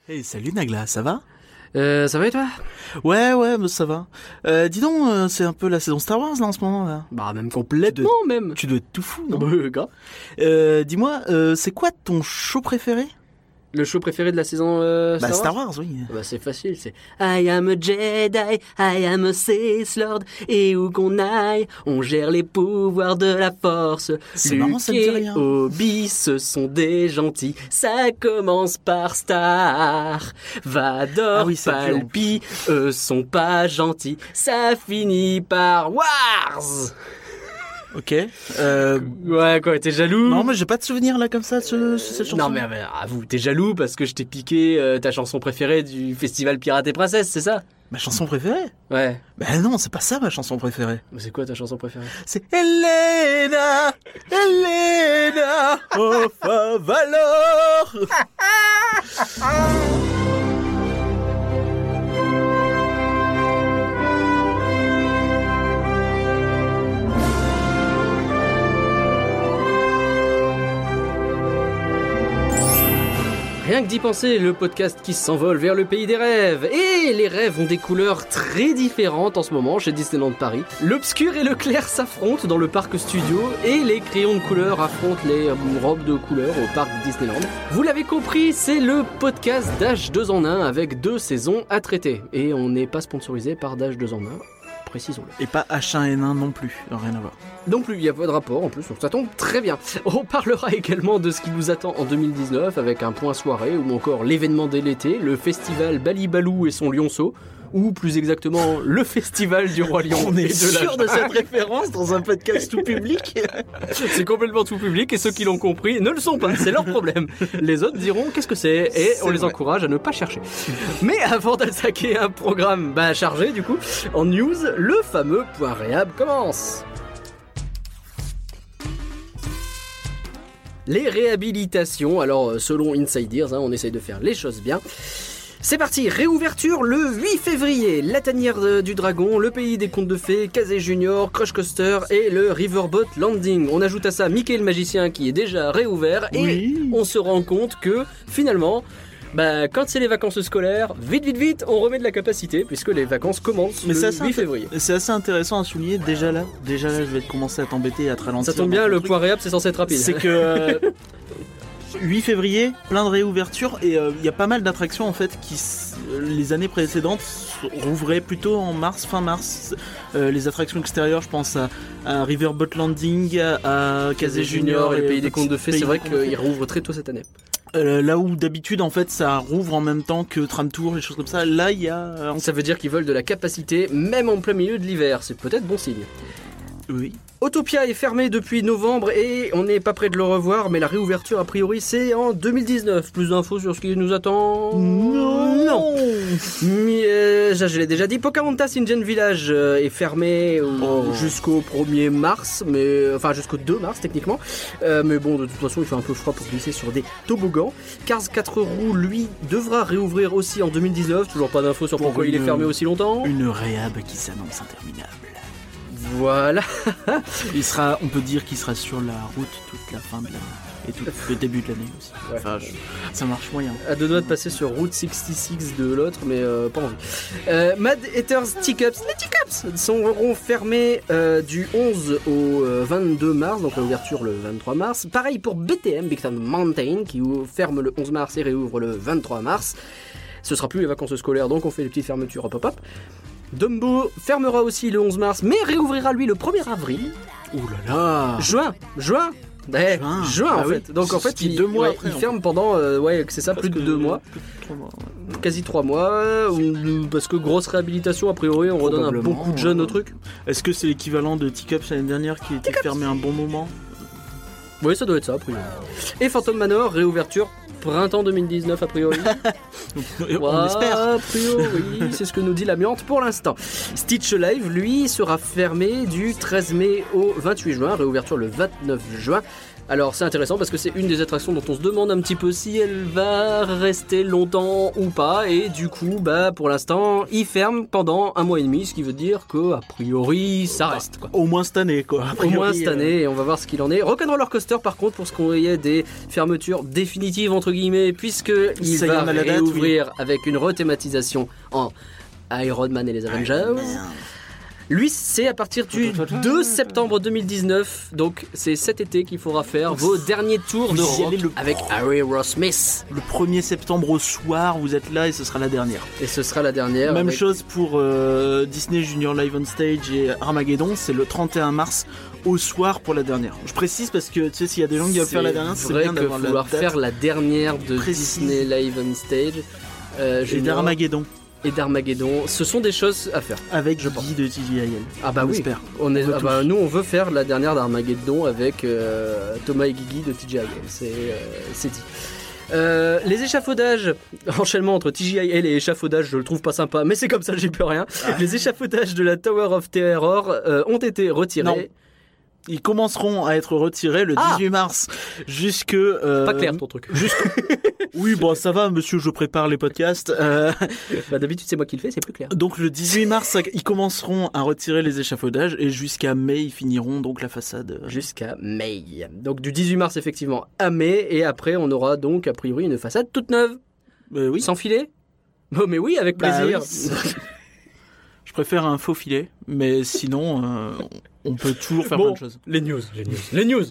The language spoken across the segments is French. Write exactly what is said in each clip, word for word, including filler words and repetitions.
Hey, salut Nagla, ça va? Euh, ça va et toi? Ouais, ouais, mais ça va. Euh, dis donc, euh, c'est un peu la saison Star Wars là en ce moment là. Bah même complètement Tu dois- même. Tu dois être tout fou, non? Bah, gars. Euh, dis-moi, euh, c'est quoi ton show préféré? Le show préféré de la saison euh, Bah Star Star Wars Wars, oui. Bah c'est facile, c'est I am a Jedi, I am a Sith Lord, et où qu'on aille, on gère les pouvoirs de la Force. C'est Luke marrant, ça me dit et rien. Obi, ce sont des gentils, ça commence par Star. Vador, Ah oui, c'est dur. Palpi, eux sont pas gentils, ça finit par Wars. Ok. Euh, Ouais quoi, t'es jaloux? non, mais j'ai pas de souvenir là comme ça de ce- cette chanson. Non mais euh, avoue, t'es jaloux parce que je t'ai piqué euh, ta chanson préférée du festival Pirates et Princesses, c'est ça? Ma chanson préférée? Ouais. Bah non, c'est pas ça ma chanson préférée. Mais c'est quoi ta chanson préférée? C'est Elena, Elena, oh Favalor. Rien que d'y penser, le podcast qui s'envole vers le pays des rêves. Et les rêves ont des couleurs très différentes en ce moment chez Disneyland Paris. L'obscur et le clair s'affrontent dans le parc studio et les crayons de couleur affrontent les euh, robes de couleur au parc Disneyland. Vous l'avez compris, c'est le podcast Dash deux en un avec deux saisons à traiter. Et on n'est pas sponsorisé par Dash deux en un. Précisons-le. Et pas H un N un non plus, rien à voir. Non plus, il n'y a pas de rapport en plus, donc ça tombe très bien. On parlera également de ce qui nous attend en deux mille dix-neuf avec un point soirée ou encore l'événement de l'été, le festival Balibalou et son lionceau, ou plus exactement le festival du Roi Lion. On et est de la sûr de cette référence dans un podcast tout public? C'est complètement tout public et ceux qui l'ont compris ne le sont pas, c'est leur problème. Les autres diront qu'est-ce que c'est et on C'est les vrai. encourage à ne pas chercher. Mais avant d'attaquer un programme bah, chargé du coup, en news, le fameux point réhab commence. Les réhabilitations, alors euh, selon Insiders, hein, on essaye de faire les choses bien. C'est parti, réouverture le huit février, la tanière de- du dragon, le pays des contes de fées, Kazé Junior, Crush Coaster et le Riverboat Landing. On ajoute à ça Mickey le magicien qui est déjà réouvert et Oui. on se rend compte que finalement, bah, quand c'est les vacances scolaires, vite vite vite, on remet de la capacité puisque les vacances commencent Mais le c'est assez, huit inté- février. c'est assez intéressant à souligner. Déjà là, déjà là, je vais commencer à t'embêter et à te ralentir. Ça tombe dans bien, ton le truc. point réhab c'est censé être rapide. C'est que euh, huit février, plein de réouvertures et il y a pas mal d'attractions en fait qui s- les années précédentes rouvraient plutôt en mars, fin mars. Euh, les attractions extérieures, je pense à, à Riverboat Landing, à, à Kazé Junior et le pays des contes de fées, Pays c'est vrai des contes de fées. qu'ils rouvrent très tôt cette année. Euh, là où d'habitude en fait ça rouvre en même temps que Tram Tour, les choses comme ça. Là il y a euh, Ça veut dire qu'ils veulent de la capacité, même en plein milieu de l'hiver. C'est peut-être bon signe. oui. Autopia est fermé depuis novembre et on n'est pas près de le revoir, mais la réouverture a priori c'est en deux mille dix-neuf. Plus d'infos sur ce qui nous attend? Non. Mais, euh, ça, je l'ai déjà dit. Pocahontas Indian Village euh, est fermé euh, Oh. jusqu'au premier mars, mais enfin jusqu'au deux mars techniquement. Euh, mais bon, de toute façon, il fait un peu froid pour glisser sur des toboggans. Cars quatre roues, lui, devra réouvrir aussi en deux mille dix-neuf. Toujours pas d'infos sur Pour pourquoi il est une- fermé aussi longtemps. Une réhab qui s'annonce interminable. Voilà. Il sera, on peut dire qu'il sera sur la route toute la fin de l'année et tout le début de l'année aussi. Ouais. Enfin, je- ça marche moyen. À deux doigts de passer sur Route soixante-six de l'autre, mais euh, pas envie. Euh, Mad Hatters Teacups, les Teacups seront fermés euh, du onze au euh, vingt-deux mars, donc l'ouverture le vingt-trois mars. Pareil pour B T M, Big Thunder Mountain, qui ou- ferme le onze mars et réouvre le vingt-trois mars. Ce sera plus les vacances scolaires, donc on fait des petites fermetures hop hop hop. Dumbo fermera aussi le onze mars, mais réouvrira lui le premier avril. Ouh là là. Juin, juin, ouais, Juin. juin en Ah oui. fait. Donc en C'est fait, ce qui est il, deux mois ouais, après, il en ferme pendant, euh, ouais, c'est ça, plus de Presque deux mois, plus de trois mois, ouais. quasi trois mois, euh, ou- parce que grosse réhabilitation a priori, on redonne à Probablement, beaucoup de jeunes ouais. au truc. Est-ce que c'est l'équivalent de Teacups l'année dernière qui était fermé un bon moment? Oui, ça doit être ça a priori. Et Phantom Manor, réouverture printemps deux mille dix-neuf a priori. On Ouais, espère. A priori, c'est ce que nous dit l'amiante pour l'instant. Stitch Live, lui, sera fermé du treize mai au vingt-huit juin, réouverture le vingt-neuf juin. Alors c'est intéressant parce que c'est une des attractions dont on se demande un petit peu si elle va rester longtemps ou pas, et du coup bah pour l'instant il ferme pendant un mois et demi, ce qui veut dire que a priori ça reste quoi. Au moins cette année quoi. A priori, Au moins cette année, euh... et on va voir ce qu'il en est. Rock'n'Roller Coaster par contre, pour ce qu'on y ait des fermetures définitives entre guillemets, puisque il Ça y est, va on a la date, réouvrir oui. avec une rethématisation en Iron Man et les Avengers. Iron Man. Lui, c'est à partir du deux septembre deux mille dix-neuf, donc c'est cet été qu'il faudra faire vos derniers tours de Vous y rock allez le- avec Harry Ross Smith. Le premier septembre au soir, vous êtes là et ce sera la dernière. Et ce sera la dernière. Même avec- chose pour euh, Disney Junior Live on Stage et Armageddon, c'est le trente et un mars au soir pour la dernière. Je précise parce que tu sais, s'il y a des gens qui veulent faire la dernière, c'est vrai bien que d'avoir la vouloir date. faire la dernière de précise. Disney Live on Stage. Euh, Et Junior d'Armageddon et d'Armageddon, ce sont des choses à faire. avec Je Guy de T G I L. Ah bah On oui, espère. on est, On veut ah bah, tous. nous on veut faire la dernière d'Armageddon avec euh, Thomas et Guigui de T G I L, c'est, euh, c'est dit. Euh, les échafaudages, enchaînement entre T G I L et échafaudage, je le trouve pas sympa, mais c'est comme ça, j'y peux rien. Ah. Les échafaudages de la Tower of Terror euh, ont été retirés. Non. Ils commenceront à être retirés le Ah. dix-huit mars jusque... euh, Pas clair ton truc. Oui, bon, ça va, monsieur, je prépare les podcasts. Euh, Bah, d'habitude c'est moi qui le fais, c'est plus clair. donc le dix-huit mars, ça- ils commenceront à retirer les échafaudages et jusqu'à mai, ils finiront donc la façade. Jusqu'à mai. Donc du dix-huit mars effectivement à mai, et après on aura donc a priori une façade toute neuve. Euh, oui. Sans filet. Oh mais oui, avec Bah plaisir. oui. Je préfère un faux filet, mais sinon, euh, on peut toujours faire Bon, plein de choses. Les news, les news, les news.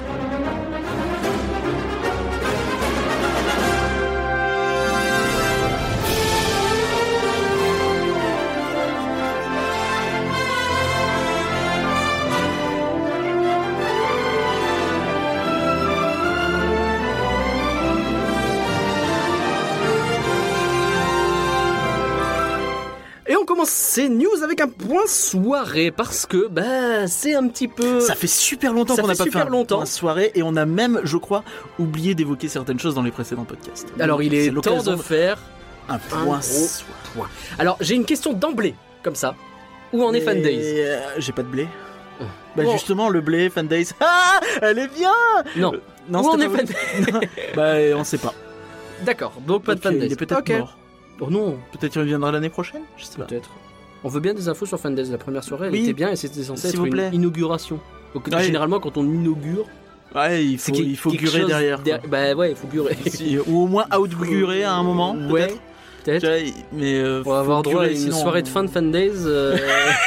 Et on commence ces news avec un point soirée, parce que bah c'est un petit peu... Ça fait super longtemps Ça qu'on n'a fait pas super fait un longtemps. point soirée et on a même, je crois, oublié d'évoquer certaines choses dans les précédents podcasts. Alors il C'est est temps l'occasion de faire un un point gros soirée. point. Alors j'ai une question d'emblée, comme ça. Où en est Fan Days? Euh, J'ai pas de blé. Bah Bon. justement, le blé, Fan Days. Ah, elle est bien. Non. Euh, Non, Où en c'était est pas Fan vrai. Days? Bah on sait pas. D'accord, donc pas de Ok, Fan Days. Il est peut-être Ok. mort. Oh non, Peut-être qu'il reviendra l'année prochaine. Je sais pas. peut-être. On veut bien des infos sur Fan Days. La première soirée, elle Oui. était bien et c'était censé S'il être vous une plaît. inauguration. Donc, Ouais. généralement, quand on inaugure, Ouais, il c'est faut, qu'il- il faut quelque gueurer chose derrière. quoi. der- Bah ouais, il faut gueurer. Si- ou au moins outgurer à un moment. Ouais, peut-être. peut-être. Tu vois, mais euh, On va avoir faut droit à gueurer, une sinon, soirée de fin de Fan Days. euh,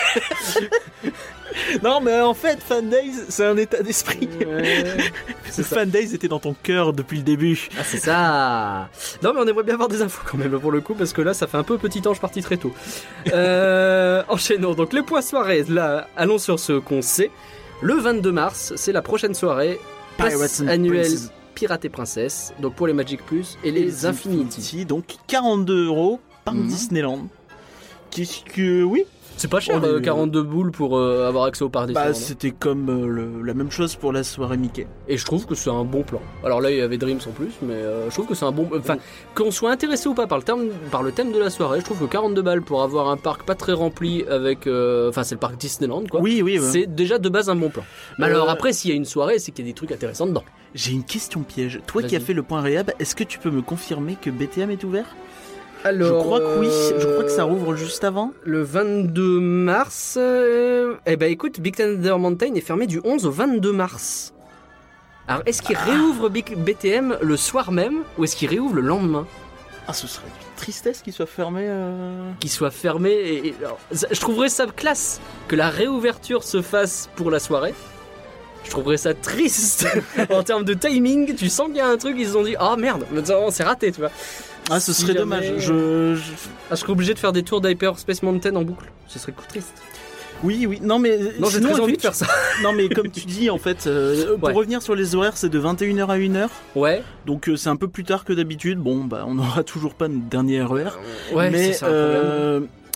Non, mais en fait, Fan Days, c'est un état d'esprit. ouais. Ce Fan Days était dans ton cœur depuis le début. Ah c'est ça. Non mais on aimerait bien avoir des infos quand même pour le coup, parce que là ça fait un peu petit ange parti très tôt. Euh, enchaînons donc le point soirée. Là allons sur ce qu'on sait. Le vingt-deux mars c'est la prochaine soirée pass Pirates and annuel Princess. Pirates et Princesses, donc pour les Magic Plus et les Infinity. Donc quarante-deux euros par Mhm. Disneyland. Qu'est-ce que. Oui. C'est pas cher, On est- euh, quarante-deux boules pour euh, avoir accès au parc des Bah, Disneyland. c'était comme euh, le- la même chose pour la soirée Mickey. Et je trouve que c'est un bon plan. Alors là, il y avait Dreams en plus, mais euh, je trouve que c'est un bon. Enfin, qu'on soit intéressé ou pas par le, terme, par le thème de la soirée, je trouve que quarante-deux balles pour avoir un parc pas très rempli avec. euh, Enfin, c'est le parc Disneyland, quoi. Oui, oui. ouais. C'est déjà de base un bon plan. Mais Euh, alors après, s'il y a une soirée, c'est qu'il y a des trucs intéressants dedans. J'ai une question piège. Toi qui as Vas-y. fait le point réhab, est-ce que tu peux me confirmer que B T M est ouvert? Alors, Je crois que oui. Je crois que ça euh, rouvre juste avant. Le vingt-deux mars. euh, Eh ben écoute, Big Thunder Mountain est fermé du onze au vingt-deux mars. Alors, est-ce qu'il réouvre Big B T M le soir même, ou est-ce qu'il réouvre le lendemain? Ah, ce serait une tristesse qu'il soit fermé. euh. Qu'il soit fermé. Et, et- alors, ça- je trouverais ça classe que la réouverture se fasse pour la soirée. Je trouverais ça triste en termes de timing. Tu sens qu'il y a un truc, ils se sont dit ah merde, maintenant, c'est raté, tu vois. Ah, ce Si serait jamais- dommage. Je, je- Ah, je serais obligé de faire des tours d'Hyper Space Mountain en boucle. Ce serait triste. Oui, oui. Non, mais. Non, j'ai sinon, très envie de effectivement- faire ça. Non, mais comme tu dis, en fait, euh, pour Ouais. revenir sur les horaires, c'est de vingt et une heures à une heure. Ouais. Donc, euh, c'est un peu plus tard que d'habitude. Bon, bah, on n'aura toujours pas notre dernier R E R. Ouais, mais c'est ça, un problème. euh,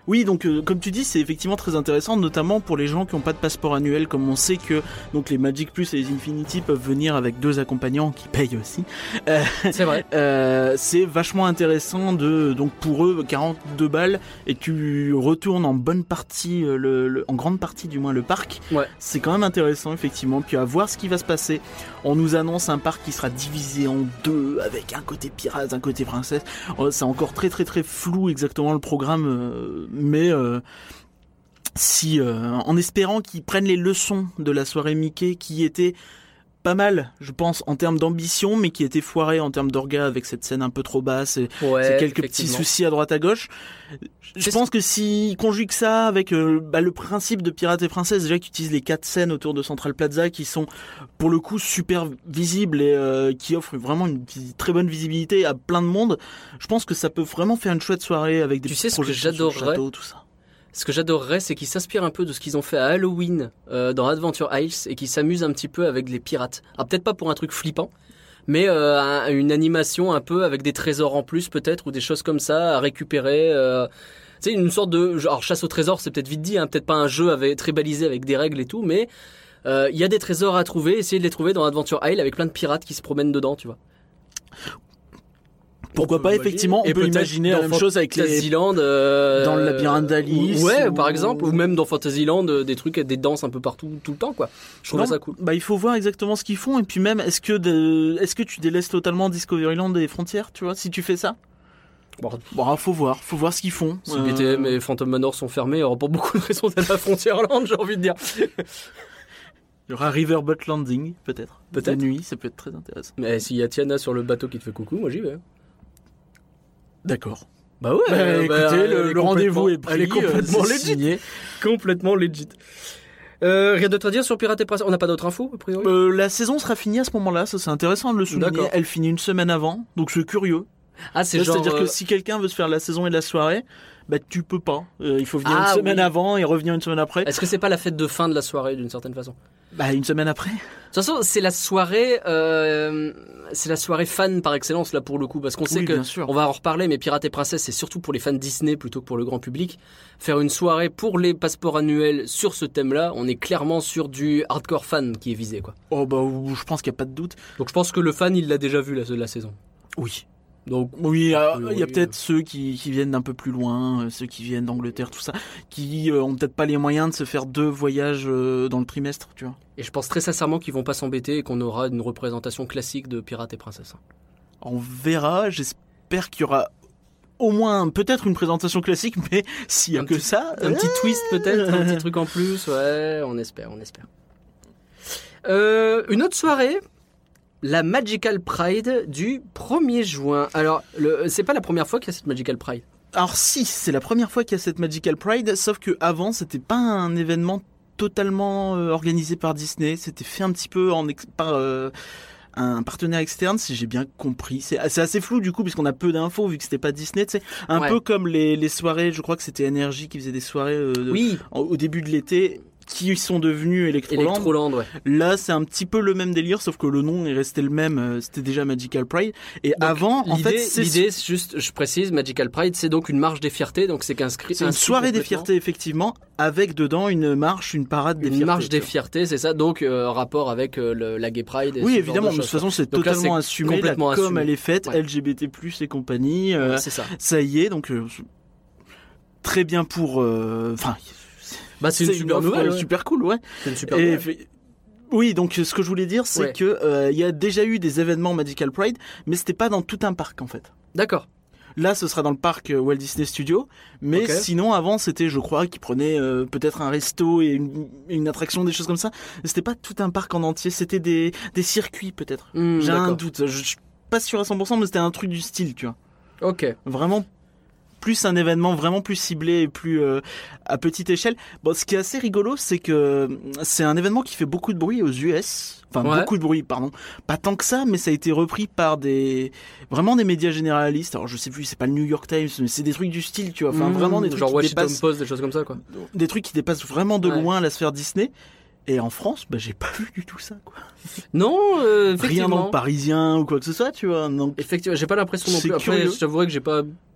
Oui, donc euh, comme tu dis, c'est effectivement très intéressant, notamment pour les gens qui n'ont pas de passeport annuel, comme on sait que donc les Magic Plus et les Infinity peuvent venir avec deux accompagnants qui payent aussi. Euh, c'est vrai. Euh, c'est vachement intéressant de donc pour eux quarante-deux balles et tu retournes en bonne partie, euh, le, le, en grande partie du moins le parc. Ouais. C'est quand même intéressant effectivement. Puis à voir ce qui va se passer. On nous annonce un parc qui sera divisé en deux avec un côté pirate, un côté princesse. C'est encore très très très flou exactement le programme. Euh, mais euh, si euh, en espérant qu'ils prennent les leçons de la soirée Mickey qui était pas mal, je pense, en termes d'ambition, mais qui était foirée en termes d'orga avec cette scène un peu trop basse et ouais, quelques petits soucis à droite à gauche. Je pense que s'ils conjuguent ça avec euh, bah, le principe de Pirates et Princesses, déjà qu'ils utilisent les quatre scènes autour de Central Plaza qui sont pour le coup super visibles et euh, qui offrent vraiment une vis- très bonne visibilité à plein de monde, je pense que ça peut vraiment faire une chouette soirée avec des tu petits sais ce que projections sur le j'adorerais château, tout ça. Ce que j'adorerais, c'est qu'ils s'inspirent un peu de ce qu'ils ont fait à Halloween euh, dans Adventure Isles et qu'ils s'amusent un petit peu avec les pirates. Alors peut-être pas pour un truc flippant, mais euh, un, une animation un peu avec des trésors en plus peut-être ou des choses comme ça à récupérer. Euh, tu sais, une sorte de genre chasse au trésor, c'est peut-être vite dit, hein, peut-être pas un jeu avec, très balisé avec des règles et tout, mais il euh, y a des trésors à trouver. Essayez de les trouver dans Adventure Isle avec plein de pirates qui se promènent dedans, tu vois. Pourquoi pas, effectivement, on et peut imaginer la même chose avec les... Fantasyland, euh, dans le labyrinthe d'Alice. Ouais, ou... par exemple, ou même dans Fantasyland, euh, des trucs, des danses un peu partout, tout le temps, quoi. Je trouve ça cool. Bah, il faut voir exactement ce qu'ils font, et puis même, est-ce que, de... est-ce que tu délaisses totalement Discoveryland des frontières, tu vois, si tu fais ça? Bon, bon, faut voir, faut voir ce qu'ils font. Si euh... B T M et Phantom Manor sont fermés, il y aura pas beaucoup de raisons d'aller à Frontierland, j'ai envie de dire. Il y aura Riverboat Landing, peut-être. Peut-être. La nuit, ça peut être très intéressant. Mais s'il y a Tiana sur le bateau qui te fait coucou, moi j'y vais. D'accord. Bah ouais, bah, bah, écoutez, bah, le, le rendez-vous est pris. Elle est complètement euh, legit. Signé. Complètement legit. Euh, rien d'autre à dire sur Pirates et Princesses? On n'a pas d'autres infos, a priori? euh, La saison sera finie à ce moment-là, ça c'est intéressant de le souligner. D'accord. Elle finit une semaine avant, donc c'est curieux. Ah, c'est Là, genre... C'est-à-dire euh... que si quelqu'un veut se faire la saison et la soirée, bah tu peux pas. Euh, il faut venir ah, une semaine oui. avant et revenir une semaine après. Est-ce que c'est pas la fête de fin de la soirée d'une certaine façon? Bah une semaine après. De toute façon, c'est la soirée, euh, c'est la soirée fan par excellence là pour le coup, parce qu'on sait oui, que bien sûr. on va en reparler, mais Pirates et Princesses c'est surtout pour les fans Disney plutôt que pour le grand public. Faire une soirée pour les passeports annuels sur ce thème-là, on est clairement sur du hardcore fan qui est visé quoi. Oh bah je pense qu'il y a pas de doute. Donc je pense que le fan il l'a déjà vu la, la saison. Oui. Donc oui, il euh, oui, y a oui, peut-être oui. ceux qui, qui viennent d'un peu plus loin, euh, ceux qui viennent d'Angleterre, tout ça, qui euh, ont peut-être pas les moyens de se faire deux voyages euh, dans le trimestre, tu vois. Et je pense très sincèrement qu'ils vont pas s'embêter et qu'on aura une représentation classique de Pirates et Princesses. On verra, j'espère qu'il y aura au moins peut-être une présentation classique, mais s'il y a un que petit, ça... Un euh... petit twist peut-être, un petit truc en plus, ouais, on espère, on espère. Euh, une autre soirée... La Magical Pride du premier juin. Alors, le, c'est pas la première fois qu'il y a cette Magical Pride. Alors si, c'est la première fois qu'il y a cette Magical Pride, sauf que avant c'était pas un événement totalement euh, organisé par Disney. C'était fait un petit peu en ex- par euh, un partenaire externe, si j'ai bien compris. C'est, c'est assez flou du coup, puisqu'on a peu d'infos vu que c'était pas Disney. Tu sais, un ouais. peu comme les, les soirées. Je crois que c'était Energy qui faisait des soirées euh, de, oui. en, au début de l'été. Qui sont devenus Electroland. Electroland, ouais. Là, c'est un petit peu le même délire, sauf que le nom est resté le même. C'était déjà Magical Pride. Et donc, avant, en fait, c'est l'idée, c'est juste, je précise, Magical Pride, c'est donc une marche des fiertés, donc c'est qu'inscrit. C'est une soirée des fiertés, effectivement, avec dedans une marche, une parade des une fiertés. Une marche des fiertés, c'est ça. Donc euh, rapport avec euh, le, la Gay Pride. Et oui, ce évidemment. Genre de, de toute façon, c'est donc totalement là, c'est assumé. Complètement la com, assumé. elle est faite, ouais. L G B T plus et compagnie. Euh, ouais, c'est ça. Ça y est, donc euh, très bien pour. Enfin. Euh, Bah, c'est, c'est une super une nouvelle, ouais. super cool, ouais. C'est une super et, nouvelle. Oui, donc ce que je voulais dire, c'est ouais. que euh, il y a déjà eu des événements Magical Pride, mais c'était pas dans tout un parc en fait. D'accord. Là, ce sera dans le parc Walt Disney Studios, mais okay. sinon avant c'était, je crois, qu'ils prenaient euh, peut-être un resto et une, une attraction, des choses comme ça. C'était pas tout un parc en entier, c'était des des circuits peut-être. Mmh, J'ai d'accord. un doute, je, je suis pas sûr à cent pour cent, mais c'était un truc du style, tu vois. Ok. Vraiment. Plus un événement vraiment plus ciblé et plus euh, à petite échelle. Bon, ce qui est assez rigolo, c'est que c'est un événement qui fait beaucoup de bruit aux U S. Enfin, ouais. beaucoup de bruit, pardon. Pas tant que ça, mais ça a été repris par des vraiment des médias généralistes. Alors, je sais plus, c'est pas le New York Times, mais c'est des trucs du style, tu vois. Enfin, mmh, vraiment des trucs genre qui Washington dépassent, Post, des choses comme ça, quoi. Des trucs qui dépassent vraiment de ouais. loin la sphère Disney. Et en France, bah, j'ai pas vu du tout ça, quoi. Non, euh, effectivement. Rien dans le Parisien ou quoi que ce soit, tu vois. Donc, effectivement, j'ai pas l'impression non plus. Après, curieux. je t'avouerais que j'ai pas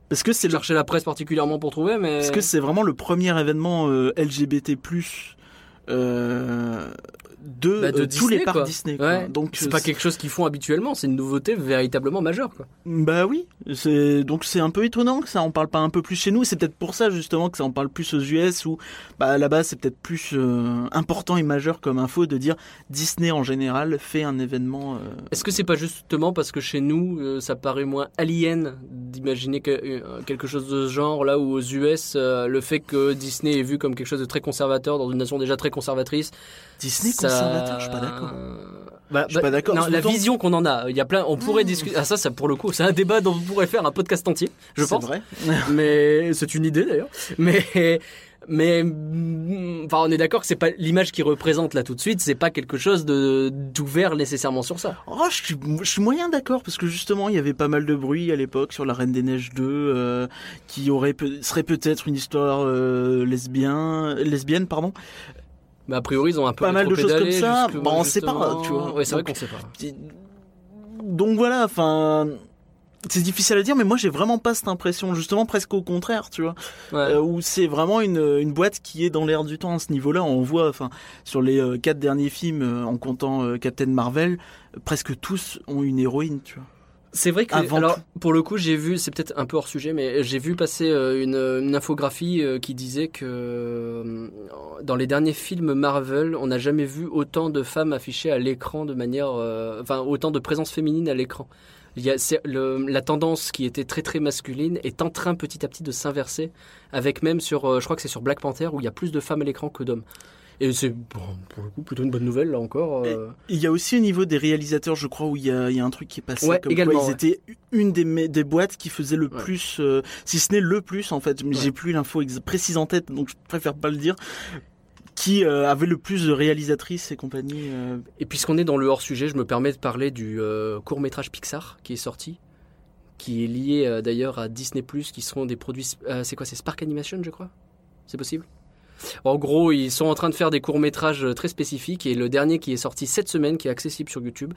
Parce que c'est J'ai le, cherché la presse particulièrement pour trouver, mais... parce que c'est vraiment le premier événement euh, L G B T plus, euh, de, Bah, de euh, tous Disney, les parcs quoi. Disney. Quoi. Ouais. Donc c'est euh, pas quelque chose qu'ils font habituellement, c'est une nouveauté véritablement majeure, quoi. Bah oui, c'est donc c'est un peu étonnant que ça en parle pas un peu plus chez nous. C'est peut-être pour ça justement que ça en parle plus aux U S où bah là-bas c'est peut-être plus euh, important et majeur comme info de dire Disney en général fait un événement. Euh... Est-ce que c'est pas justement parce que chez nous euh, ça paraît moins alien d'imaginer que, euh, quelque chose de ce genre, là où aux U S euh, le fait que Disney est vu comme quelque chose de très conservateur dans une nation déjà très conservatrice. Disney ça... conservateur, je suis pas d'accord. Bah, je suis pas d'accord. Non, la Autant... vision qu'on en a, il y a plein, on pourrait mmh. discuter. Ah ça, ça pour le coup, c'est un débat dont on pourrait faire un podcast entier, je c'est pense. C'est vrai. Mais c'est une idée d'ailleurs. Mais mais enfin, on est d'accord que c'est pas l'image qui représente là tout de suite, c'est pas quelque chose de d'ouvert nécessairement sur ça. Oh, je suis, je suis moyen d'accord parce que justement il y avait pas mal de bruit à l'époque sur la Reine des Neiges deux, euh, qui aurait peut, serait peut-être une histoire euh, lesbien, lesbienne, pardon. Mais a priori, ils ont un peu pas mal de choses comme ça. Jusque, bon, on sait pas, tu vois. Ouais, c'est donc, vrai qu'on sait pas. Donc voilà, enfin, c'est difficile à dire, mais moi j'ai vraiment pas cette impression, justement presque au contraire, tu vois, ouais. euh, où c'est vraiment une, une boîte qui est dans l'air du temps à ce niveau-là. On voit, enfin, sur les euh, quatre derniers films, euh, en comptant euh, Captain Marvel, euh, presque tous ont une héroïne, tu vois. C'est vrai que, Avant alors, tout. pour le coup, j'ai vu, c'est peut-être un peu hors sujet, mais j'ai vu passer euh, une, une infographie euh, qui disait que euh, dans les derniers films Marvel, on n'a jamais vu autant de femmes affichées à l'écran de manière, euh, enfin, autant de présence féminine à l'écran. Il y a, c'est le, la tendance qui était très très masculine est en train petit à petit de s'inverser, avec même sur, euh, je crois que c'est sur Black Panther où il y a plus de femmes à l'écran que d'hommes. Et c'est, bon, pour le coup, plutôt une bonne nouvelle, là encore. Euh... Il y a aussi au niveau des réalisateurs, je crois, où il y a, il y a un truc qui est passé. Ouais, comme également, quoi ils ouais. étaient une des, des boîtes qui faisait le ouais. plus, euh, si ce n'est le plus, en fait. Mais ouais. j'ai plus l'info ex- précise en tête, donc je préfère pas le dire. Qui euh, avait le plus de réalisatrices et compagnie. Euh... Et puisqu'on est dans le hors-sujet, je me permets de parler du euh, court-métrage Pixar qui est sorti, qui est lié euh, d'ailleurs à Disney plus, qui seront des produits... Euh, c'est quoi, c'est Spark Animation, je crois ? C'est possible ? En gros, ils sont en train de faire des courts-métrages très spécifiques et le dernier qui est sorti cette semaine, qui est accessible sur YouTube,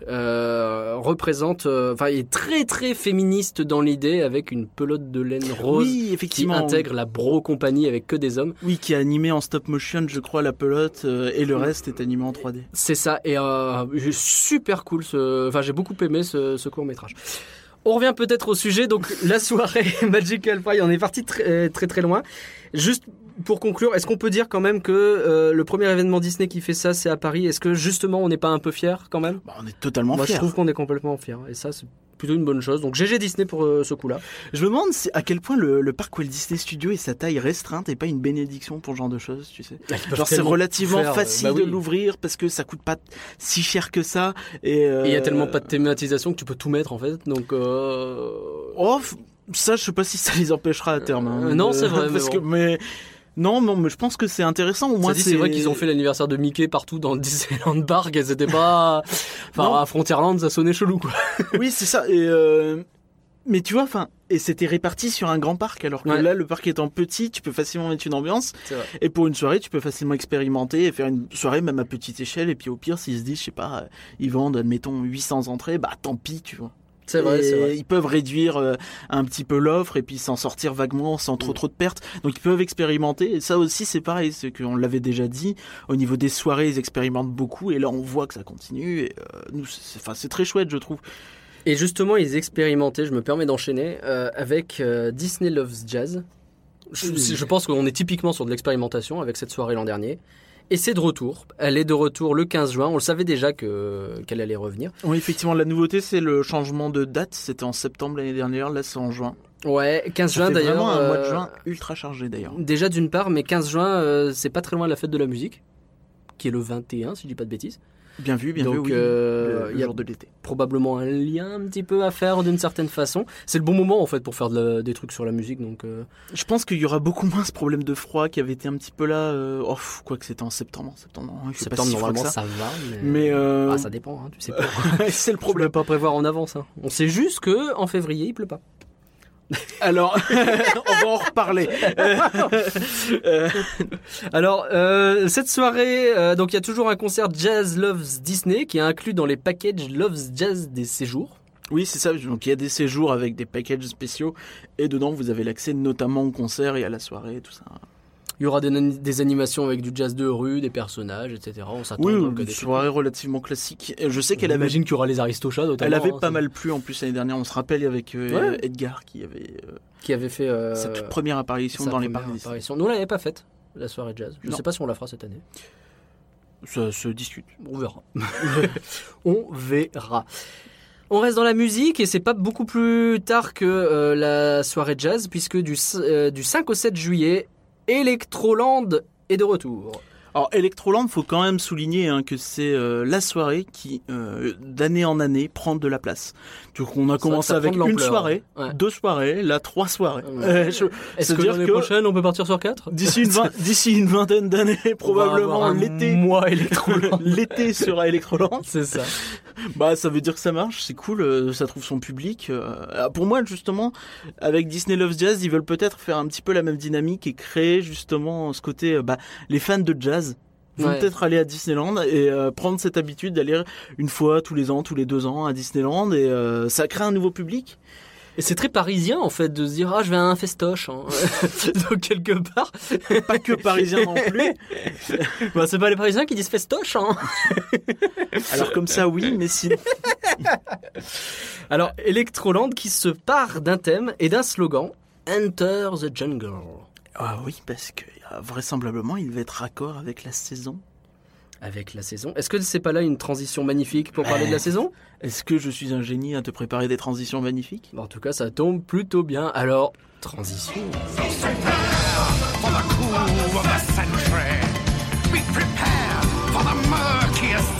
euh, représente, enfin, euh, est très très féministe dans l'idée avec une pelote de laine rose oui, effectivement, qui intègre la Bro Company avec que des hommes. Oui, qui est animé en stop motion, je crois, la pelote, euh, et le reste est animé en trois D. C'est ça, et euh, super cool, ce... enfin j'ai beaucoup aimé ce, ce court-métrage. On revient peut-être au sujet, donc la soirée Magical Fry, on est parti très très très loin. Juste pour conclure, est-ce qu'on peut dire quand même que euh, le premier événement Disney qui fait ça, c'est à Paris ? Est-ce que justement on n'est pas un peu fiers quand même ? Bah, on est totalement Moi, fiers. je trouve qu'on est complètement fiers, et ça c'est plutôt une bonne chose. Donc G G Disney pour euh, ce coup-là. Je me demande à quel point le, le parc Walt Disney Studio et sa taille restreinte et pas une bénédiction pour ce genre de choses, tu sais. Genre c'est relativement faire, facile bah oui. de l'ouvrir parce que ça coûte pas si cher que ça. Et il euh... y a tellement pas de thématisation que tu peux tout mettre en fait. Donc euh... oh, ça je sais pas si ça les empêchera à terme. Hein, euh, non, c'est vrai. parce mais que bon. mais non, non, mais je pense que c'est intéressant. Au moins, dit, c'est... c'est vrai qu'ils ont fait l'anniversaire de Mickey partout dans Disneyland Park et c'était pas. Enfin, à Frontierland, ça sonnait chelou, quoi. Oui, c'est ça. Et euh... mais tu vois, enfin, et c'était réparti sur un grand parc, alors que ouais. là, le parc étant petit, tu peux facilement mettre une ambiance. Et pour une soirée, tu peux facilement expérimenter et faire une soirée même à petite échelle. Et puis au pire, s'ils se disent, je sais pas, ils vendent, admettons, huit cents entrées, bah tant pis, tu vois. C'est vrai, c'est vrai. Ils peuvent réduire euh, un petit peu l'offre et puis s'en sortir vaguement sans trop trop de pertes. Donc ils peuvent expérimenter. Et ça aussi c'est pareil, c'est qu'on l'avait déjà dit. Au niveau des soirées, ils expérimentent beaucoup et là on voit que ça continue. Et euh, nous, c'est, enfin, c'est très chouette, je trouve. Et justement, ils expérimentaient. Je me permets d'enchaîner euh, avec euh, Disney Loves Jazz. Je, je pense qu'on est typiquement sur de l'expérimentation avec cette soirée l'an dernier. Et c'est de retour. Elle est de retour le quinze juin. On le savait déjà que, qu'elle allait revenir. Oui, effectivement, la nouveauté, c'est le changement de date. C'était en septembre l'année dernière. Là, c'est en juin. Ouais, quinze juin Ça fait d'ailleurs. Vraiment un euh, mois de juin ultra chargé d'ailleurs. Déjà d'une part, mais quinze juin, euh, c'est pas très loin de la fête de la musique, qui est le vingt et un, si je dis pas de bêtises. Bien vu, bien Donc, vu, oui. Euh, le, le y a jour de l'été. Probablement un lien un petit peu à faire d'une certaine façon. C'est le bon moment en fait pour faire de la, des trucs sur la musique. Donc, euh... je pense qu'il y aura beaucoup moins ce problème de froid qui avait été un petit peu là. Euh... Oh, quoi que c'était en septembre. Septembre, non, il fait septembre pas si normalement froid que ça. ça va. Mais, mais euh... ah, ça dépend. Hein, tu sais pas. C'est le problème. problème. Tu peux pas prévoir en avance. Hein. On sait juste que en février il pleut pas. Alors, on va en reparler. euh, Alors, euh, cette soirée, euh, donc il y a toujours un concert Jazz Loves Disney qui est inclus dans les packages Loves Jazz des séjours. Oui, c'est ça. Donc il y a des séjours avec des packages spéciaux et dedans vous avez l'accès notamment au concert et à la soirée et tout ça. Il y aura des, des animations avec du jazz de rue, des personnages, et cetera. On s'attend oui, donc une à des soirée relativement classique. Je sais qu'elle On avait, imagine qu'il y aura les Aristochats notamment. elle avait hein, pas c'est- mal plu en plus l'année dernière. On se rappelle avec euh, Ouais. Edgar qui avait euh, qui avait fait euh, sa toute première apparition sa dans les première parcs Disney. apparition. Nous, on l'avait pas faite, la soirée jazz. Je Non. sais pas si on la fera cette année. Ça se discute. On verra. On verra. On reste dans la musique et c'est pas beaucoup plus tard que euh, la soirée jazz puisque du, euh, du cinq au sept juillet, Electroland est de retour. Alors Electroland, faut quand même souligner hein, que c'est euh, la soirée qui, euh, d'année en année, prend de la place. Donc on a commencé ça avec prend de une l'ampleur. soirée, Ouais. deux soirées, là trois soirées. Ouais. Euh, je- Est-ce que C'est-à-dire l'année que- prochaine on peut partir sur quatre? D'ici une, vingt- d'ici une vingtaine d'années, probablement l'été, Mois Electroland. l'été sera Electroland. C'est ça. Bah ça veut dire que ça marche, c'est cool, euh, ça trouve son public. euh. Alors, pour moi justement, avec Disney Loves Jazz, ils veulent peut-être faire un petit peu la même dynamique et créer justement ce côté, euh, bah les fans de jazz vont Ouais. peut-être aller à Disneyland et euh, prendre cette habitude d'aller une fois tous les ans, tous les deux ans à Disneyland et euh, ça crée un nouveau public. Et c'est très parisien en fait de se dire ah je vais à un festoche. Hein. Donc quelque part. Pas que parisien non plus. Bah, c'est pas les Parisiens qui disent festoche. Hein. Alors comme ça oui, mais sinon. Alors, Electroland qui se part d'un thème et d'un slogan Enter the Jungle. Ah oui, parce que euh, vraisemblablement il va être raccord avec la saison. Avec la saison. Est-ce que c'est pas là une transition magnifique pour parler de la saison? Est-ce que je suis un génie à te préparer des transitions magnifiques? En tout cas, ça tombe plutôt bien. Alors, transition. For the cool of the century, be prepared for the murkiest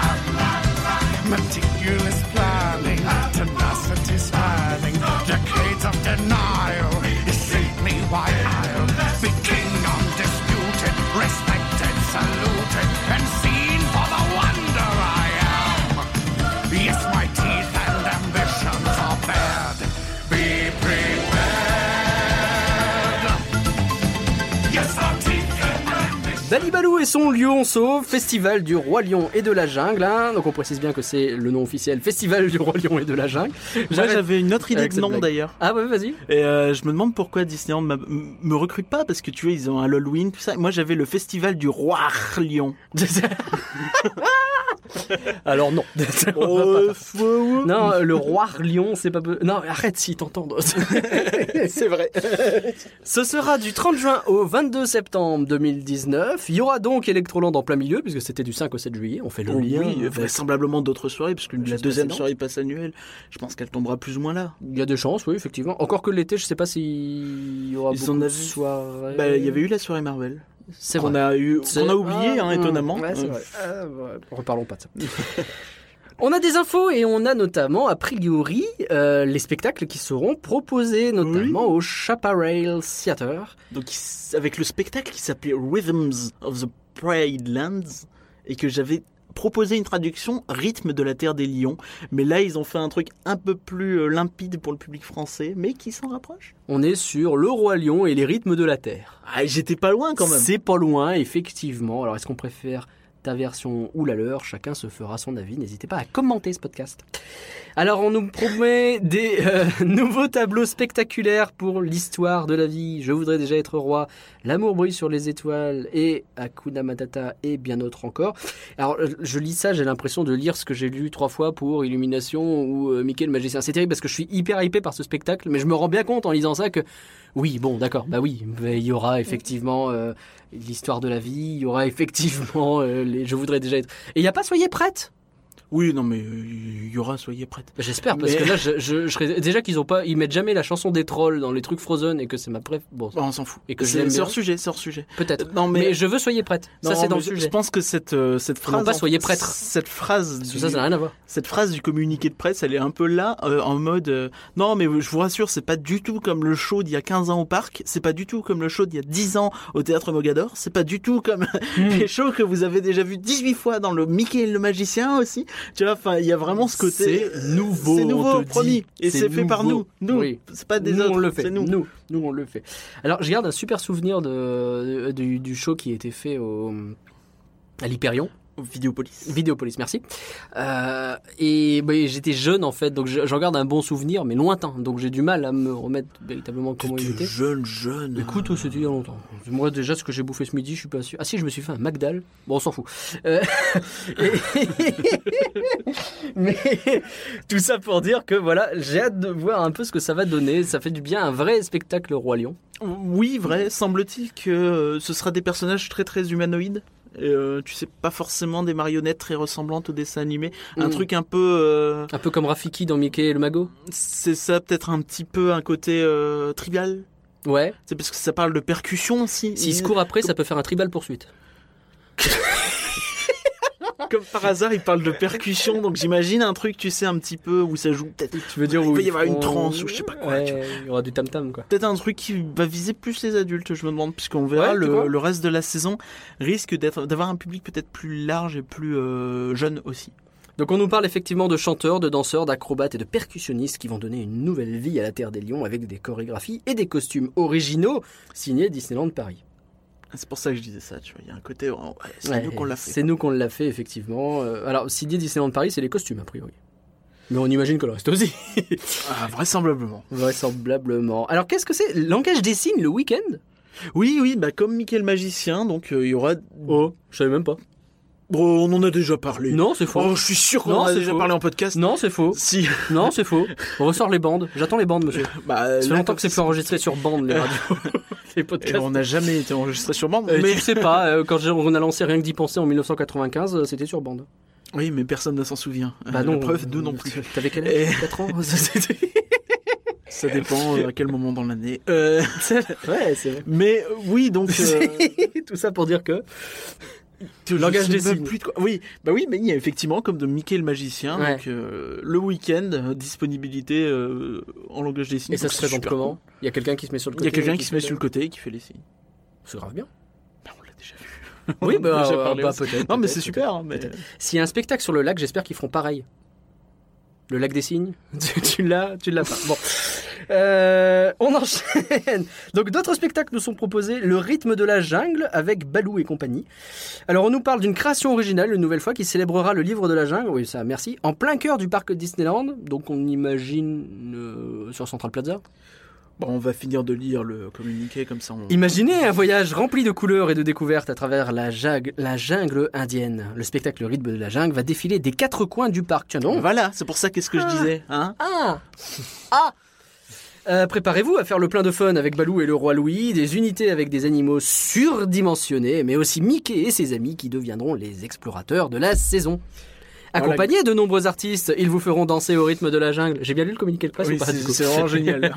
scam. Meticulous planning, tenacity spanning, decades of denial. Escape me why I'll be king undisputed, respected, saluted, and seen for the wonder I am. Yes, my teeth and ambitions are bared. Be prepared. Yes, our teeth and ambitions. Dalibalou et son lion sauve, festival du roi lion et de la jungle. Hein. Donc on précise bien que c'est le nom officiel, festival du roi lion et de la jungle. Moi J'arrête- j'avais une autre idée avec de cette nom blague. d'ailleurs. Ah ouais, vas-y. Et euh, je me demande pourquoi Disneyland m'a- m- me recrute pas parce que tu vois ils ont un Halloween tout ça. Moi j'avais le festival du roi lion. Alors non. On va pas faire. Non, euh, le roi lion, c'est pas... be- Non, arrête si t'entends. c'est vrai. Ce sera du trente juin au vingt-deux septembre deux mille dix-neuf. Il y aura donc Electroland en plein milieu, puisque c'était du cinq au sept juillet. On fait le Oh lien. oui, avec- vraisemblablement d'autres soirées parce que la Juste deuxième précédente. soirée passe annuelle. Je pense qu'elle tombera plus ou moins là. Il y a des chances, oui, effectivement. Encore que l'été, je sais pas s'il y aura Ils beaucoup en de avaient- soirées. Bah il y avait eu la soirée Marvel. C'est qu'on vrai. a eu, C'est- qu'on a oublié Ah, hein, étonnamment. ouais, c'est Euh, vrai. Ah, ouais. Reparlons pas de ça. On a des infos et on a notamment, a priori, euh, les spectacles qui seront proposés, notamment au Chaparral Theatre. Donc il- avec le spectacle qui s'appelait Rhythms of the Pride Lands et que j'avais proposé une traduction rythme de la terre des lions, mais là ils ont fait un truc un peu plus euh, limpide pour le public français, mais qui s'en rapproche. On est sur Le Roi Lion et les rythmes de la Terre. Ah, j'étais pas loin quand même. C'est pas loin, effectivement. Alors, est-ce qu'on préfère ta version ou la leur? Chacun se fera son avis. N'hésitez pas à commenter ce podcast. Alors, on nous promet des euh, nouveaux tableaux spectaculaires pour l'histoire de la vie. Je voudrais déjà être roi. L'amour brille sur les étoiles et Hakuna Matata et bien d'autres encore. Alors, je lis ça, j'ai l'impression de lire ce que j'ai lu trois fois pour Illumination ou euh, Mickey le magicien. C'est terrible parce que je suis hyper hypé par ce spectacle, mais je me rends bien compte en lisant ça que oui, bon, d'accord, bah oui, il y aura effectivement euh, l'histoire de la vie, il y aura effectivement euh, les je voudrais déjà être. Et il n'y a pas Soyez prête. Oui, non mais euh, il y aura, soyez prêtes. J'espère parce Mais- que là, je, je, je serais- déjà qu'ils ont pas, ils mettent jamais la chanson des trolls dans les trucs Frozen et que c'est ma préf. Bon, Bon, on s'en fout. Et que je c'est l'aime c'est bien. hors sujet, c'est hors sujet. peut-être. Euh, Non mais... mais, je veux Soyez prête. Ça non, c'est dans mais le je, sujet. je pense que cette euh, cette Non, phrase, pas en- soyez prêtre. Cette phrase, Parce que du- ça, ça n'a rien à voir. cette phrase du communiqué de presse, elle est un peu là, euh, en mode euh, non, mais je vous rassure, c'est pas du tout comme le show d'il y a quinze ans au parc, c'est pas du tout comme le show d'il y a dix ans au théâtre Mogador, c'est pas du tout comme les shows que vous avez déjà vu dix-huit fois dans le Mickey et le magicien aussi. Tu vois, enfin, il y a vraiment ce côté. C'est nouveau, C'est on nouveau, te promis. dit. Et c'est fait par nouveau. nous. Nous. Oui. C'est pas des nous, autres. on le fait. C'est nous. nous, nous, on le fait. Alors, je garde un super souvenir de, de- du, du show qui a été fait au, à l'Hyperion. Vidéopolis. Vidéopolis, merci. Euh, et bah, j'étais jeune en fait, donc je- j'en garde un bon souvenir, mais lointain. Donc j'ai du mal à me remettre véritablement comment il T'étais était. jeune, jeune. Écoute, oh, c'était il y a longtemps. Moi, déjà, ce que j'ai bouffé ce midi, je suis pas sûr. Ah si, je me suis fait un Magdal. Bon, on s'en fout. Euh, et- Mais tout ça pour dire que voilà, j'ai hâte de voir un peu ce que ça va donner. Ça fait du bien, un vrai spectacle Roi Lion. Oui, vrai. Semble-t-il que euh, ce sera des personnages très très humanoïdes. Et, euh, tu sais, pas forcément des marionnettes très ressemblantes au dessin animé. Un Mm. truc un peu... euh, Un peu comme Rafiki dans Mickey et le Mago. c'est ça, peut-être un petit peu un côté euh, trivial. Ouais. C'est parce que ça parle de percussion aussi. S'il se court après, ça peut faire un tribal poursuite. Comme par hasard, il parle de percussion, donc j'imagine un truc, tu sais, un petit peu où ça joue peut-être. Tu veux dire Il où va y ils avoir une font- transe ou je sais pas quoi. Ouais, tu vois. il y aura du tam tam quoi. Peut-être un truc qui va viser plus les adultes, je me demande, puisqu'on verra Ouais, tu vois. le, le reste de la saison risque d'être d'avoir un public peut-être plus large et plus euh, jeune aussi. Donc on nous parle effectivement de chanteurs, de danseurs, d'acrobates et de percussionnistes qui vont donner une nouvelle vie à la Terre des Lions avec des chorégraphies et des costumes originaux signés Disneyland Paris. C'est pour ça que je disais ça, tu vois. Il y a un côté, ouais, c'est Ouais, nous qu'on l'a fait. C'est nous qu'on l'a fait effectivement. Euh, Alors signé Disneyland Paris, c'est les costumes a priori. Mais on imagine que le reste aussi. Ah, vraisemblablement. Vraisemblablement. Alors qu'est-ce que c'est? Langage des signes le week-end? Oui, oui, bah comme Mickey le magicien, donc euh, il y aura. Oh, je savais même pas. Bon, on en a déjà parlé. Non, c'est faux. Oh, je suis sûr qu'on Non, en a c'est déjà faux. parlé en podcast. Non, c'est faux. Si. Non, c'est faux. On ressort les bandes. J'attends les bandes, monsieur. Bah, Ça fait là, longtemps comme que c'est ça, plus enregistré sur bande, les radios. Les Et podcasts. on n'a jamais été enregistré sur bande. Euh, mais... Tu sais pas, euh, quand j'ai- on a lancé Rien que d'y penser en mille neuf cent quatre-vingt-quinze, euh, c'était sur bande. Oui, mais personne ne s'en souvient. Bah Euh, non. La preuve, nous non plus. T'avais quel Et- âge? quatre ans? Ça dépend euh, à quel moment dans l'année. Euh, Ouais, c'est vrai. mais euh, oui, donc. euh, Tout ça pour dire que... je Langage sais des même signes. plus de quoi- Oui, bah oui, mais il y a effectivement comme de Mickey le magicien. Ouais. Donc euh, le week-end, euh, disponibilité euh, en langage des signes. Et ça donc se c'est présente super comment? cool. Il y a quelqu'un qui se met sur le Il côté. y a quelqu'un et qui se met fait- sur le côté et qui fait les signes. C'est grave bien. Bah, on l'a déjà vu. Oui, On en a bah, déjà euh, parlé bah, aussi. peut-être. Non, mais peut-être, c'est super. hein, mais... peut-être. S'il y a un spectacle sur le lac, j'espère qu'ils feront pareil. Le lac des signes. tu, tu l'as, tu l'as pas. Bon. Euh, on enchaîne. Donc d'autres spectacles nous sont proposés. Le rythme de la jungle avec Balou et compagnie. Alors on nous parle d'une création originale une nouvelle fois qui célébrera le livre de la jungle. Oui, ça, merci. En plein cœur du parc Disneyland. Donc on imagine euh, sur Central Plaza. Bon, on va finir de lire le communiqué comme ça. On... Imaginez un voyage rempli de couleurs et de découvertes à travers la, jag- la jungle indienne. Le spectacle rythme de la jungle va défiler des quatre coins du parc. Tiens donc. Voilà, c'est pour ça qu'est-ce que je disais, hein. Ah Ah Euh, Préparez-vous à faire le plein de fun avec Balou et le roi Louis, des unités avec des animaux surdimensionnés, mais aussi Mickey et ses amis qui deviendront les explorateurs de la saison. Accompagnés de nombreux artistes, ils vous feront danser au rythme de la jungle. J'ai bien lu le communiqué de presse Oui, ou pas c'est du coup c'est vraiment génial.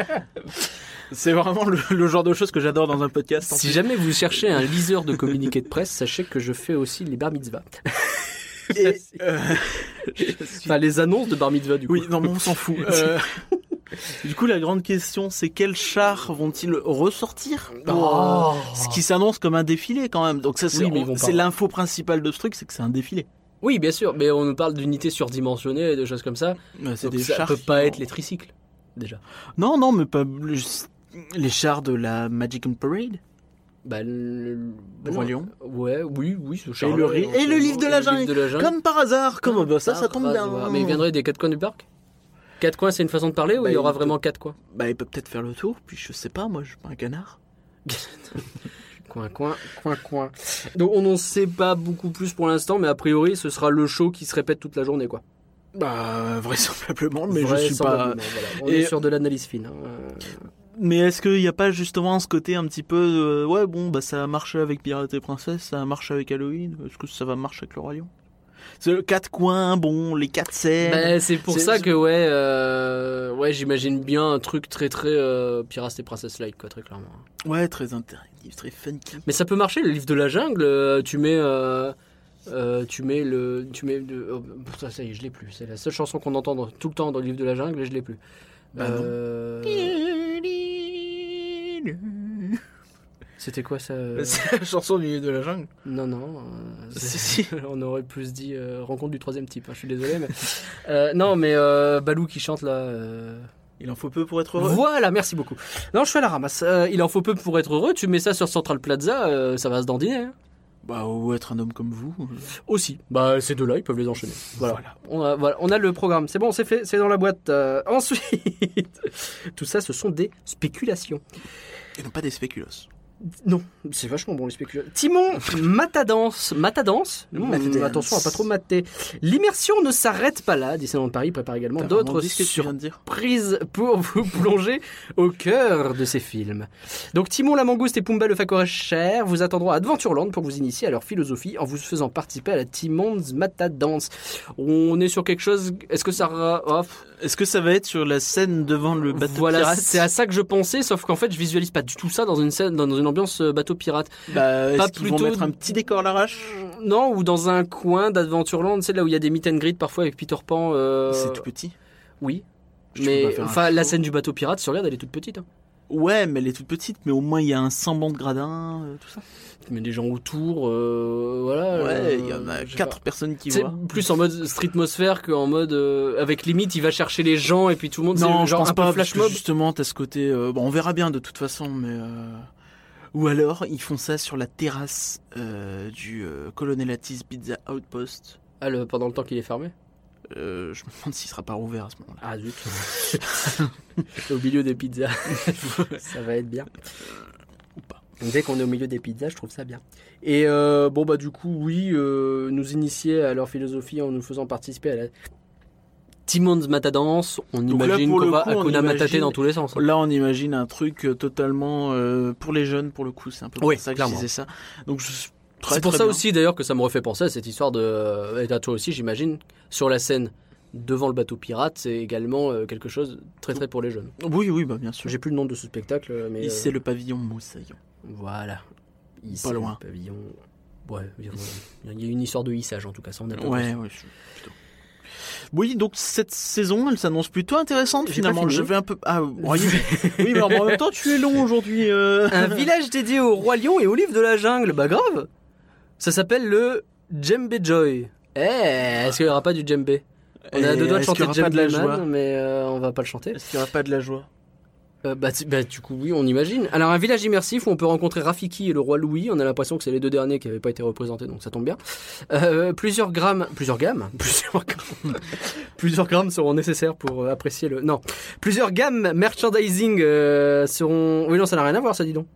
C'est vraiment le, le genre de choses que j'adore dans un podcast. en Si plus. jamais vous cherchez un liseur de communiqué de presse, sachez que je fais aussi les bar mitzvahs. Et, euh, je suis- Enfin, les annonces de bar mitzvah du coup. Oui, non, mais on s'en fout. Euh, Du coup, la grande question, c'est quels chars vont-ils ressortir pour, euh, ce qui s'annonce comme un défilé quand même. Donc ça, c'est Oui, mais ils vont on- pas. c'est l'info principale de ce truc, c'est que c'est un défilé. Oui, bien sûr, mais on nous parle d'unités surdimensionnées et de choses comme ça. Ouais, c'est Donc des ça chars peut qui pas vont- être les tricycles, déjà. Non, non, mais pas le- les chars de la Magic and Parade. Bah, le... bah Roi non. Lion. Ouais, oui, oui, ce Et char le, ri- et le livre de la jungle. de la jungle. Comme par hasard, comme bah, ça, ça tombe Ah, bien. bah, mais il viendrait des quatre coins du parc. Quatre coins, c'est une façon de parler ou Bah, il y aura il peut- vraiment quatre coins? Bah, il peut peut-être faire le tour, puis je sais pas, moi, je suis pas un canard. Coin, coin, coin, coin. Donc on n'en sait pas beaucoup plus pour l'instant, mais a priori ce sera le show qui se répète toute la journée, quoi. Bah, vraisemblablement, mais je suis pas. Vraisemblablement, voilà. On Et- est sur de l'analyse fine. hein. Mais est-ce qu'il n'y a pas justement ce côté un petit peu de, ouais, bon, bah ça a marché avec Pirates et Princesse, ça a marché avec Halloween, est-ce que ça va marcher avec le Roi Lion? C'est le quatre coins, bon, les quatre scènes. Bah, c'est pour c'est- ça que ouais, euh, ouais, j'imagine bien un truc très très euh, Pirates et Princess like, quoi, très clairement. Ouais, très interactif, très funky. Mais ça peut marcher, le livre de la jungle. euh, tu mets, euh, euh, tu mets le, tu mets le, oh, ça, ça y est, je l'ai plus. C'est la seule chanson qu'on entend dans- tout le temps dans le livre de la jungle et je l'ai plus. Bah non. Euh, C'était quoi ça euh, C'est la chanson du de la jungle. Non, non. euh, Si, c'est- si. On aurait plus dit euh, rencontre du troisième type. hein, je suis désolé, mais Euh, non, mais euh, Balou qui chante là. euh, Il en faut peu pour être heureux. Voilà, merci beaucoup. Non, je fais la ramasse. Euh, il en faut peu pour être heureux. Tu mets ça sur Central Plaza, euh, ça va se dandiner. hein. Bah, ou être un homme comme vous. Aussi. Bah, ces deux-là, ils peuvent les enchaîner. Voilà. Voilà. On a, voilà. On a le programme. C'est bon, c'est fait, c'est dans la boîte. Euh, ensuite, tout ça, ce sont des spéculations. Et non pas des spéculos. Non, c'est vachement bon les spéculations. Timon Matadance. Matadance mmh, Matadance. Attention à pas trop mater. L'immersion ne s'arrête pas là. Disneyland Paris prépare également T'as d'autres vraiment dit ce que tu viens de dire. surprises pour vous plonger au cœur de ces films. Donc Timon la Mangouste et Pumba le Phacochère vous attendront à Adventureland pour vous initier à leur philosophie en vous faisant participer à la Timon's Matadance. On est sur quelque chose... Est-ce que ça... Oh, Est-ce que ça va être sur la scène devant le bateau voilà, pirate? c'est à ça que je pensais, sauf qu'en fait je visualise pas du tout ça dans une scène, dans une ambiance euh, bateau pirate. Bah, est-ce Pas qu'ils vont plutôt- mettre un petit décor à l'arrache? Non, ou dans un coin d'Adventureland, c'est là où il y a des meet and greet parfois avec Peter Pan. euh, C'est tout petit. Oui. Je peux Mais pas faire un enfin, la show. scène du bateau pirate, si on regarde, elle est toute petite. Hein. Ouais, mais elle est toute petite, mais au moins il y a un semblant de gradin, euh, tout ça. Mais des gens autour, euh, voilà. Ouais, euh, il y en a je sais quatre pas. personnes qui C'est voient. plus en mode streetmosphère qu'en mode euh, avec limite, il va chercher les gens et puis tout le monde. Non, c'est je genre pense un peu pas, flash parce que mob. justement, t'as ce côté... euh, bon, on verra bien de toute façon, mais... euh, Ou alors, ils font ça sur la terrasse euh, du euh, Colonel Atis Pizza Outpost. Ah, le- pendant le temps qu'il est fermé. Euh, je me demande s'il sera pas rouvert à ce moment-là. Ah zut. Au milieu des pizzas. Ça va être bien. Ou pas. Dès qu'on est au milieu des pizzas, je trouve ça bien. Et euh, bon, bah du coup, oui, euh, nous initier à leur philosophie en nous faisant participer à la Timon's Matadance. On Donc là, imagine pour qu'on le va coup, on Hakuna Matata imagine- dans tous les sens. hein. Là, on imagine un truc euh, totalement euh, pour les jeunes, pour le coup. C'est un peu pour Oui, ça que clairement. je disais ça. Donc, je... très, C'est pour très ça bien. aussi d'ailleurs que ça me refait penser à cette histoire de... Et à toi aussi, j'imagine, sur la scène devant le bateau pirate, c'est également euh, quelque chose très très pour les jeunes. Oui, oui, bah bien sûr. J'ai plus le nom de ce spectacle, mais... Et euh, c'est le pavillon Moussaillon. Voilà. Ici, Pas loin. le pavillon... Ouais, il y a une histoire de hissage en tout cas, ça on a pas Ouais, ouais, je suis plutôt. Oui, donc cette saison, elle s'annonce plutôt intéressante J'ai finalement. pas fini. Je vais un peu. Ah, oui, oui, mais en même temps, tu es long aujourd'hui. euh. Un village dédié au roi lion et au livre de la jungle, bah grave. Ça s'appelle le Djembe Joy. Eh, est-ce qu'il y aura pas du djembé? On a Et deux doigts de est-ce qu'il y chanter aura pas de la Djembe joie Man, mais euh, on va pas le chanter. Est-ce qu'il n'y aura pas de la joie? Euh, bah, tu- bah, du coup, oui, on imagine. Alors, un village immersif où on peut rencontrer Rafiki et le roi Louis. On a l'impression que c'est les deux derniers qui n'avaient pas été représentés, donc ça tombe bien. Euh, plusieurs grammes, plusieurs gammes, plusieurs grammes, plusieurs grammes seront nécessaires pour euh, apprécier le. Non, plusieurs gammes merchandising euh, seront. Oui, non, ça n'a rien à voir, ça, dis donc.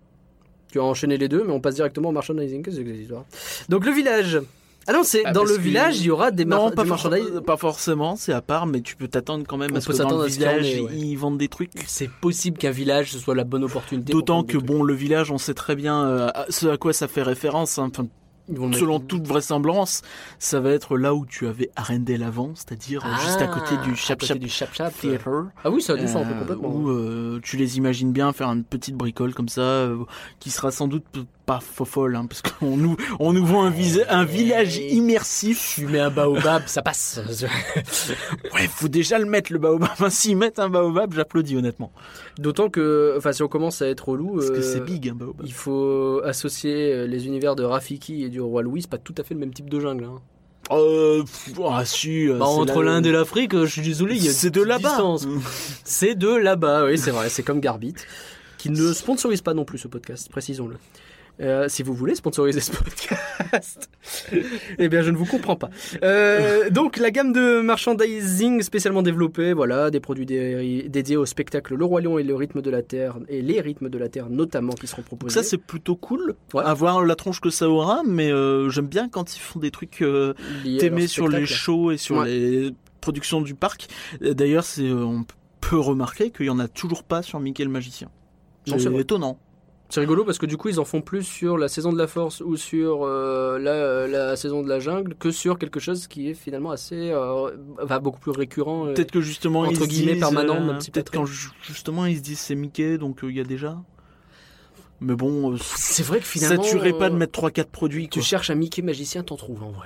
Tu as enchaîné les deux, mais on passe directement au merchandising. Qu'est-ce que c'est que cette histoire? Donc, le village. Ah non, c'est Ah, dans parce le que- village, il y aura des, mar- Non, des pas, for- merchandising. pas forcément, c'est à part, mais tu peux t'attendre quand même On à ce peut que dans s'attendre le à ce qu'il y en village, ait, ouais. ils vendent des trucs. C'est possible qu'un village, ce soit la bonne opportunité. pour D'autant vendre que, des trucs. bon, le village, on sait très bien euh, à- ce à quoi ça fait référence. hein. Enfin, Ils vont le selon mettre- toute vraisemblance, ça va être là où tu avais Arendelle avant, c'est-à-dire euh, juste à côté Ah, du à Chap côté Chap du Chap Chap. Theater. Ah oui, ça a du sens, Euh, complètement. où euh, tu les imagines bien faire une petite bricole comme ça, euh, qui sera sans doute p- pas faux folle, hein, parce qu'on nous, on nous voit un, visa- un village immersif. Tu mets un baobab, ça passe. Ouais, faut déjà le mettre le baobab. Enfin, s'ils mettent un baobab, j'applaudis honnêtement. D'autant que, enfin, si on commence à être relou, Parce que euh, c'est big un baobab. il faut associer euh, les univers de Rafiki et du roi Louis. C'est pas tout à fait le même type de jungle. Hein. Euh, pff, ah si. euh, Bah, c'est entre la- l'Inde et l'Afrique, euh, je suis désolé, il y a c'est une de petite là-bas. distance. C'est de là-bas, oui, c'est vrai. C'est comme Garbit, qui ne sponsorise pas non plus ce podcast, précisons-le. Euh, si vous voulez sponsoriser ce podcast, eh bien je ne vous comprends pas. Euh, donc la gamme de merchandising spécialement développée, voilà, des produits dé- dédiés au spectacle Le Roi Lion et le rythme de la Terre et les rythmes de la Terre notamment qui seront Donc proposés. ça c'est plutôt cool, Ouais. à voir la tronche que ça aura, mais euh, j'aime bien quand ils font des trucs euh, liés à t'aimés leur sur les spectacle. shows et sur Ouais. les productions du parc. Euh, D'ailleurs, c'est euh, on peut remarquer qu'il y en a toujours pas sur Mickey le magicien. Non, c'est C'est vrai. étonnant. C'est rigolo parce que du coup ils en font plus sur la saison de la force ou sur euh, la, la saison de la jungle que sur quelque chose qui est finalement assez euh, enfin, beaucoup plus récurrent. euh. Peut-être que justement entre ils se guillemets, disent, permanent, euh, même si peut-être pas quand ju- justement ils se disent c'est Mickey donc euh, il y a déjà. Mais bon, euh, C'est vrai que finalement ça tuerait pas de euh, mettre trois quatre produits. tu Quoi. cherches un Mickey magicien, t'en trouves en vrai.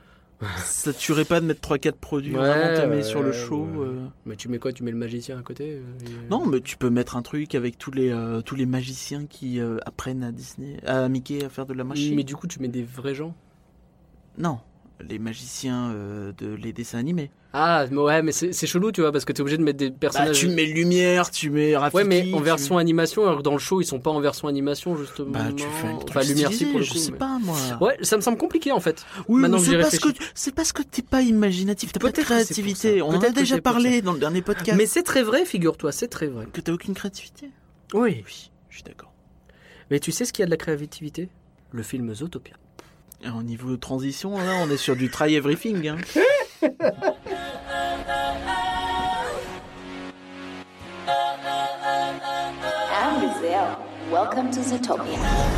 Ça tuerait pas de mettre trois quatre produits Ouais, vraiment t'aimer ouais, sur le ouais, show. ouais. euh. Mais tu mets quoi? Tu mets le magicien à côté euh, et, euh, Non, mais tu peux mettre un truc avec tous les euh, tous les magiciens qui euh, apprennent à Disney, à Mickey à faire de la magie. Mais du coup tu mets des vrais gens. Non, les magiciens euh, de les dessins animés. Ah, mais ouais, mais c'est, c'est chelou, tu vois, parce que t'es obligé de mettre des Bah, personnages. tu mets Lumière, tu mets Rafiki. Ouais, mais en tu- version animation, alors que dans le show, ils sont pas en version animation, justement. Bah, tu fais un truc Enfin, Lumière si stylé, pour le je coup. sais mais- pas moi. Ouais, ça me semble compliqué en fait. Oui, Maintenant mais que j'y c'est parce que réfléchis. c'est parce que t'es pas imaginatif, t'as pas de Peut-être que c'est pour créativité. ça. On en a Peut-être que déjà c'est pour parlé dans le dernier podcast. Mais c'est très vrai, figure-toi, c'est très vrai. que t'as aucune créativité. Oui. Oui, je suis d'accord. Mais tu sais ce qu'il y a de la créativité ? Le film Zootopia. Et au niveau de transition, là, on est sur du try everything. Hein. I'm Brazil. Welcome to Zootopia.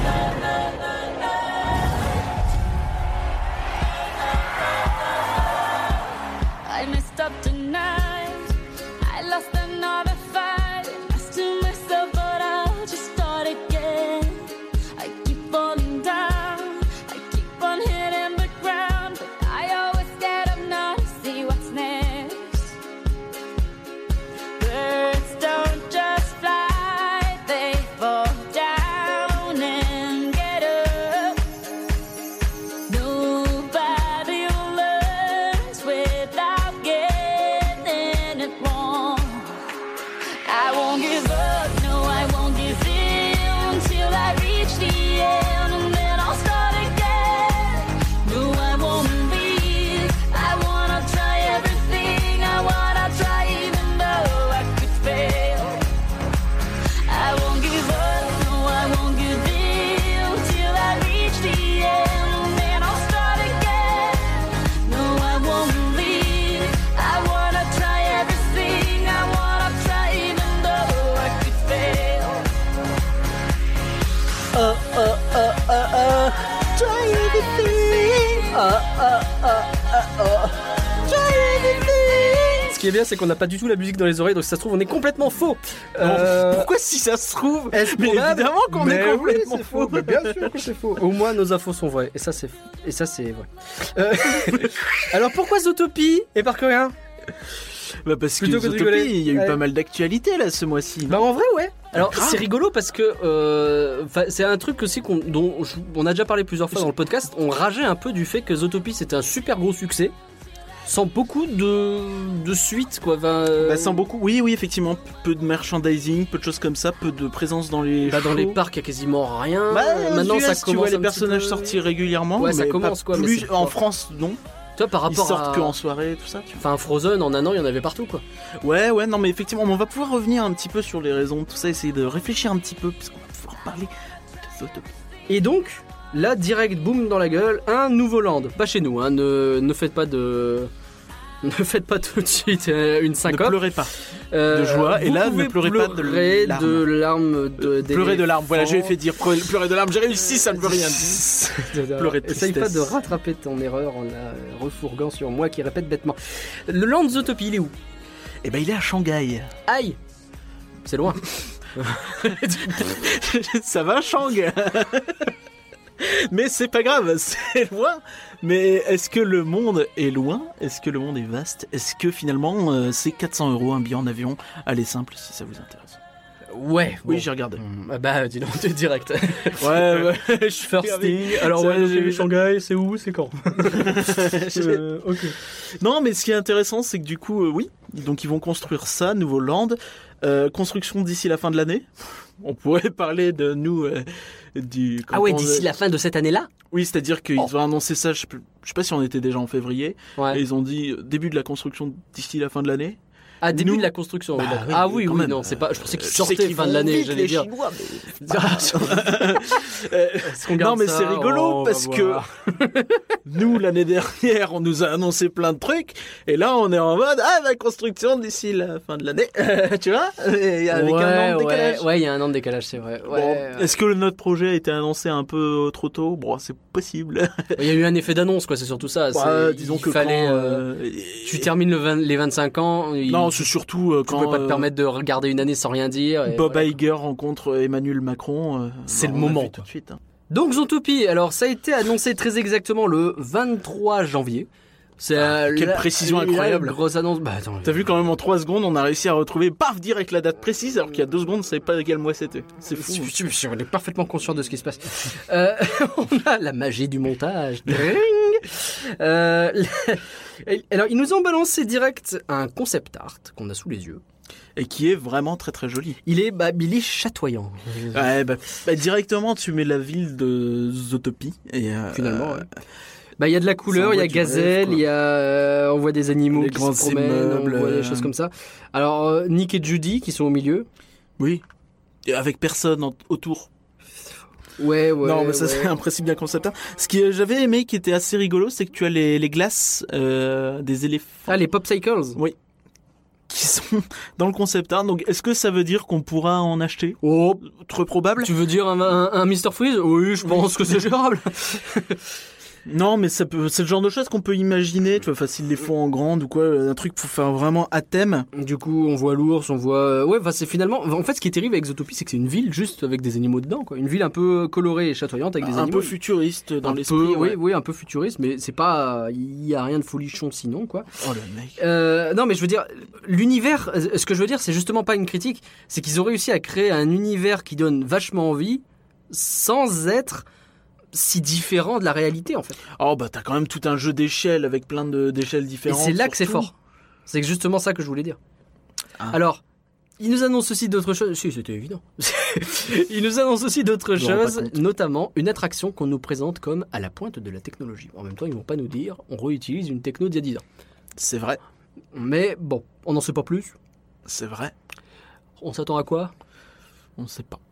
I messed up tonight. I lost another fight. I still myself, but I'll just start again. I keep falling down. I keep on hitting the ground, but I always get up now to see what's next. Birds don't just fly, they fall down and get up. Nobody learns without getting it wrong. I won't give up, no, I won't give in till I reach the end, and then I'll start again. No, I won't leave. I wanna try everything. I wanna try even though I could fail. I won't give up, no, I won't give in till I reach the end, and then I'll start again. No, I won't leave. I wanna try everything. I wanna try even though I could fail. Uh, uh, uh, uh, uh. Try everything. Uh, uh, uh, uh, uh. Try everything. Ce qui est bien, c'est qu'on n'a pas du tout la musique dans les oreilles, donc si ça se trouve, on est complètement faux. Euh, Pourquoi si ça se trouve Est-ce Mais probable évidemment qu'on Mais est oui, complètement c'est faux. Mais bien sûr que c'est faux. Au moins, nos infos sont vraies. Et ça, c'est, et ça, c'est vrai. Euh, Alors, pourquoi Zootopie et par que rien Bah parce que Plutôt que de Zootopie, rigoler. il y a eu Ouais. pas mal d'actualités là ce mois-ci. Bah en vrai ouais. Alors Grave. c'est rigolo parce que euh, 'fin, c'est un truc aussi qu'on, dont je- on a déjà parlé plusieurs fois dans le podcast. On rageait un peu du fait que Zootopie c'était un super gros succès, sans beaucoup de, de suite quoi. 'Fin, euh, Bah sans beaucoup, oui oui effectivement, peu de merchandising, peu de choses comme ça, peu de présence dans les bah, dans shows. les parcs il y a quasiment rien. Bah, Maintenant aux U S, ça tu commence vois les un personnages petit peu... sortir régulièrement, Ouais, ça mais commence, pas quoi, mais plus c'est en pas- France non. Toi par Ils rapport sortent à... que en soirée tout ça. Tu Enfin Frozen en un an il y en avait partout quoi. vois. Ouais ouais non mais effectivement on va pouvoir revenir un petit peu sur les raisons de tout ça, essayer de réfléchir un petit peu parce qu'on va pouvoir parler de Zootopie. Et donc là direct boum dans la gueule un nouveau land. Pas chez nous hein. Ne, ne faites pas de... Ne faites pas tout de suite euh, une Ne syncope. pleurez pas. Euh, de joie, et vous là, ne pouvez pleurez pas de pleurer larmes. de larmes de, Pleurer de larmes. Voilà, d'éléphant. j'ai fait dire pleurer pleurer de larmes. J'ai réussi, ça ne veut rien dire. Pleurer de Essaye pas tristesse. de rattraper ton erreur en la refourguant sur moi qui répète bêtement. Le land Zootopie, il est où? Eh ben il est à Shanghai. Aïe. C'est loin. Ça va Shanghai. Mais c'est pas grave, c'est loin. Mais est-ce que le monde est loin? Est-ce que le monde est vaste? Est-ce que finalement euh, c'est quatre cents euros un billet en avion? Allez simple si ça vous intéresse. Ouais. Oui bon. j'ai regardé. Ah bah dis donc, t'es direct. Ouais ouais. Je suis First avec- thing. Alors Ça, ouais, j'ai vu ok, Shanghai, c'est où, c'est quand? Euh, ok. Non, mais ce qui est intéressant, c'est que du coup, euh, oui, donc ils vont construire ça, nouveau land, euh, construction d'ici la fin de l'année. On pourrait parler de nous euh, du. Ah ouais, quand on- d'ici la fin de cette année-là? Oui, c'est-à-dire qu'ils Oh. ont annoncé ça. Je sais, plus- je sais pas si on était déjà en février. Ouais. Et ils ont dit euh, début de la construction d'ici la fin de l'année. Ah, début nous- de la construction. oui, Bah d'accord. oui, ah oui, quand oui, même. non, c'est pas. Je pensais qu'ils Euh, je sais sortaient qu'ils fin de vont l'année, vite, j'allais les dire. Chinois, mais- Euh, Est-ce qu'on garde Non, mais ça c'est rigolo Oh, on va parce que voir. nous, l'année dernière, on nous a annoncé plein de trucs. Et là, on est en mode, ah, la construction d'ici la fin de l'année. tu vois? Et avec ouais, un an de décalage. Ouais, ouais, il y a un an de décalage, c'est vrai. Bon, Ouais. est-ce que notre projet a été annoncé un peu trop tôt? Bon, c'est possible. Il y a eu un effet d'annonce, quoi. C'est surtout ça. c'est- Ouais, disons il que fallait. quand, euh, euh, Tu termines le vingt les vingt-cinq ans. il- Non, c'est surtout euh, tu quand peux pas te euh, permettre de regarder une année sans rien dire. et Bob voilà. Iger rencontre Emmanuel Macron. euh, C'est bah, le on a moment, vu tout quoi. de suite. hein. Donc Zootopie. Alors ça a été annoncé très exactement le vingt-trois janvier. C'est Ah, euh, quelle la- précision la incroyable. Grosse annonce. Bah attends. T'as vu quand même en trois secondes, on a réussi à retrouver, paf, direct la date précise, alors qu'il y a deux secondes, on savait pas quel mois c'était. C'est fou. Je- je- je- On est parfaitement conscient de ce qui se passe. Euh, on a la magie du montage. Dring. Euh, alors, ils nous ont balancé direct un concept art qu'on a sous les yeux. Et qui est vraiment très très joli. Il est, bah, il est chatoyant. Ouais, bah, bah, directement, tu mets la ville de Zootopie. Et, euh, Finalement, ouais. Bah, il y a de la couleur, il y a du gazelle, rêve, il y a, euh, on voit des animaux Les qui grands se promènent, immeubles, on voit des euh, choses comme ça. Alors, euh, Nick et Judy qui sont au milieu. Oui. Et avec personne en- autour. Ouais, ouais. non, mais ça ouais. c'est un principe bien concept. Ce que j'avais aimé, qui était assez rigolo, c'est que tu as les, les glaces euh, des éléphants. Ah, les Popsicles. Oui. Qui sont dans le concept art. Donc, est-ce que ça veut dire qu'on pourra en acheter? Oh, Trop probable. tu veux dire un, un, un mister Freeze? Oui, je pense que c'est gérable. Non, mais ça peut, c'est le genre de choses qu'on peut imaginer. Tu vois, enfin, s'ils les font en grande ou quoi, un truc pour faire vraiment à thème. Du coup, on voit l'ours, on voit. Ouais, enfin, c'est finalement. En fait, ce qui est terrible avec Zootopie, c'est que c'est une ville juste avec des animaux dedans, quoi. Une ville un peu colorée et chatoyante avec des Un animaux. peu futuriste dans Un l'esprit. peu, ouais. oui, oui, un peu futuriste, mais c'est pas. Il y a rien de folichon sinon, quoi. Oh le mec. Euh, non, mais je veux dire, l'univers. Ce que je veux dire, c'est justement pas une critique. C'est qu'ils ont réussi à créer un univers qui donne vachement envie, sans être si différent de la réalité, en fait. Oh bah t'as quand même tout un jeu d'échelles avec plein de d'échelles Et différentes. c'est là que c'est surtout. fort. C'est justement ça que je voulais dire. Ah. Alors, il nous annonce aussi d'autres choses. Si, c'était évident. Il nous annonce aussi d'autres Je me rends pas choses, compte. notamment une attraction qu'on nous présente comme à la pointe de la technologie. En même temps, ils vont pas nous dire on réutilise une techno d'il y a dix ans. C'est vrai, Mais bon, on n'en sait pas plus. c'est vrai. On s'attend à quoi? On sait pas.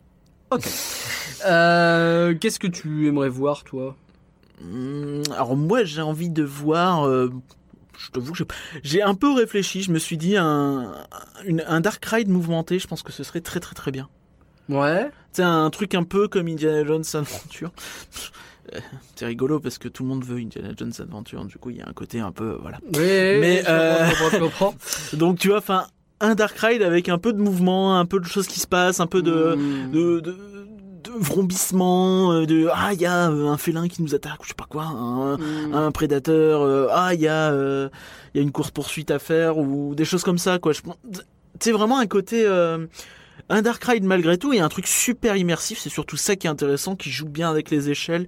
Euh, Qu'est-ce que tu aimerais voir, toi? Hum, Alors moi j'ai envie de voir. euh, je t'avoue que j'ai- j'ai un peu réfléchi. Je me suis dit un, une- un Dark Ride mouvementé. Je pense que ce serait très très très bien. Ouais. C'est un truc un peu comme Indiana Jones Adventure. Euh, C'est rigolo parce que tout le monde veut Indiana Jones Adventure. Du coup il y a un côté un peu voilà. Oui, Mais, je euh, comprends, je comprends. Donc tu vois, enfin un Dark Ride avec un peu de mouvement, un peu de choses qui se passent, un peu de Hmm. de, de, de vrombissement, euh, de ah il y a euh, un félin qui nous attaque ou je sais pas quoi, un, Hmm. un prédateur, euh, ah il y a euh, il y a une course poursuite à faire ou des choses comme ça quoi. Je pense c'est vraiment un côté euh, un Dark Ride malgré tout et un truc super immersif. C'est surtout ça qui est intéressant, qui joue bien avec les échelles.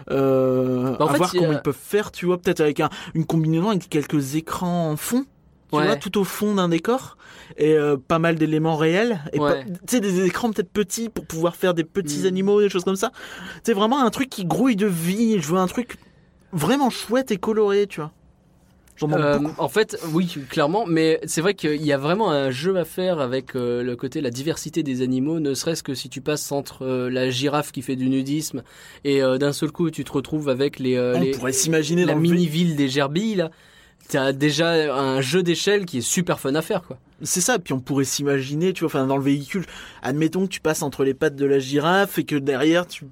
Euh, Bah, en à fait, voir il y comment a- ils peuvent faire, tu vois, peut-être avec un, une combinaison avec quelques écrans en fond. Tu Ouais. vois, tout au fond d'un décor et euh, pas mal d'éléments réels et Ouais. pas- tu sais des écrans peut-être petits pour pouvoir faire des petits Mm. animaux, des choses comme ça. C'est vraiment un truc qui grouille de vie. Je veux un truc vraiment chouette et coloré, tu vois. J'en demande Euh, beaucoup. en fait, oui, clairement, mais c'est vrai qu'il y a vraiment un jeu à faire avec euh, le côté la diversité des animaux, ne serait-ce que si tu passes entre euh, la girafe qui fait du nudisme et euh, d'un seul coup tu te retrouves avec les, euh, On les pourrait s'imaginer la dans le vé- mini-ville des gerbilles là. T'as déjà un jeu d'échelle qui est super fun à faire, quoi. C'est ça, puis on pourrait s'imaginer, tu vois, enfin dans le véhicule, admettons que tu passes entre les pattes de la girafe et que derrière tu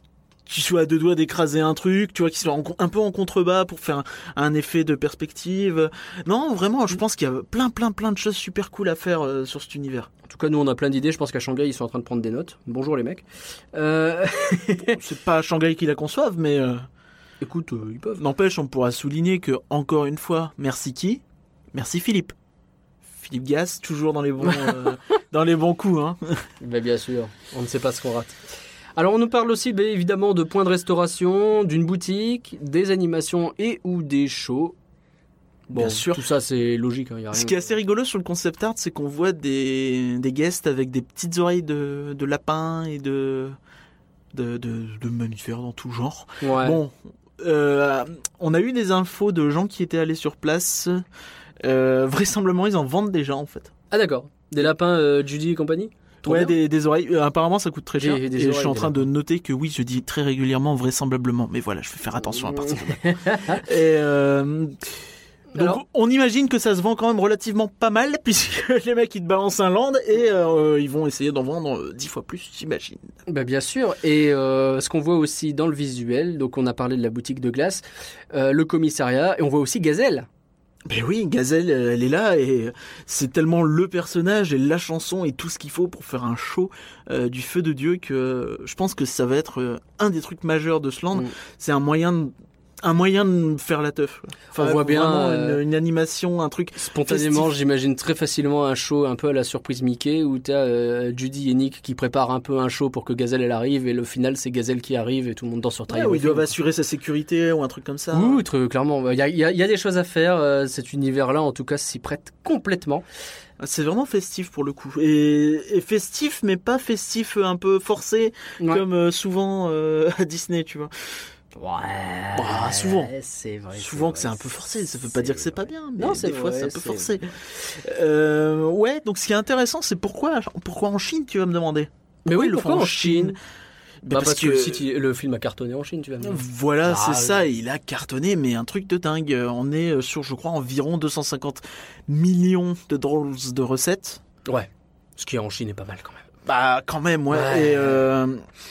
tu sois à deux doigts d'écraser un truc, tu vois, qui soit en- un peu en contrebas pour faire un, un effet de perspective. Non, vraiment, je pense qu'il y a plein, plein, plein de choses super cool à faire euh, sur cet univers. En tout cas, nous on a plein d'idées. Je pense qu'à Shanghai ils sont en train de prendre des notes. Bonjour les mecs. Euh... C'est pas à Shanghai qui la conçoivent, mais euh, Écoute, euh, ils peuvent. n'empêche, on pourra souligner que, encore une fois, merci qui? Merci Philippe. Philippe Gas, toujours dans les bons, euh, dans les bons coups, hein. Ben, bien sûr, on ne sait pas ce qu'on rate. Alors on nous parle aussi ben, évidemment de points de restauration, d'une boutique, des animations et ou des shows. Bon, Bien sûr. tout ça c'est logique. Hein, y a Ce rien qui est de- assez rigolo sur le concept art, c'est qu'on voit des, des guests avec des petites oreilles de, de lapin et de, de, de, de mammifères dans tout genre. Ouais. Bon, euh, on a eu des infos de gens qui étaient allés sur place. Euh, vraisemblablement, ils en vendent déjà en fait. Ah d'accord. Des lapins euh, Judy et compagnie. Trop Ouais, bien. des, des oreilles. Euh, apparemment, ça coûte très Des- cher. des et je suis oreilles, en des train de lapins. noter que oui, je dis très régulièrement vraisemblablement. Mais voilà, je vais faire attention à partir de là. Et euh, donc, Alors on imagine que ça se vend quand même relativement pas mal, puisque les mecs ils te balancent un land et euh, ils vont essayer d'en vendre euh, dix fois plus, j'imagine. Bah bien sûr, et euh, ce qu'on voit aussi dans le visuel, donc on a parlé de la boutique de glace, euh, le commissariat, et on voit aussi Gazelle. Ben oui, Gazelle, euh, elle est là et c'est tellement le personnage et la chanson et tout ce qu'il faut pour faire un show euh, du feu de Dieu que euh, je pense que ça va être euh, un des trucs majeurs de ce land. Mm. C'est un moyen de un moyen de faire la teuf. Enfin, On voit bien, vraiment euh, une, une animation, un truc. Spontanément, festif. j'imagine très facilement un show un peu à la surprise Mickey où t'as euh, Judy et Nick qui préparent un peu un show pour que Gazelle elle arrive et le final c'est Gazelle qui arrive et tout le monde danse sur Ouais, Trail. où ils doivent assurer sa sécurité ou un truc comme ça. Oui, très clairement. Il y a, il y a- il y a des choses à faire. euh, cet univers-là, en tout cas, s'y prête complètement. C'est vraiment festif pour le coup. Et, et festif, mais pas festif euh, un peu forcé, Ouais. comme euh, souvent euh, à Disney, tu vois. Ouais. Bah, souvent. C'est vrai. Souvent que c'est un peu forcé, ça veut pas dire que c'est pas bien, mais Non, c'est des fois vrai, c'est un peu c'est- forcé. Euh, ouais, donc ce qui est intéressant, c'est pourquoi, pourquoi en Chine, tu vas me demander. Mais oui, ils le pourquoi font en Chine Bah, Bah, parce, que, le, site, il- le film a cartonné en Chine, tu vas me dire. Voilà, Ah, c'est oui. ça, il a cartonné, mais un truc de dingue. On est sur, je crois, environ deux cent cinquante millions de dollars de recettes. Ouais. Ce qui en Chine est pas mal quand même. Bah, quand même, ouais. Ouais. Et, euh,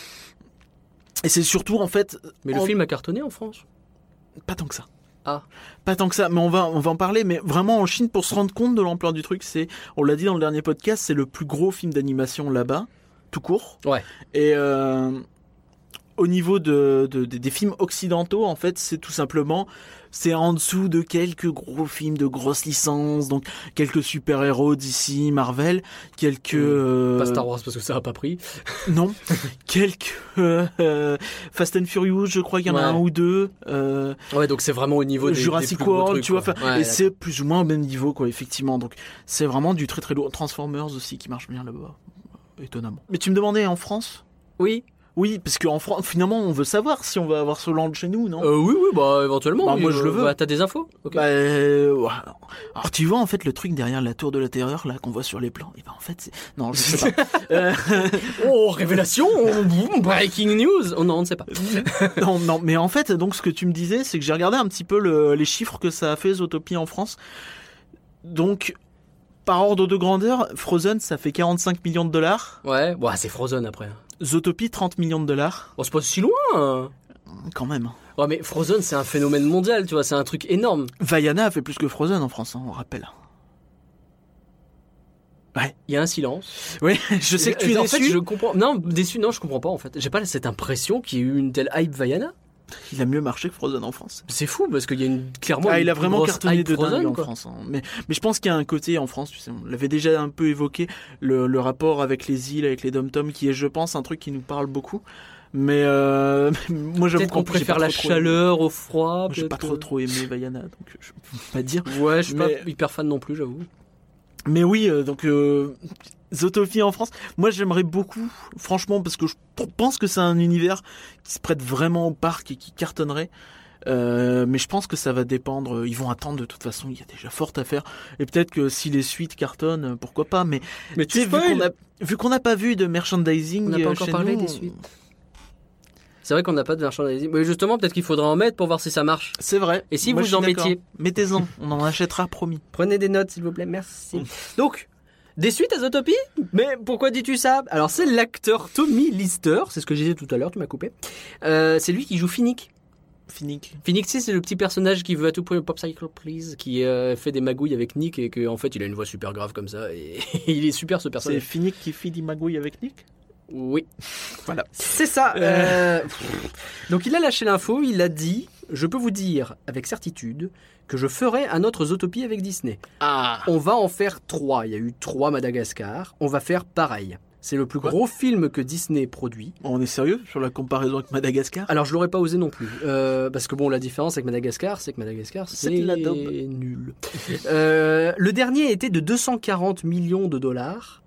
et c'est surtout, en fait... Mais le en- film a cartonné en France. Pas tant que ça. Ah. Pas tant que ça, mais on va, on va en parler. Mais vraiment, en Chine, pour se rendre compte de l'ampleur du truc, c'est, on l'a dit dans le dernier podcast, c'est le plus gros film d'animation là-bas, tout court. Ouais. Et euh, au niveau de, de- de- des films occidentaux, en fait, c'est tout simplement, c'est en dessous de quelques gros films de grosses licences, donc quelques super-héros d'ici, Marvel, quelques... euh, Pas Star Wars parce que ça a pas pris. Non, quelques euh, Fast and Furious, je crois qu'il y en a Ouais. un ou deux. Euh, Ouais, donc c'est vraiment au niveau des Jurassic des plus gros World, trucs, tu vois, quoi. enfin, Ouais, et c'est plus ou moins au même niveau, quoi, effectivement. Donc, c'est vraiment du très très lourd. Transformers aussi qui marche bien là-bas, étonnamment. Mais tu me demandais en France ? Oui. Oui, parce qu'en France, finalement, on veut savoir si on va avoir ce land chez nous, non ? Euh, oui, oui, bah éventuellement. Bah, oui, moi, je euh, le veux. Bah, t'as des infos Ok. Bah, euh, ouais. Alors tu vois en fait le truc derrière la tour de la terreur là qu'on voit sur les plans. Et ben en fait c'est non je sais pas. Euh, Oh, révélation boum, Breaking news Oh non, on ne sait pas. non non mais en fait donc ce que tu me disais c'est que j'ai regardé un petit peu le- les chiffres que ça a fait Zootopie en France. Donc par ordre de grandeur, Frozen ça fait quarante-cinq millions de dollars. Ouais, bon, c'est Frozen après. Zootopie trente millions de dollars. Bon, c'est pas si loin. hein. Quand même. Ouais, mais Frozen, c'est un phénomène mondial, tu vois, c'est un truc énorme. Vaiana a fait plus que Frozen en France, hein, on rappelle. Il y a un silence. Oui, je sais que tu es en déçu. fait, je comprends. Non, déçu, non, je comprends pas en fait. J'ai pas cette impression qu'il y ait eu une telle hype Vaiana. Il a mieux marché que Frozen en France. C'est fou parce qu'il y a une clairement. Ah, une il a plus vraiment grosse cartonné hype de Frozen, dingue en quoi. France. hein. Mais, mais je pense qu'il y a un côté en France, tu sais, on l'avait déjà un peu évoqué, le, le rapport avec les îles, avec les dom-toms, qui est, je pense, un truc qui nous parle beaucoup. Mais euh, moi, j'avoue Peut-être qu'on qu'en plus, j'ai préfère pas la trop, trop chaleur au froid. Moi, j'ai peut-être pas trop que- trop aimé Vaiana, donc je peux pas dire. Ouais, je suis Mais- pas hyper fan non plus, j'avoue. Mais oui, euh, donc euh, Zootopie en France, moi j'aimerais beaucoup, franchement, parce que je pense que c'est un univers qui se prête vraiment au parc et qui cartonnerait. Euh, mais je pense que ça va dépendre. Ils vont attendre de toute façon. Il y a déjà fort à faire. Et peut-être que si les suites cartonnent, euh, pourquoi pas. Mais, Mais tu sais, vu qu'on a vu qu'on n'a pas vu de merchandising, On n'a pas euh, encore chez parlé nous, des suites. C'est vrai qu'on n'a pas de merchandising. Mais justement, peut-être qu'il faudra en mettre pour voir si ça marche. C'est vrai. Et si Moi, vous je suis en d'accord. mettiez Mettez-en. On en achètera, promis. Prenez des notes, s'il vous plaît, merci. Donc, des suites à Zootopie. Mais pourquoi dis-tu ça? Alors, c'est l'acteur Tommy Lister, c'est ce que je disais tout à l'heure, tu m'as coupé. Euh, c'est lui qui joue Finnick. Finnick. Finnick, tu sais, c'est le petit personnage qui veut à tout point Pop Cycle Please, qui euh, fait des magouilles avec Nick et qu'en fait, il a une voix super grave comme ça. Et il est super ce C'est personnage. Finnick qui fait des magouilles avec Nick. Oui. Voilà. C'est ça. euh, Donc il a lâché l'info, il a dit, je peux vous dire avec certitude que je ferai un autre Zootopie avec Disney. Ah. On va en faire trois. Il y a eu trois Madagascar. On va faire pareil. C'est le plus Quoi gros film que Disney produit. On est sérieux sur la comparaison avec Madagascar? Alors je l'aurais pas osé non plus, euh, parce que bon, la différence avec Madagascar, c'est que Madagascar, c'est C'est de la daube. nul. Euh, le dernier était de deux cent quarante millions de dollars.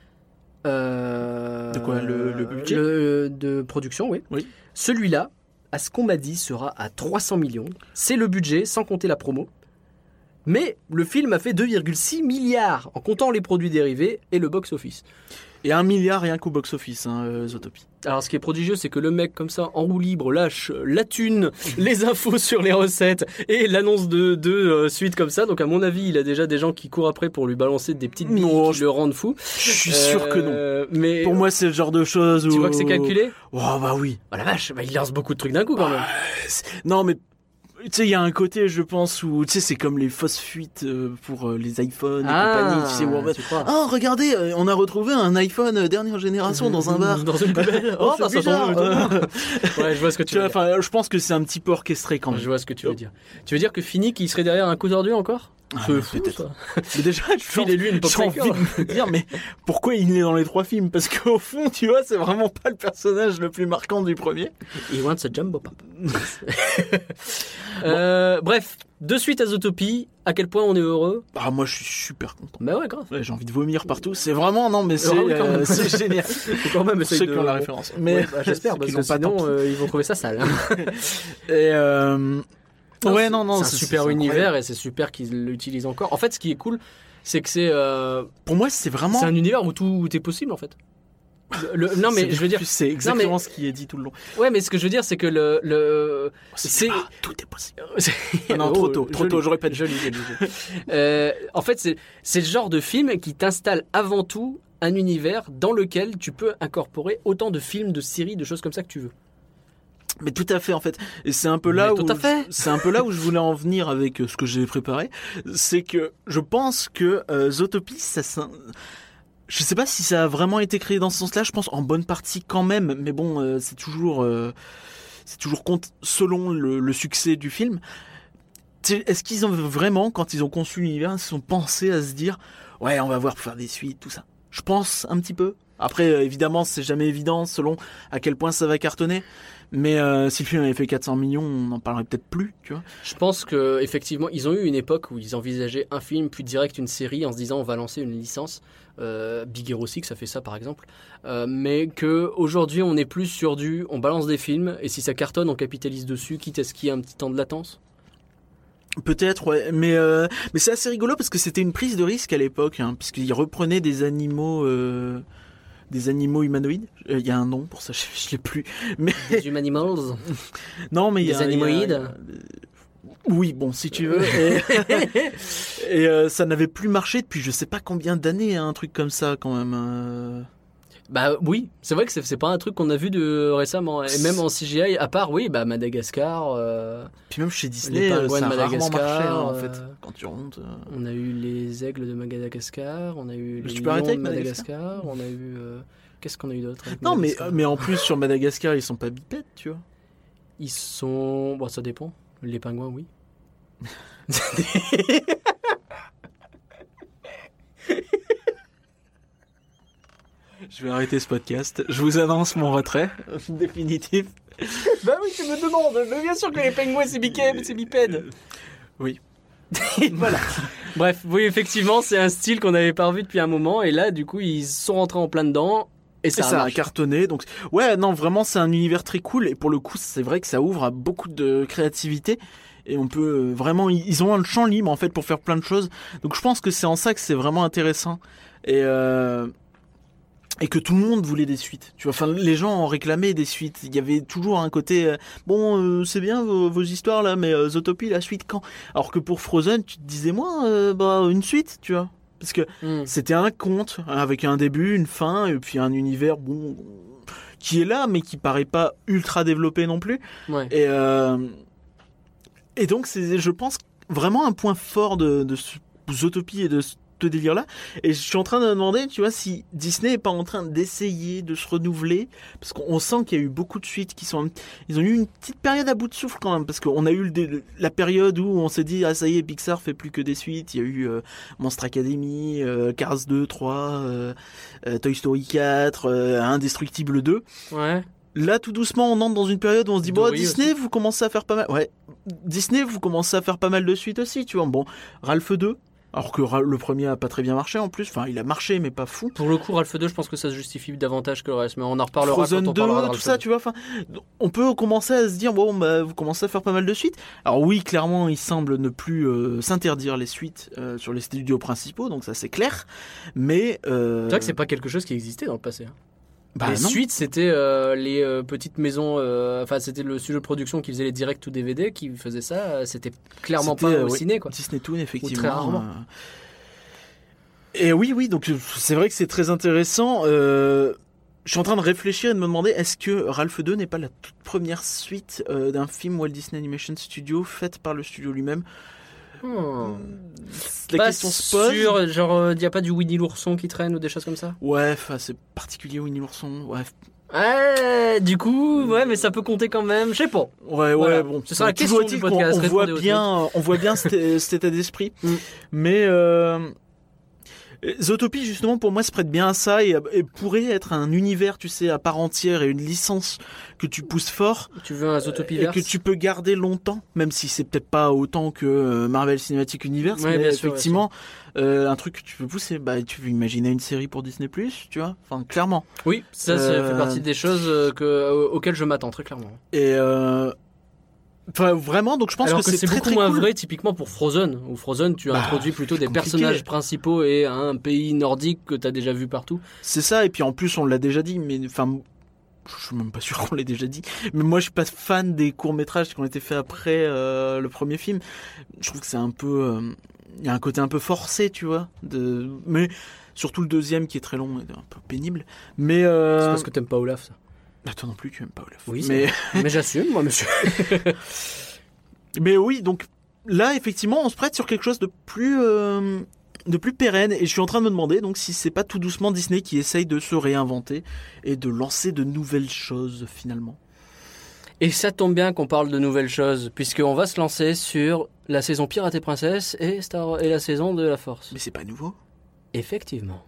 Euh, De quoi, le- le budget le- De production, oui. Oui. Celui-là, à ce qu'on m'a dit, sera à trois cents millions. C'est le budget, sans compter la promo. Mais le film a fait deux virgule six milliards en comptant les produits dérivés et le box-office. Et un milliard rien qu'au box-office, hein, euh, Zootopie. Alors, ce qui est prodigieux, c'est que le mec, comme ça, en roue libre, lâche la thune, les infos sur les recettes et l'annonce de deux euh, suites comme ça. Donc, à mon avis, il a déjà des gens qui courent après pour lui balancer des petites billes Non, qui je- le rendent fou. Je suis sûr que non. Euh, Mais Pour moi, c'est le genre de choses où... tu vois que c'est calculé? Oh, bah oui. Oh la vache, bah, il lance beaucoup de trucs d'un coup quand même. Non, mais Tu sais, il y a un côté, je pense, où tu sais, c'est comme les fausses fuites euh, pour euh, les iPhones et Ah, compagnie. Tu sais, où on va... tu crois. Oh, regardez, euh, on a retrouvé un iPhone euh, dernière génération dans un bar. Dans une poubelle. Oh, Oh, bah, c'est ça bizarre. tombe, ça tombe. Ouais, je vois ce que tu Tu veux vois, dire. enfin, je pense que c'est un petit peu orchestré quand même. Je vois ce que tu veux dire. Tu veux dire que Finnick, il serait derrière un coup tordu encore? Ah, C'est mais fou, peut-être. ça. Mais déjà, je suis Filez-lui une pop j'ai envie maker. de me dire, mais pourquoi il est dans les trois films? Parce qu'au fond, tu vois, c'est vraiment pas le personnage le plus marquant du premier. He wants a jumbo pop. euh, bref, de suite à Zootopie, à quel point on est heureux? Ah, moi, je suis super content. Bah ouais, grave. Ouais, j'ai envie de vomir partout. C'est vraiment, non, mais c'est, Ah oui, quand euh, même. c'est génial. Faut quand même essayer Ceux de... qui ont la référence. Mais Ouais, bah, j'espère, ceux parce qui que l'ont pas, sinon, tant pis. euh, ils vont trouver ça sale. hein. Et euh... Non, ouais, c'est- non, non, c'est un c'est- super c'est univers incroyable. et c'est super qu'ils l'utilisent encore. En fait, ce qui est cool, c'est que c'est euh, Pour moi, c'est vraiment. c'est un univers où tout est possible en fait. Le- le- non mais C'est- je veux dire, c'est exactement ce qui est dit tout le long. ouais, mais ce que je veux dire, c'est que le, le C'est, c'est pas, tout est possible. c'est- Ah non, Oh, trop tôt, trop joli, tôt, j'aurais pas dit. joli, joli, joli. Euh, en fait, c'est c'est le genre de film qui t'installe avant tout un univers dans lequel tu peux incorporer autant de films, de séries, de choses comme ça que tu veux. Mais tout à fait en fait. Et c'est un peu là Mais où tout à fait. c'est un peu là où je voulais en venir avec euh, ce que j'ai préparé, c'est que je pense que euh, Zootopie, ça, ça je sais pas si ça a vraiment été créé dans ce sens-là, je pense en bonne partie quand même, mais bon, euh, c'est toujours euh, c'est toujours compte selon le, le succès du film. Tu sais, est-ce qu'ils ont vraiment, quand ils ont conçu l'univers, ils se sont pensés à se dire ouais, on va voir pour faire des suites, tout ça. Je pense un petit peu. Après, euh, évidemment, c'est jamais évident selon à quel point ça va cartonner. Mais euh, si le film avait fait quatre cents millions, on n'en parlerait peut-être plus, tu vois. Je pense que effectivement, ils ont eu une époque où ils envisageaient un film puis direct une série en se disant on va lancer une licence. Euh, Big Hero six, ça fait ça par exemple. Euh, mais que aujourd'hui, on est plus sur du, on balance des films et si ça cartonne, on capitalise dessus, quitte à ce qu'il y ait un petit temps de latence. Peut-être, ouais. Mais, euh, mais c'est assez rigolo parce que c'était une prise de risque à l'époque, hein, puisqu'ils reprenaient des animaux... Euh... Des animaux humanoïdes. Il y a un nom pour ça, je, je l'ai plus. Mais Des Humanimals, non, mais il y des a, il y a- animoïdes. Oui, bon, si tu veux. Et, et, euh, ça n'avait plus marché depuis je sais pas combien d'années, hein, un truc comme ça quand même. euh. Bah oui, c'est vrai que c'est c'est pas un truc qu'on a vu de récemment, et même en C G I, à part oui, bah Madagascar. euh, Puis même chez Les Disney, euh, pingouins ça de a rarement Madagascar, marché, hein, en euh, fait, quand tu remontes. euh. On a eu les aigles de Madagascar, on a eu les Tu peux lions arrêter de avec Madagascar, on a eu euh, qu'est-ce qu'on a eu d'autre avec Non, mais, Madagascar mais en plus, sur Madagascar, ils sont pas bipèdes, tu vois. Ils sont, bon ça dépend. Les pingouins, oui. Je vais arrêter ce podcast. Je vous annonce mon retrait définitif. Bah oui, tu me demandes. Mais bien sûr que les pingouins c'est bipède, c'est bipède. Oui. Voilà. Bref, oui, effectivement, c'est un style qu'on n'avait pas revu depuis un moment, et là, du coup, ils sont rentrés en plein dedans, et ça, Et a ça a marché. cartonné. Donc, ouais, non, vraiment, c'est un univers très cool. Et pour le coup, c'est vrai que ça ouvre à beaucoup de créativité. Et on peut euh, vraiment, ils ont un champ libre en fait pour faire plein de choses. Donc, je pense que c'est en ça que c'est vraiment intéressant. Et euh, et que tout le monde voulait des suites. Tu vois, enfin, les gens en réclamaient des suites. Il y avait toujours un côté, euh, bon, euh, c'est bien vos, vos histoires là, mais euh, Zootopie, la suite quand? Alors que pour Frozen, tu te disais moi, euh, bah une suite, tu vois. Parce que Hmm. c'était un conte hein, avec un début, une fin et puis un univers bon qui est là mais qui paraît pas ultra développé non plus. Ouais. Et euh, et donc c'est je pense vraiment un point fort de, de ce Zootopie et de ce délire là. Et je suis en train de me demander, tu vois, si Disney est pas en train d'essayer de se renouveler parce qu'on sent qu'il y a eu beaucoup de suites qui sont ils ont eu une petite période à bout de souffle quand même parce qu'on a eu le, dé- la période où on s'est dit ah ça y est Pixar fait plus que des suites. Il y a eu euh, Monster Academy, euh, Cars deux, trois, euh, euh, Toy Story quatre, euh, Indestructible deux. Ouais. Là, tout doucement, on entre dans une période où on se dit bon, Dory Disney, vous commencez à faire pas mal. Ouais, Disney, vous commencez à faire pas mal de suites aussi, tu vois. Bon, Ralph deux, alors que Ra- le premier a pas très bien marché en plus. Enfin, il a marché, mais pas fou. Pour le coup, Ralph deux, je pense que ça se justifie davantage que le reste, mais on en reparlera Frozen quand on deux, parlera de tout Ralph ça, deux. tu vois. Enfin, on peut commencer à se dire bon, bah, vous commencez à faire pas mal de suites. Alors oui, clairement, il semble ne plus euh, s'interdire les suites euh, sur les studios principaux, donc ça c'est clair. Mais euh, C'est vrai que c'est pas quelque chose qui existait dans le passé. hein. bah, les non. suites, c'était euh, les euh, petites maisons, euh, enfin c'était le studio de production qui faisait les directs ou D V D qui faisait ça. euh, C'était clairement C'était, pas euh, au oui, ciné, quoi. Disney Toon, effectivement. très rarement. euh. Et oui, oui, donc c'est vrai que c'est très intéressant. Euh, Je suis en train de réfléchir et de me demander est-ce que Ralph deux n'est pas la toute première suite euh, d'un film Walt Disney Animation Studio faite par le studio lui-même. Hmm. La Pas question se pose. sûr, genre, il n'y a pas du Winnie l'ourson qui traîne ou des choses comme ça? Ouais, enfin, c'est particulier Winnie l'ourson. Ouais, Ouais, du coup, ouais, mais ça peut compter quand même, je sais pas. ouais, Voilà. ouais. Bon, Ce sera la toujours question du est-il qu'on- podcast, On, voit répondez au bien, on voit bien cet, cet état d'esprit. Mm. Mais euh, Zootopie, justement, pour moi, se prête bien à ça et, et pourrait être un univers, tu sais, à part entière et une licence que tu pousses fort. Tu veux un Et Zootopiverse? que tu peux garder longtemps, même si c'est peut-être pas autant que euh, Marvel Cinematic Universe, Ouais, mais bien sûr, effectivement, euh, un truc que tu peux pousser, bah, tu veux imaginer une série pour Disney plus, tu vois, enfin clairement. Oui, ça, ça Euh, fait partie des choses euh, que, euh, auxquelles je m'attends très clairement. Et euh, enfin vraiment, donc je pense Alors que, que c'est c'est très beaucoup très moins cool. vrai typiquement pour Frozen. Où Frozen, tu Bah, introduis plutôt c'est des compliqué. personnages principaux et un pays nordique que t'as déjà vu partout. C'est ça, et puis en plus on l'a déjà dit, mais enfin, je suis même pas sûr qu'on l'ait déjà dit, mais moi je suis pas fan des courts métrages qui ont été faits après euh, le premier film. Je trouve que c'est un peu, euh, il y a un côté un peu forcé, tu vois, de, mais surtout le deuxième qui est très long et un peu pénible. Mais euh... C'est parce que t'aimes pas Olaf, ça. Bah, toi non plus, tu aimes pas Olaf. Oui, mais Mais j'assume, moi, monsieur. mais oui, donc là effectivement on se prête sur quelque chose de plus euh, de plus pérenne, et je suis en train de me demander donc si c'est pas tout doucement Disney qui essaye de se réinventer et de lancer de nouvelles choses finalement. Et ça tombe bien qu'on parle de nouvelles choses, puisqu'on va se lancer sur la saison Pirates et Princesses et, Star... et la saison de la Force. Mais c'est pas nouveau. Effectivement.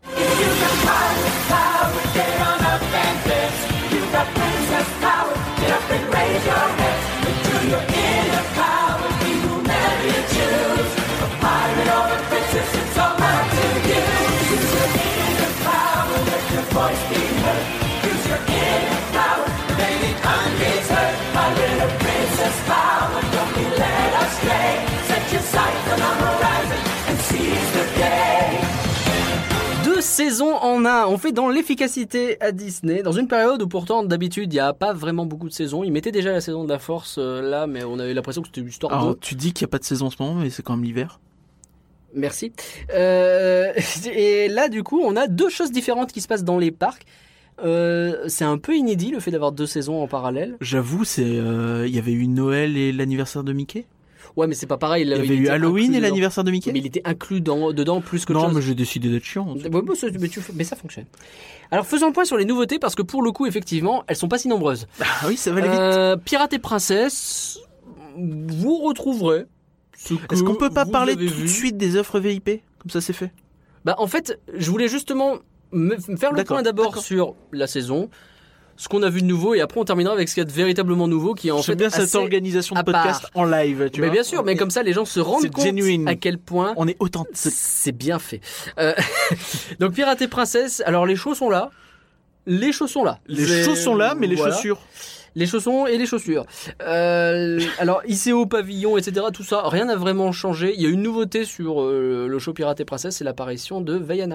Deux saisons en un, on fait dans l'efficacité à Disney, dans une période où pourtant d'habitude il n'y a pas vraiment beaucoup de saisons. Ils mettaient déjà la saison de la Force euh, là, mais on avait l'impression que c'était une histoire Alors de... tu dis qu'il y a pas de saison en ce moment, mais c'est quand même l'hiver. Merci. Euh, et là du coup on a deux choses différentes qui se passent dans les parcs. Euh, c'est un peu inédit le fait d'avoir deux saisons en parallèle. J'avoue, c'est euh, il y avait eu Noël et l'anniversaire de Mickey. Ouais, mais c'est pas pareil. Il y avait était eu Halloween inclus et dedans. l'anniversaire de Mickey. Mais il était inclus dans, dedans plus que Non, chose. mais j'ai décidé d'être chiant. Ouais, bah, ça- mais, tu- mais ça fonctionne. Alors faisons le point sur les nouveautés parce que pour le coup effectivement elles sont pas si nombreuses. Ah oui, ça va aller vite. Euh, Pirates et Princesses, vous retrouverez. ce que Est-ce qu'on peut pas vous parler avez tout de vu. suite des offres V I P comme ça c'est fait? Bah en fait, je voulais justement me faire le D'accord, point d'abord d'accord. sur la saison, ce qu'on a vu de nouveau et après on terminera avec ce qu'il y a de véritablement nouveau qui est en J'aime fait bien cette assez organisation de à podcast part. en live, tu Mais vois. bien sûr, mais Et comme ça les gens se rendent c'est compte genuine. à quel point on est authentique. c'est bien fait. Euh, donc Pirates et Princesses, alors les shows sont là. Les shows sont là. Les C'est- choses sont là, mais les voilà. chaussures. Les chaussons et les chaussures. Euh, alors, I C O, pavillon, et cetera. Tout ça, rien n'a vraiment changé. Il y a une nouveauté sur euh, le show Pirates et Princesses, c'est l'apparition de Vaiana.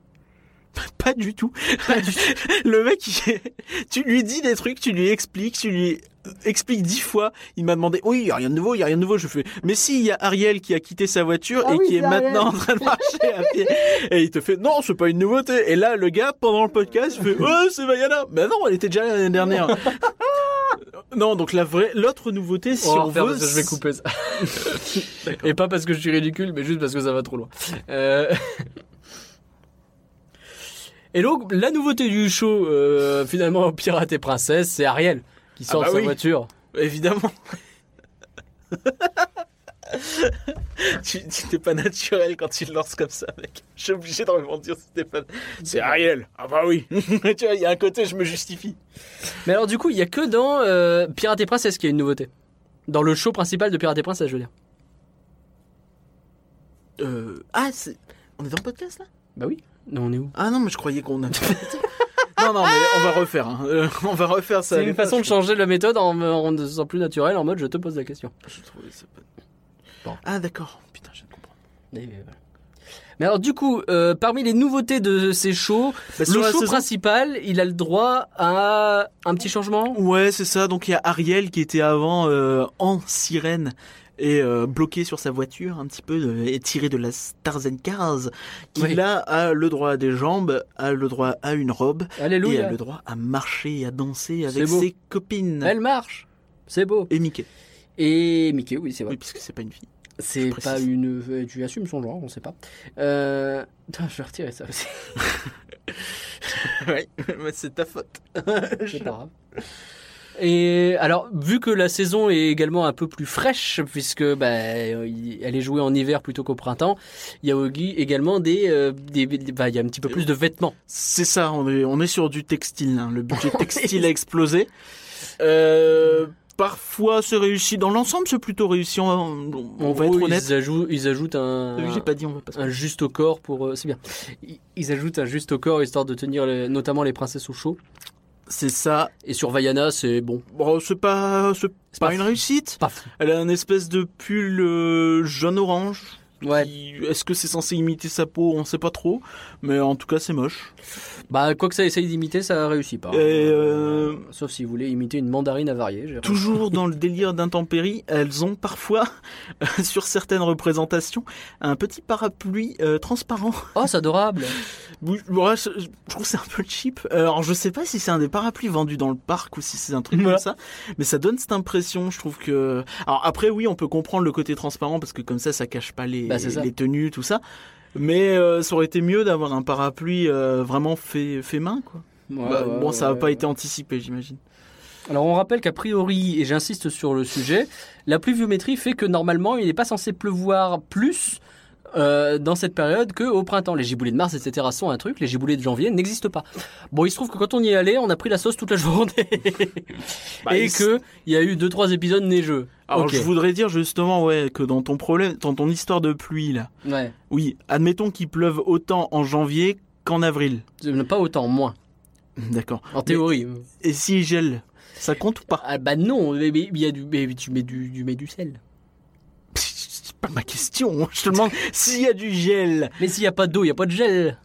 Pas du tout. Le mec, il- tu lui dis des trucs, tu lui expliques, tu lui expliques dix fois. Il m'a demandé, oui, il y a rien de nouveau, il y a rien de nouveau. Je fais, mais si, il y a Ariel qui a quitté sa voiture Ah et oui, qui est c'est Ariel. maintenant en train de marcher à pied. Et il te fait, non, c'est pas une nouveauté. Et là, le gars, pendant le podcast, il fait, ouais, c'est Vaiana. Ben non, elle était déjà là l'année dernière. Non, donc la vraie, l'autre nouveauté, si On va on refaire veut, parce que je vais couper ça. Et pas parce que je suis ridicule, mais juste parce que ça va trop loin. Euh... Et donc, la nouveauté du show, euh, finalement, Pirates et Princesses, c'est Ariel qui sort Ah bah de sa oui. voiture. évidemment. tu tu t'es pas naturel quand il lance comme ça, mec. Je suis obligé de rebondir sur Stéphane. C'est Ariel. Ah bah oui. Tu vois, il y a un côté, je me justifie. Mais alors, du coup, il y a que dans euh, Pirates et Princesses qu'il y a une nouveauté. Dans le show principal de Pirates et Princesses, je veux dire. Euh, ah, c'est... on est dans le podcast là? Bah oui. Non, on est où? Ah non, mais je croyais qu'on avait... non, non, mais on va refaire. Hein. Euh, on va refaire ça. C'est une façon de changer la méthode en me rendant plus naturel, en mode je te pose la question. Je trouvais ça pas... Bon. Ah d'accord. Putain, je viens de comprendre. Et voilà. Mais alors du coup, euh, parmi les nouveautés de ces shows, Bah, sur le la show saison- principal, il a le droit à un petit changement. Ouais, c'est ça. Donc il y a Ariel qui était avant euh, en sirène est euh, bloqué sur sa voiture un petit peu, euh, est tiré de la Tarzan Cars, qui Oui. là a le droit à des jambes, a le droit à une robe, et Alléluia. a le droit à marcher et à danser avec beau. ses copines. Elle marche. C'est beau. Et Mickey. Et Mickey, oui, c'est vrai. Oui, puisque c'est pas une fille. C'est je pas précise. une. euh, Tu assumes son genre, on sait pas. Euh... Putain, je vais retirer ça aussi. Oui, mais c'est ta faute. C'est pas grave. Et alors, vu que la saison est également un peu plus fraîche, puisque bah, euh, il- elle est jouée en hiver plutôt qu'au printemps, il y a aussi- également des, euh, des, des- bah, il y a un petit peu plus de vêtements. C'est ça, on est, on est sur du textile. Hein. Le budget textile a explosé. Euh, parfois, c'est réussi. Dans l'ensemble, c'est plutôt réussi. On, on- on En va gros, être honnête. Ils ajoutent, ils ajoutent un, J'ai pas dit, on va pas se un juste au corps pour. euh, c'est bien. Ils, ils ajoutent un juste au corps histoire de tenir les- notamment les princesses au chaud. C'est ça. Et sur Vaiana, c'est bon. Bon, c'est pas, c'est C'est pas pas une fou. réussite. Pas fou. Elle a un espèce de pull euh, jaune-orange. Ouais. qui- Est-ce que c'est censé imiter sa peau? On sait pas trop. Mais en tout cas, c'est moche. Bah, quoi que ça essaye d'imiter, ça réussit pas. Et, euh, Sauf si vous voulez imiter une mandarine avariée. j'ai- Toujours dans le délire d'intempéries, elles ont parfois, sur certaines représentations, un petit parapluie euh, transparent. Oh, c'est adorable. Oui, ouais, je je trouve que c'est un peu cheap. Alors, je sais pas si c'est un des parapluies vendus dans le parc ou si c'est un truc Voilà. comme ça, mais ça donne cette impression. Je trouve que. Alors après, oui, on peut comprendre le côté transparent parce que comme ça, ça cache pas les, Bah, c'est ça. les tenues, tout ça. Mais euh, ça aurait été mieux d'avoir un parapluie euh, vraiment fait, fait main, quoi. Ouais, Bah, ouais, bon, ça n'a ouais, pas ouais. été anticipé, j'imagine. Alors on rappelle qu'a priori, et j'insiste sur le sujet, la pluviométrie fait que normalement il n'est pas censé pleuvoir plus euh, dans cette période qu'au printemps. Les giboulées de mars, et cetera sont un truc, les giboulées de janvier n'existent pas. Bon, il se trouve que quand on y est allé, on a pris la sauce toute la journée. Bah, et il s- que il y a eu deux trois épisodes neigeux. Alors, Ok. je voudrais dire justement, ouais, que dans ton problème, dans ton histoire de pluie, là, Ouais. oui, admettons qu'il pleuve autant en janvier qu'en avril. Euh, Pas autant, moins. D'accord. En théorie. Et s'il gèle, ça compte ou pas? Ah bah non, mais, mais il y a du, mais tu mets du, du, mets du sel. C'est pas ma question. Je te demande s'il y a du gel. Mais s'il n'y a pas d'eau, il n'y a pas de gel.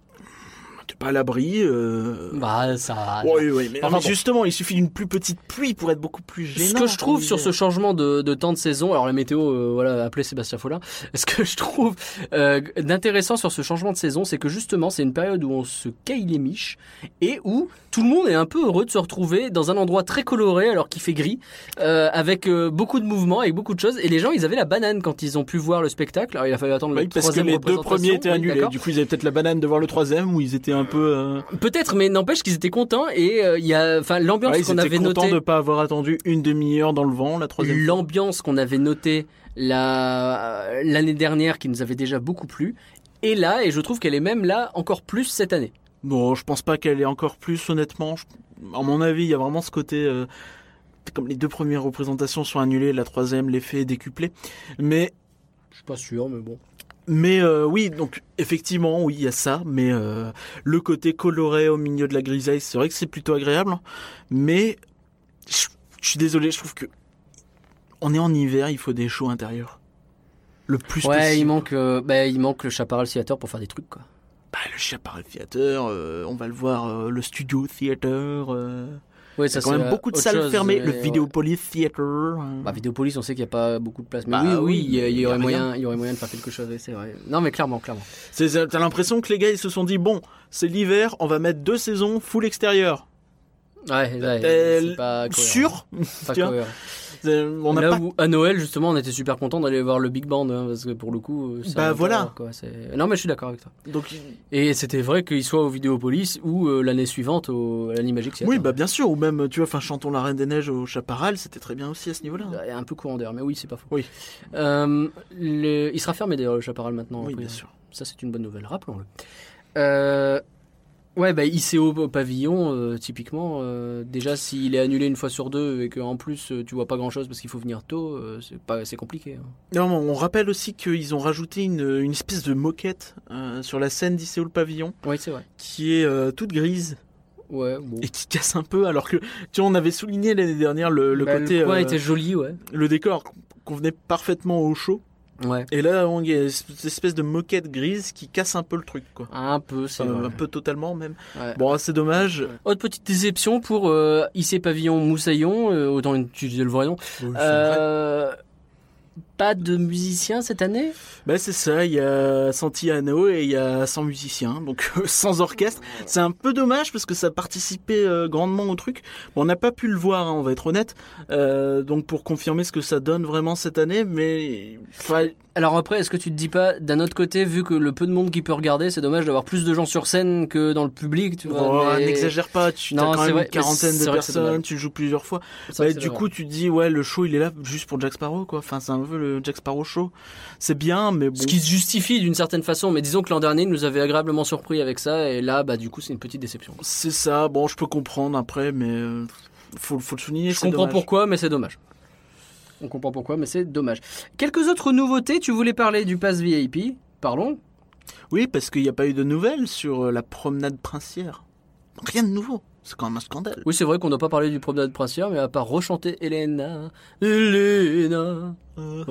T'es pas à l'abri. Euh... Bah ça. Oui, oui, mais, Enfin, mais bon. justement, il suffit d'une plus petite pluie pour être beaucoup plus gênant. Ce que je trouve en sur ce hiver. changement de, de temps de saison, alors la météo, euh, voilà, appelez Sébastien Follin. Ce que je trouve euh, d'intéressant sur ce changement de saison, c'est que justement, c'est une période où on se caille les miches et où tout le monde est un peu heureux de se retrouver dans un endroit très coloré alors qu'il fait gris, euh, avec euh, beaucoup de mouvements, avec beaucoup de choses. Et les gens, ils avaient la banane quand ils ont pu voir le spectacle. Alors il a fallu attendre Oui, le parce que troisième les deux représentation. premiers étaient Oui, annulés. d'accord. Du coup, ils avaient peut-être la banane de voir le troisième où ils étaient un peu. euh, Peut-être, mais n'empêche qu'ils étaient contents et euh, il y a, enfin, l'ambiance ouais, ils qu'on étaient avait contents notée. de pas avoir attendu une demi-heure dans le vent la troisième fois. L'ambiance qu'on avait notée la- l'année dernière, qui nous avait déjà beaucoup plu, est là, et je trouve qu'elle est même là encore plus cette année. Bon, je pense pas qu'elle est encore plus, honnêtement. Je- À mon avis, il y a vraiment ce côté. euh, Comme les deux premières représentations sont annulées, la troisième, l'effet est décuplé. Mais Je suis pas sûr, mais bon. Mais euh, oui, donc effectivement, oui, il y a ça, mais euh, le côté coloré au milieu de la grisaille, c'est vrai que c'est plutôt agréable, mais je, je suis désolé, je trouve que on est en hiver, il faut des shows intérieurs. Le plus Ouais, possible. il manque, euh, bah, il manque le Chaparral Theater pour faire des trucs, quoi. Bah, le Chaparral Theater, euh, on va le voir, euh, le Studio Theater, euh, Ouais, il y a ça quand même c'est, beaucoup de autre salles chose, fermées, mais le ouais. Videopolis Theater. euh. Bah, Vidéopolis, on sait qu'il n'y a pas beaucoup de place. Mais Bah, oui, oui, oui, il y, a- il y y a aurait rien. moyen, il y aurait moyen de faire quelque chose, oui, c'est vrai. Non, mais clairement, clairement. C'est- c'est- T'as l'impression que les gars, ils se sont dit, bon, c'est l'hiver, on va mettre deux saisons full extérieur. Ouais, ouais, Euh, c'est pas cohérent. Sûr Pas Tiens. cohérent. Euh, On n'a Là pas où, à Noël, justement, on était super content d'aller voir le Big Band, hein, parce que pour le coup, euh, ça Bah, n'a pas voilà. à voir, quoi, c'est- Non, mais je suis d'accord avec toi. donc Et c'était vrai qu'il soit au Vidéopolis ou euh, l'année suivante au, à l'Animagic Theater. oui, bah bien sûr, ou même, tu vois, enfin, chantons la Reine des Neiges au Chaparral, c'était très bien aussi à ce niveau-là. Il y a un peu courant d'air, mais oui, c'est pas faux. Oui. Euh, le- Il sera fermé d'ailleurs, le Chaparral, maintenant. Oui, après. bien sûr. Ça, c'est une bonne nouvelle, rappelons-le. Euh, Ouais, bah, I C O au pavillon, euh, typiquement, euh, déjà, s'il est annulé une fois sur deux et qu'en plus, euh, tu vois pas grand-chose parce qu'il faut venir tôt, euh, c'est pas, c'est compliqué. hein. Non, on rappelle aussi qu'ils ont rajouté une, une espèce de moquette euh, sur la scène d'I C O le pavillon, Oui, c'est vrai. qui est euh, toute grise Ouais, bon. et qui casse un peu, alors que, tu vois, on avait souligné l'année dernière le, le Bah, côté, le coin euh, était joli, ouais. le décor convenait parfaitement au show, Ouais. et là, on- il y a cette espèce de moquette grise qui casse un peu le truc, quoi. Un peu, c'est Enfin, vrai. un peu totalement même. Ouais. Bon, c'est dommage. Autre petite déception pour euh, I C Pavillon Moussaillon, euh, autant utiliser le vrai nom. Euh, pas de musiciens cette année ? Bah c'est ça, il y a Santillano et il y a cent musiciens, donc euh, sans orchestre. C'est un peu dommage parce que ça participait euh, grandement au truc. Bon, on n'a pas pu le voir, hein, on va être honnête. Euh, donc pour confirmer ce que ça donne vraiment cette année, mais... Enfin, Alors après, est-ce que tu te dis pas, d'un autre côté, vu que le peu de monde qui peut regarder, c'est dommage d'avoir plus de gens sur scène que dans le public, tu vois, oh, mais... n'exagère pas, tu Non, as quand c'est même vrai, une quarantaine mais c'est de vrai que c'est personnes, dommage. tu joues plusieurs fois. C'est vrai Bah, que c'est du dommage. coup, tu te dis, ouais, le show, il est là juste pour Jack Sparrow, quoi. Enfin, c'est un peu le Jack Sparrow show. C'est bien, mais bon. Ce qui se justifie d'une certaine façon, mais disons que l'an dernier, il nous avait agréablement surpris avec ça, et là, bah du coup, c'est une petite déception. C'est ça, bon, je peux comprendre après, mais euh, faut, faut le souligner. Je c'est comprends dommage. pourquoi, mais c'est dommage. On comprend pourquoi, mais c'est dommage. Quelques autres nouveautés, tu voulais parler du pass V I P, parlons. Oui, parce qu'il n'y a pas eu de nouvelles sur euh, la promenade princière. Rien de nouveau. C'est quand même un scandale. Oui, c'est vrai qu'on n'a pas parlé du promenade princière, mais à part rechanter Elena, Elena, oh,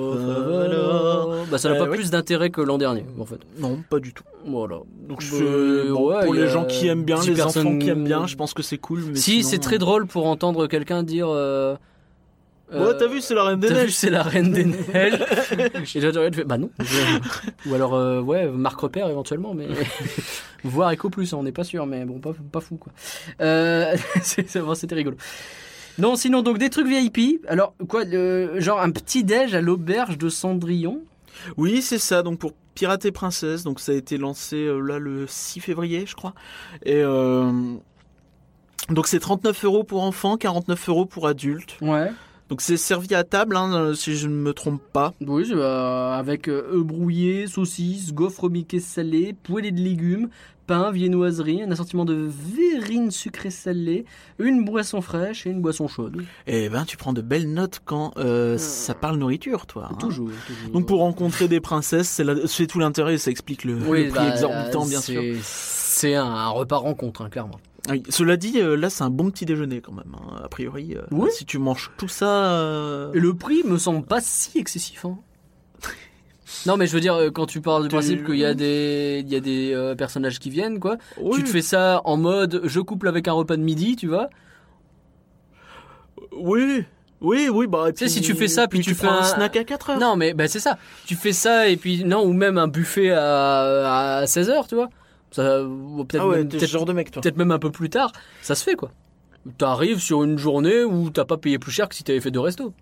voilà. Bah ça n'a Euh, pas oui. plus d'intérêt que l'an dernier, en fait. Non, pas du tout. Voilà. Donc, Bah, je- bon, ouais, pour il y les a gens qui aiment bien, dix les personnes- enfants qui aiment bien, je pense que c'est cool. Mais Si, sinon, c'est très euh, drôle pour entendre quelqu'un dire... Euh, Ouais, t'as vu, c'est la Reine des T'as vu, Neiges. c'est la Reine des Neiges. Et là, j'aurais fait, bah non. Je- Ou alors, euh, ouais, Marc Repère éventuellement, mais voire Echo Plus, hein, on n'est pas sûr, mais bon, pas, pas fou quoi. Euh... c'est- c'est- bon, c'était rigolo. Non, sinon donc des trucs V I P. Alors quoi, le- genre un petit déj à l'auberge de Cendrillon. Oui, c'est ça. Donc pour Pirates et Princesses, donc ça a été lancé euh, là le six février, je crois. Et euh, donc c'est trente-neuf euros pour enfants, quarante-neuf euros pour adultes. Ouais. Donc c'est servi à table, hein, si je ne me trompe pas. Oui, c'est, euh, avec euh, œufs brouillés, saucisses, gaufres miquées salées, poêlées de légumes, pain, viennoiserie, un assortiment de verrines sucrées salées, une boisson fraîche et une boisson chaude. Et ben tu prends de belles notes quand euh, ça parle nourriture, toi. hein. Toujours, toujours. Donc pour rencontrer des princesses, c'est, la- c'est tout l'intérêt, ça explique le, Oui, le prix bah, exorbitant, bien c'est- sûr. C'est un, un repas rencontre, hein, clairement. Oui. Cela dit, euh, là c'est un bon petit déjeuner quand même, hein, a priori. euh, Oui. Si tu manges tout ça... euh, Et le prix me semble pas si excessif. Hein. Non, mais je veux dire, euh, quand tu parles du Tu- principe qu'il y a des, il y a des euh, personnages qui viennent, quoi. oui. Tu te fais ça en mode je couple avec un repas de midi, tu vois. Oui, oui, oui, bah... et Tu sais, puis- si tu fais ça, puis tu fais prends un un- snack à quatre heures. Non, mais bah, c'est ça. Tu fais ça et puis non, ou même un buffet à, à seize heures, tu vois. Ça, ou peut-être Ah ouais, même, t'es peut-être, ce genre de mec, toi. peut-être même un peu plus tard, ça se fait, quoi. T'arrives sur une journée où t'as pas payé plus cher que si t'avais fait deux restos.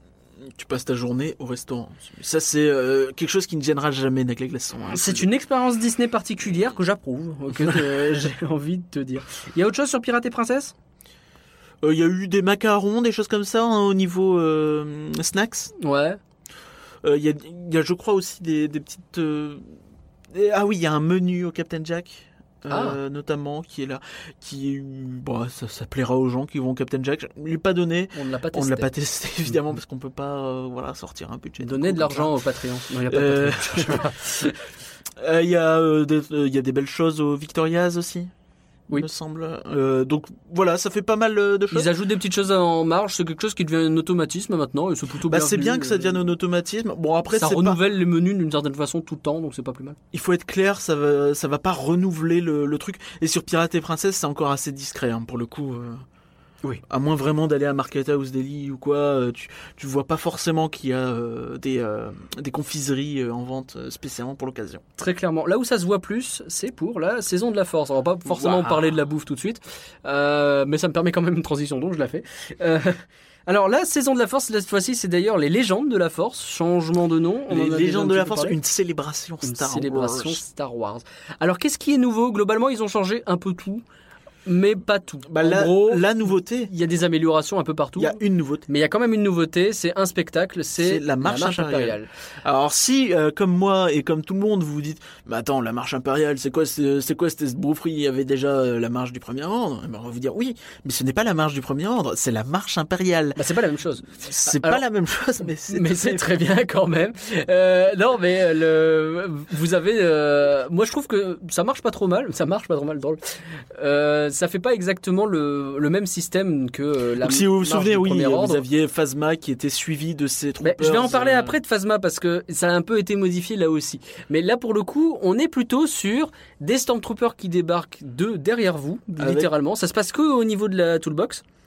Tu passes ta journée au restaurant. Ça, c'est euh, quelque chose qui ne gênera jamais avec les glaçons. hein. C'est une expérience Disney particulière que j'approuve, que euh, j'ai envie de te dire. Il y a autre chose sur Pirates et Princesses ? Il euh, y a eu des macarons, des choses comme ça hein, au niveau euh, snacks. Ouais. Il euh, y, a, y a, je crois, aussi des, des petites... euh, et- Ah oui, il y a un menu au Captain Jack. Euh, Ah. Notamment qui est là, qui bon, ça, ça plaira aux gens qui vont au Captain Jack. Je lui ai pas donné, On ne l'a pas testé. on ne l'a pas testé évidemment parce qu'on peut pas euh, voilà sortir un budget. Donner de comme ça. l'argent au Patreon. Non, il y a pas de Euh, Patreon. Euh, Il y a euh, des, euh, il y a des belles choses au Victoria's aussi. Oui. Il me semble. Euh, donc voilà, ça fait pas mal euh, de choses. Ils ajoutent des petites choses en marge, c'est quelque chose qui devient un automatisme maintenant et c'est plutôt Bah, bien. c'est bien que ça devienne un automatisme. Bon après Ça c'est pas... renouvelle les menus d'une certaine façon tout le temps, donc c'est pas plus mal. il faut être clair, ça va ça va pas renouveler le, le truc. Et sur Pirates et Princesses, c'est encore assez discret hein, pour le coup. euh. Oui. À moins vraiment d'aller à Market House Deli ou quoi, euh, tu tu vois pas forcément qu'il y a euh, des euh, des confiseries euh, en vente euh, spécialement pour l'occasion. Très clairement. Là où ça se voit plus, c'est pour la saison de la force. On va pas forcément Wow. parler de la bouffe tout de suite, euh, mais ça me permet quand même une transition, donc je la fais. Euh, alors la saison de la force, cette fois-ci, c'est d'ailleurs les légendes de la force, changement de nom. On en Les a déjà légendes un de petit la peu force, parlé. une célébration Une Star célébration Wars. Star Wars. Alors qu'est-ce qui est nouveau ? Globalement, ils ont changé un peu tout, mais pas tout. Bah, en la, gros, la nouveauté, il y a des améliorations un peu partout. il y a une nouveauté. Mais il y a quand même une nouveauté, c'est un spectacle, c'est, C'est la marche impériale. Alors si, euh, comme moi et comme tout le monde, vous vous dites, mais attends, la marche impériale, c'est quoi, c'est, c'est quoi cette esbroufferie ? Il y avait déjà euh, la marche du premier ordre. Eh ben, on va vous dire, oui, mais ce n'est pas la marche du premier ordre, c'est la marche impériale. Bah, c'est pas la même chose. C'est Alors- pas la même chose, mais c'est. Mais c'est très bien quand même. Euh, non, mais euh, le, vous avez, euh, moi je trouve que ça marche pas trop mal. Ça marche pas trop mal, drôle. Euh, ça fait pas exactement le, le même système que euh, la Donc, si vous vous marche souvenez, du oui, premier ordre. vous aviez Phasma qui était suivi de ses troopers. Mais je vais en parler euh, après de Phasma parce que ça a un peu été modifié là aussi. Mais là pour le coup, on est plutôt sur des Stormtroopers qui débarquent de derrière vous, Avec- littéralement. Ça se passe que au niveau de la toolbox.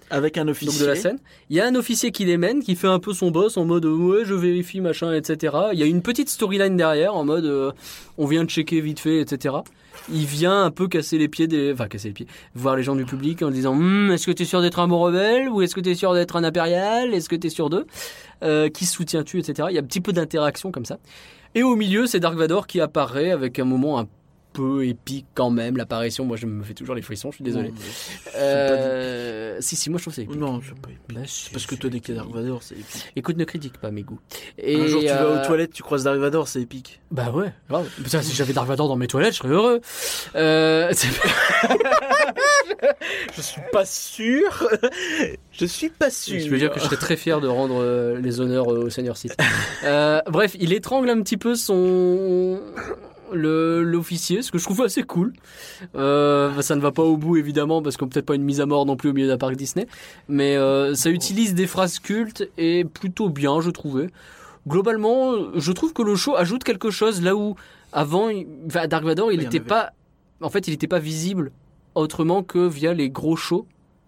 Avec un officier. Donc de la scène. Il y a un officier qui les mène, qui fait un peu son boss en mode euh, ouais je vérifie machin, et cetera. Il y a une petite storyline derrière en mode euh, on vient de checker vite fait, et cetera. Il vient un peu casser les pieds des, enfin casser les pieds, voir les gens du public en disant hm, est-ce que t'es sûr d'être un bon rebelle ou est-ce que t'es sûr d'être un impérial, est-ce que t'es sûr d'eux, euh, qui soutiens-tu, et cetera. Il y a un petit peu d'interaction comme ça. Et au milieu c'est Dark Vador qui apparaît avec un moment un peu épique quand même, l'apparition, moi je me fais toujours les frissons, je suis désolé. Non, mais Euh... Si, si, moi je trouve que c'est épique. Non, c'est pas épique. Bah, C'est parce que toi, dès qu'il y a Dark Vador, c'est épique. Écoute, ne critique pas mes goûts. Et Un jour, tu euh, vas aux toilettes, tu croises Dark Vador, c'est épique. Bah ouais, grave. Putain, si j'avais Dark Vador dans mes toilettes, je serais heureux. Euh... c'est- Je suis pas sûr. Je suis pas sûr. Je veux dire que je serais très fier de rendre euh, les honneurs euh, au Seigneur Sith. Euh, bref, il étrangle un petit peu son le l'officier, ce que je trouve assez cool. Euh, ça ne va pas au bout évidemment parce qu'on peut-être pas une mise à mort non plus au milieu d'un parc Disney, mais euh, ça utilise des phrases cultes et plutôt bien, je trouvais. Globalement, je trouve que le show ajoute quelque chose là où avant, il... enfin, Dark Vador, il Oui, il y en n'était avait. pas, en fait, il n'était pas visible autrement que via les gros shows.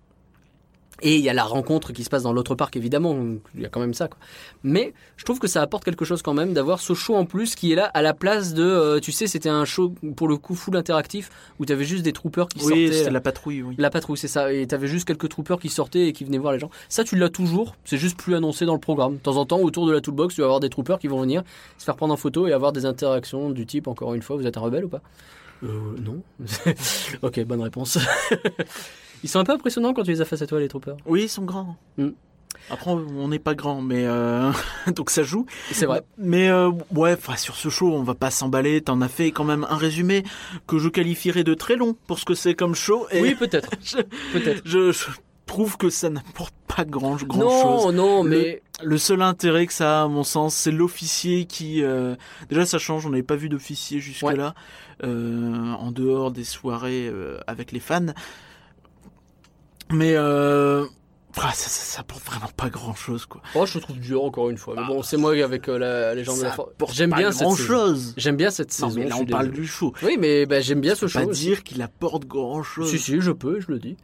Et il y a la rencontre qui se passe dans l'autre parc, évidemment. Il y a quand même ça, quoi. Mais je trouve que ça apporte quelque chose quand même d'avoir ce show en plus qui est là à la place de... Euh, tu sais, c'était un show, pour le coup, full interactif, où tu avais juste des troopers qui Oui, sortaient. c'était là. la patrouille, oui. La patrouille, c'est ça. Et tu avais juste quelques troopers qui sortaient et qui venaient voir les gens. Ça, tu l'as toujours. C'est juste plus annoncé dans le programme. De temps en temps, autour de la toolbox, tu vas avoir des troopers qui vont venir se faire prendre en photo et avoir des interactions du type, encore une fois, vous êtes un rebelle ou pas ? Euh, non. Ok, bonne réponse. Ils sont un peu impressionnants quand tu les as face à toi, les troopers. Oui, ils sont grands. Mm. Après, on n'est pas grand, mais euh... donc ça joue. C'est vrai. Mais euh, ouais, enfin, sur ce show, on va pas s'emballer. T'en as fait quand même un résumé que je qualifierais de très long pour ce que c'est comme show. Et Oui, peut-être. je, Peut-être. je, je trouve que ça n'apporte pas grand, grand Non, chose. non, Le- mais Le seul intérêt que ça a, à mon sens, c'est l'officier qui... euh, Déjà, ça change, on n'avait pas vu d'officier jusque-là, euh, en dehors des soirées euh, avec les fans. Mais euh... ah, ça, ça, ça apporte vraiment pas grand-chose, quoi. oh, je le trouve dur encore une fois. Mais bon, c'est moi avec euh, la légende de la Ça force. apporte J'aime pas bien cette saison. grand-chose. J'aime bien cette Non, saison. mais là, je on suis parle désolé. du show. Oui, mais bah, j'aime bien ce Je peux show. pas aussi. dire qu'il apporte grand-chose. Si, si, je peux, je le dis.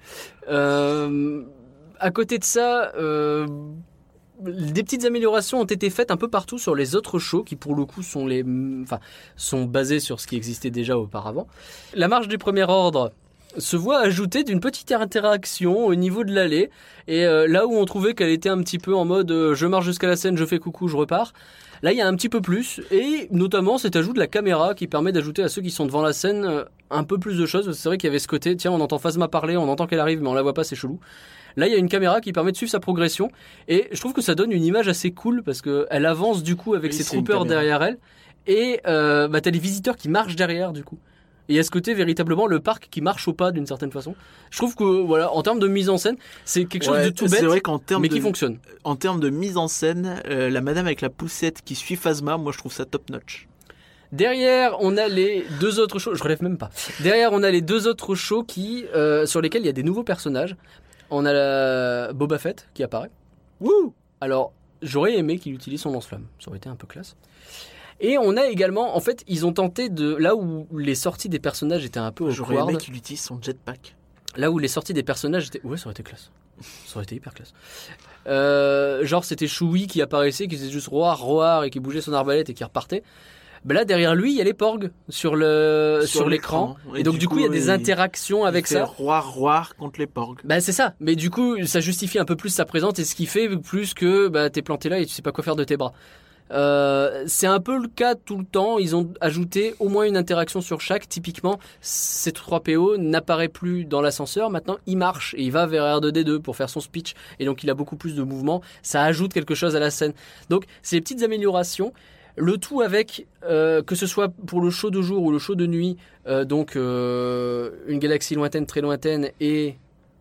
Euh, à côté de ça, euh, des petites améliorations ont été faites un peu partout sur les autres shows qui, pour le coup, sont, les, enfin, sont basés sur ce qui existait déjà auparavant. La marche du premier ordre se voit ajouter d'une petite interaction au niveau de l'allée. Et euh, là où on trouvait qu'elle était un petit peu en mode euh, je marche jusqu'à la scène, je fais coucou, je repars. Là, il y a un petit peu plus. Et notamment cet ajout de la caméra qui permet d'ajouter à ceux qui sont devant la scène euh, un peu plus de choses. C'est vrai qu'il y avait ce côté, tiens, on entend Phasma parler, on entend qu'elle arrive, mais on la voit pas, c'est chelou. Là, il y a une caméra qui permet de suivre sa progression. Et je trouve que ça donne une image assez cool parce qu'elle avance du coup avec Oui, ses c'est une troopers caméra. derrière elle. Et euh, bah, t'as les visiteurs qui marchent derrière du coup. Et il y a ce côté véritablement le parc qui marche au pas d'une certaine façon. Je trouve que voilà, en termes de mise en scène, c'est quelque chose Ouais, de tout c'est bête, vrai qu'en termes mais de, qui fonctionne. en termes de mise en scène, euh, la madame avec la poussette qui suit Phasma, moi je trouve ça top notch. Derrière, on a les deux autres shows. Je relève même pas. Derrière, on a les deux autres shows qui, euh, sur lesquels il y a des nouveaux personnages. On a la Boba Fett qui apparaît. Wouh! Alors, j'aurais aimé qu'il utilise son lance-flamme. Ça aurait été un peu classe. Et on a également, en fait, ils ont tenté de, là où les sorties des personnages étaient un peu J'aurais awkward, aimé qu'il utilise son jetpack. là où les sorties des personnages étaient, ouais, ça aurait été classe. Ça aurait été hyper classe. Euh, genre, c'était Chewie qui apparaissait, qui faisait juste roar, roar et qui bougeait son arbalète et qui repartait. Ben là, derrière lui, il y a les porgs sur le, sur, Sur l'écran. l'écran. Et, Et donc, du du coup, coup, il y a des il- interactions avec il fait ça. roar roar contre les porgs. Bah c'est ça, mais du coup ça justifie un peu plus sa présence et ce qui fait plus que bah, t'es planté là et tu sais pas quoi faire de tes bras. Euh, c'est un peu le cas tout le temps, ils ont ajouté au moins une interaction sur chaque. Typiquement, C trois P O n'apparaît plus dans l'ascenseur, maintenant il marche et il va vers R deux D deux pour faire son speech et donc il a beaucoup plus de mouvement, ça ajoute quelque chose à la scène. Donc c'est des petites améliorations. Le tout avec, euh, que ce soit pour le show de jour ou le show de nuit, euh, donc euh, une galaxie lointaine, très lointaine et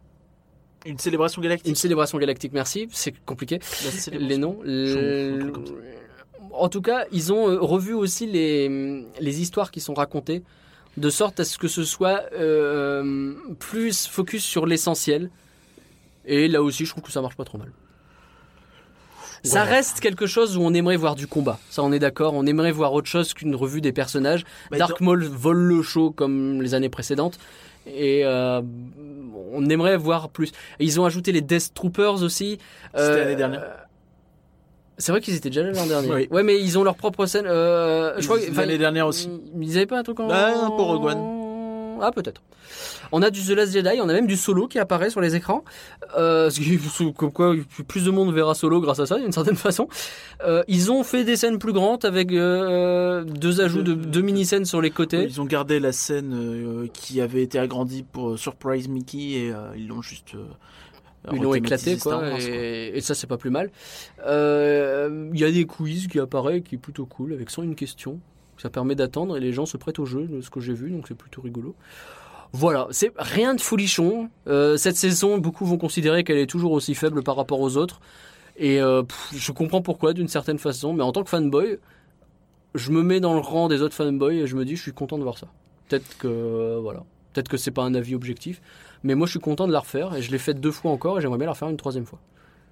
Une célébration galactique. une célébration galactique, merci, c'est compliqué, La célébration. les noms. Je- Le- En tout cas, ils ont euh, revu aussi les, les histoires qui sont racontées, de sorte à ce que ce soit euh, plus focus sur l'essentiel. Et là aussi, je trouve que ça marche pas trop mal. Ça Ouais. reste quelque chose où on aimerait voir du combat. Ça, on est d'accord. On aimerait voir autre chose qu'une revue des personnages. Bah, Dark Maul vole le show comme les années précédentes. Et euh, on aimerait voir plus. Et ils ont ajouté les Death Troopers aussi. C'était l'année dernière. C'est vrai qu'ils étaient déjà là l'an dernier. Oui. Ouais, mais ils ont leur propre scène. Euh, je crois que- enfin, L'année dernière aussi. Ils ils avaient pas un truc en. Ah, pour Rogue One. Ah, peut-être. On a du The Last Jedi, on a même du Solo qui apparaît sur les écrans. Euh, ce qui- comme quoi, plus de monde verra Solo grâce à ça, d'une certaine façon. Euh, ils ont fait des scènes plus grandes avec euh, deux ajouts de deux mini-scènes sur les côtés. Ils ont gardé la scène euh, qui avait été agrandie pour euh, Surprise Mickey et euh, ils l'ont juste. euh, Ils l'ont éclaté, rethématisé Star quoi, Wars, et, et ça, c'est pas plus mal. Euh, Il y a des quiz qui apparaissent, qui est plutôt cool, avec cent une questions. Ça permet d'attendre et les gens se prêtent au jeu, de ce que j'ai vu, donc c'est plutôt rigolo. Voilà, c'est rien de folichon. Euh, cette saison, beaucoup vont considérer qu'elle est toujours aussi faible par rapport aux autres. Et euh, pff, je comprends pourquoi, d'une certaine façon, mais en tant que fanboy, je me mets dans le rang des autres fanboys et je me dis, je suis content de voir ça. Peut-être que, euh, voilà, peut-être que c'est pas un avis objectif, mais moi je suis content de la refaire et je l'ai faite deux fois encore et j'aimerais bien la refaire une troisième fois.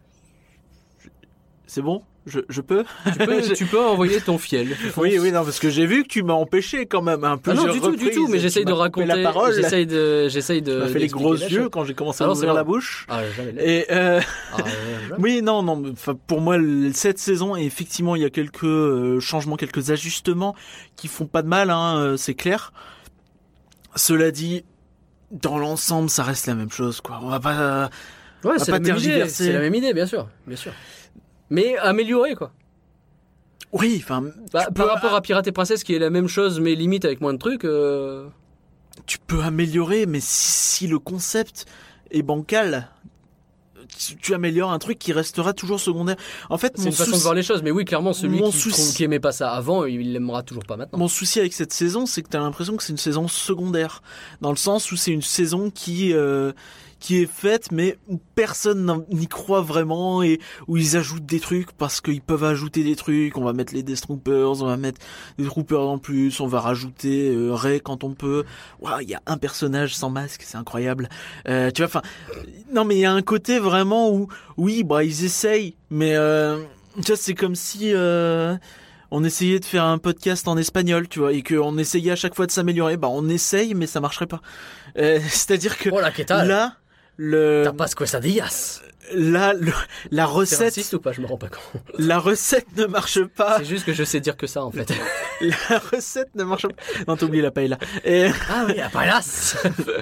C'est bon je, je peux Tu peux, tu peux envoyer ton fiel. Oui, oui, non, parce que j'ai vu que tu m'as empêché quand même un peu. Ah non, du tout, du tout, mais j'essaye de raconter. la parole. J'essaye de, j'essaye de. Tu m'as fait les d'expliquer gros la yeux chose. quand j'ai commencé Ah à non, c'est ouvrir vrai. la bouche. Ah, jamais. Et euh, Ah, ouais, jamais. oui, non, non. Enfin, pour moi, le- cette saison, effectivement, il y a quelques euh, changements, quelques ajustements qui font pas de mal. Hein, euh, c'est clair. Cela dit, dans l'ensemble, ça reste la même chose, quoi. On va pas. Ouais, va c'est pas la même idée. tergiverser. C'est la même idée, bien sûr, bien sûr. Mais améliorée, quoi. Oui, enfin. Bah, tu par peux- rapport à Pirate et Princesse, qui est la même chose, mais limite avec moins de trucs. Euh... Tu peux améliorer, mais si, si le concept est bancal, tu, tu améliores un truc qui restera toujours secondaire. En fait, C'est mon une façon souci- de voir les choses, mais oui, clairement, celui Mon qui, souci- trouve, qui aimait pas ça avant, il l'aimera toujours pas maintenant. Mon souci avec cette saison, c'est que t'as l'impression que c'est une saison secondaire, dans le sens où c'est une saison qui euh, qui est faite, mais où personne n'en- n'y croit vraiment et où ils ajoutent des trucs parce qu'ils peuvent ajouter des trucs. On va mettre les Death Troopers, on va mettre des Troopers en plus, on va rajouter euh, Rey quand on peut. Waouh, il y a un personnage sans masque, c'est incroyable. Euh, tu vois, enfin, non, mais il y a un côté vraiment où, oui, bah ils essayent, mais euh, tu vois, c'est comme si euh, on essayait de faire un podcast en espagnol, tu vois, et qu'on essayait à chaque fois de s'améliorer. Bah, on essaye, mais ça marcherait pas. Euh, c'est-à-dire que Oh la qu'est-ce là, le, T'as pas quesadillas. là, le, la C'est recette, raciste ou pas? Je me rends pas compte. la recette ne marche pas. C'est juste que je sais dire que ça, en fait. La recette ne marche pas. Non, t'as oublié la paella. Et Ah oui, Appalas.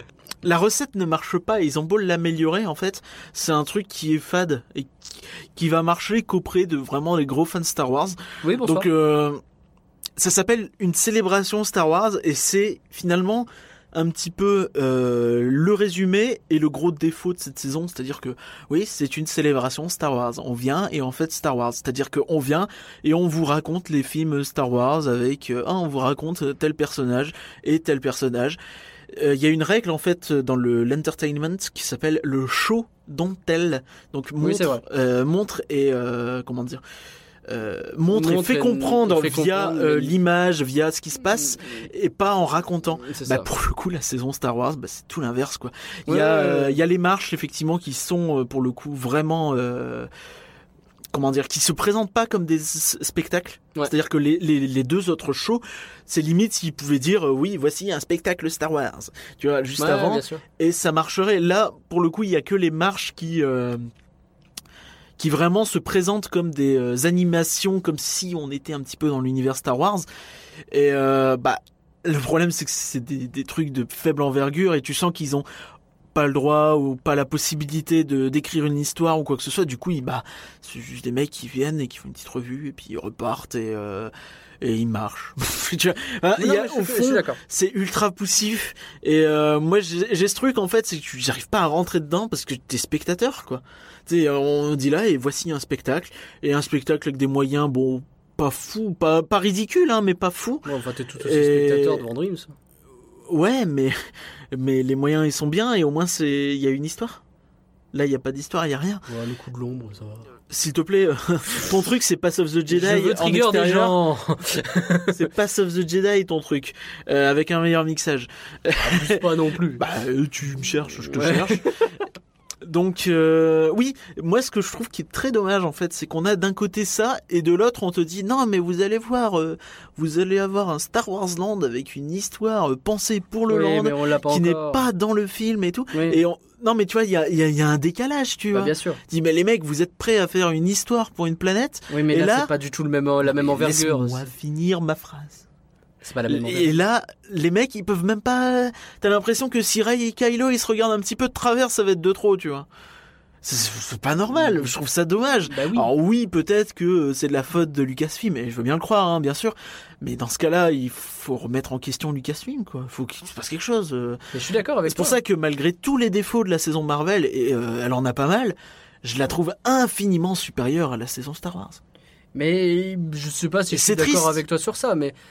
la recette ne marche pas. Ils ont beau l'améliorer, en fait, c'est un truc qui est fade et qui, qui va marcher qu'auprès de vraiment les gros fans de Star Wars. Oui, bonsoir. Donc, euh, ça s'appelle une célébration Star Wars et c'est finalement un petit peu euh, le résumé et le gros défaut de cette saison, c'est-à-dire que oui, c'est une célébration Star Wars. On vient et on fête Star Wars, c'est-à-dire qu'on vient et on vous raconte les films Star Wars avec euh, ah, on vous raconte tel personnage et tel personnage. Il euh, y a une règle en fait dans le l'entertainment qui s'appelle le show don't tell. Donc montre, Oui, c'est vrai. euh, montre et euh, comment dire. Euh, montre, et Montre fait et- comprendre fait via comprendre, euh, mais- l'image, via ce qui se passe, et pas en racontant. C'est Bah, ça. pour le coup, la saison Star Wars, bah, c'est tout l'inverse, quoi. Il Ouais, y a, ouais, ouais. euh, il y a les marches, effectivement, qui sont, euh, pour le coup, vraiment, euh, comment dire, qui se présentent pas comme des s- spectacles. Ouais. C'est-à-dire que les, les, les deux autres shows, c'est limite s'ils pouvaient dire, euh, oui, voici un spectacle Star Wars. Tu vois, juste Ouais, avant. bien sûr. Et ça marcherait. Là, pour le coup, il y a que les marches qui, euh, qui vraiment se présentent comme des euh, animations, comme si on était un petit peu dans l'univers Star Wars. Et euh, bah, le problème, c'est que c'est des, des trucs de faible envergure et tu sens qu'ils ont pas le droit ou pas la possibilité de d'écrire une histoire ou quoi que ce soit. Du coup, ils, bah, c'est juste des mecs qui viennent et qui font une petite revue et puis ils repartent et euh, et ils marchent. Tu vois, hein, il y a, Non, mais au je, suis- je suis fond, d'accord. c'est ultra poussif et euh, moi j'ai j'ai ce truc en fait, c'est que j'arrive pas à rentrer dedans parce que t'es spectateur, quoi. Tu sais, on dit là et voici un spectacle et un spectacle avec des moyens, bon, pas fou, pas pas ridicule, hein, mais pas fou. Ouais, enfin, t'es tout aussi Et- spectateur devant Dreams. Ouais, mais mais les moyens ils sont bien et au moins c'est il y a une histoire. Là, il y a pas d'histoire, il y a rien. Ouais, le coup de l'ombre, ça va. S'il te plaît, euh, ton truc c'est Pass of the Jedi Je veux en trigger des extérieur. gens. C'est Pass of the Jedi ton truc euh, avec un meilleur mixage. Abuse pas non plus. Bah, euh, tu me cherches, je te Ouais. cherche. Donc euh, oui, moi ce que je trouve qui est très dommage en fait, c'est qu'on a d'un côté ça et de l'autre on te dit non mais vous allez voir, euh, vous allez avoir un Star Wars Land avec une histoire euh, pensée pour le Oui, land mais on l'a pas qui encore. n'est pas dans le film et tout. Oui. Et on... non mais tu vois il y a, y, a, y a un décalage tu Bah, vois. bien sûr. Dis mais les mecs vous êtes prêts à faire une histoire pour une planète? Oui, mais Et là, là- c'est pas du tout le même, la même envergure. Laisse-moi finir ma phrase. C'est pas la même envergure. Et là, les mecs, ils peuvent même pas. T'as l'impression que si Rey et Kylo, ils se regardent un petit peu de travers, ça va être de trop, tu vois. C'est, c'est pas normal. Je trouve ça dommage. Bah oui. Alors oui, peut-être que c'est de la faute de Lucasfilm, et je veux bien le croire, hein, bien sûr. Mais dans ce cas-là, il faut remettre en question Lucasfilm, quoi. Faut qu'il se passe quelque chose. euh. Mais je suis d'accord avec C'est pour toi. ça que malgré tous les défauts de la saison Marvel, et euh, elle en a pas mal, je la trouve infiniment supérieure à la saison Star Wars. Mais je sais pas si Et je suis c'est d'accord triste. avec toi sur ça, mais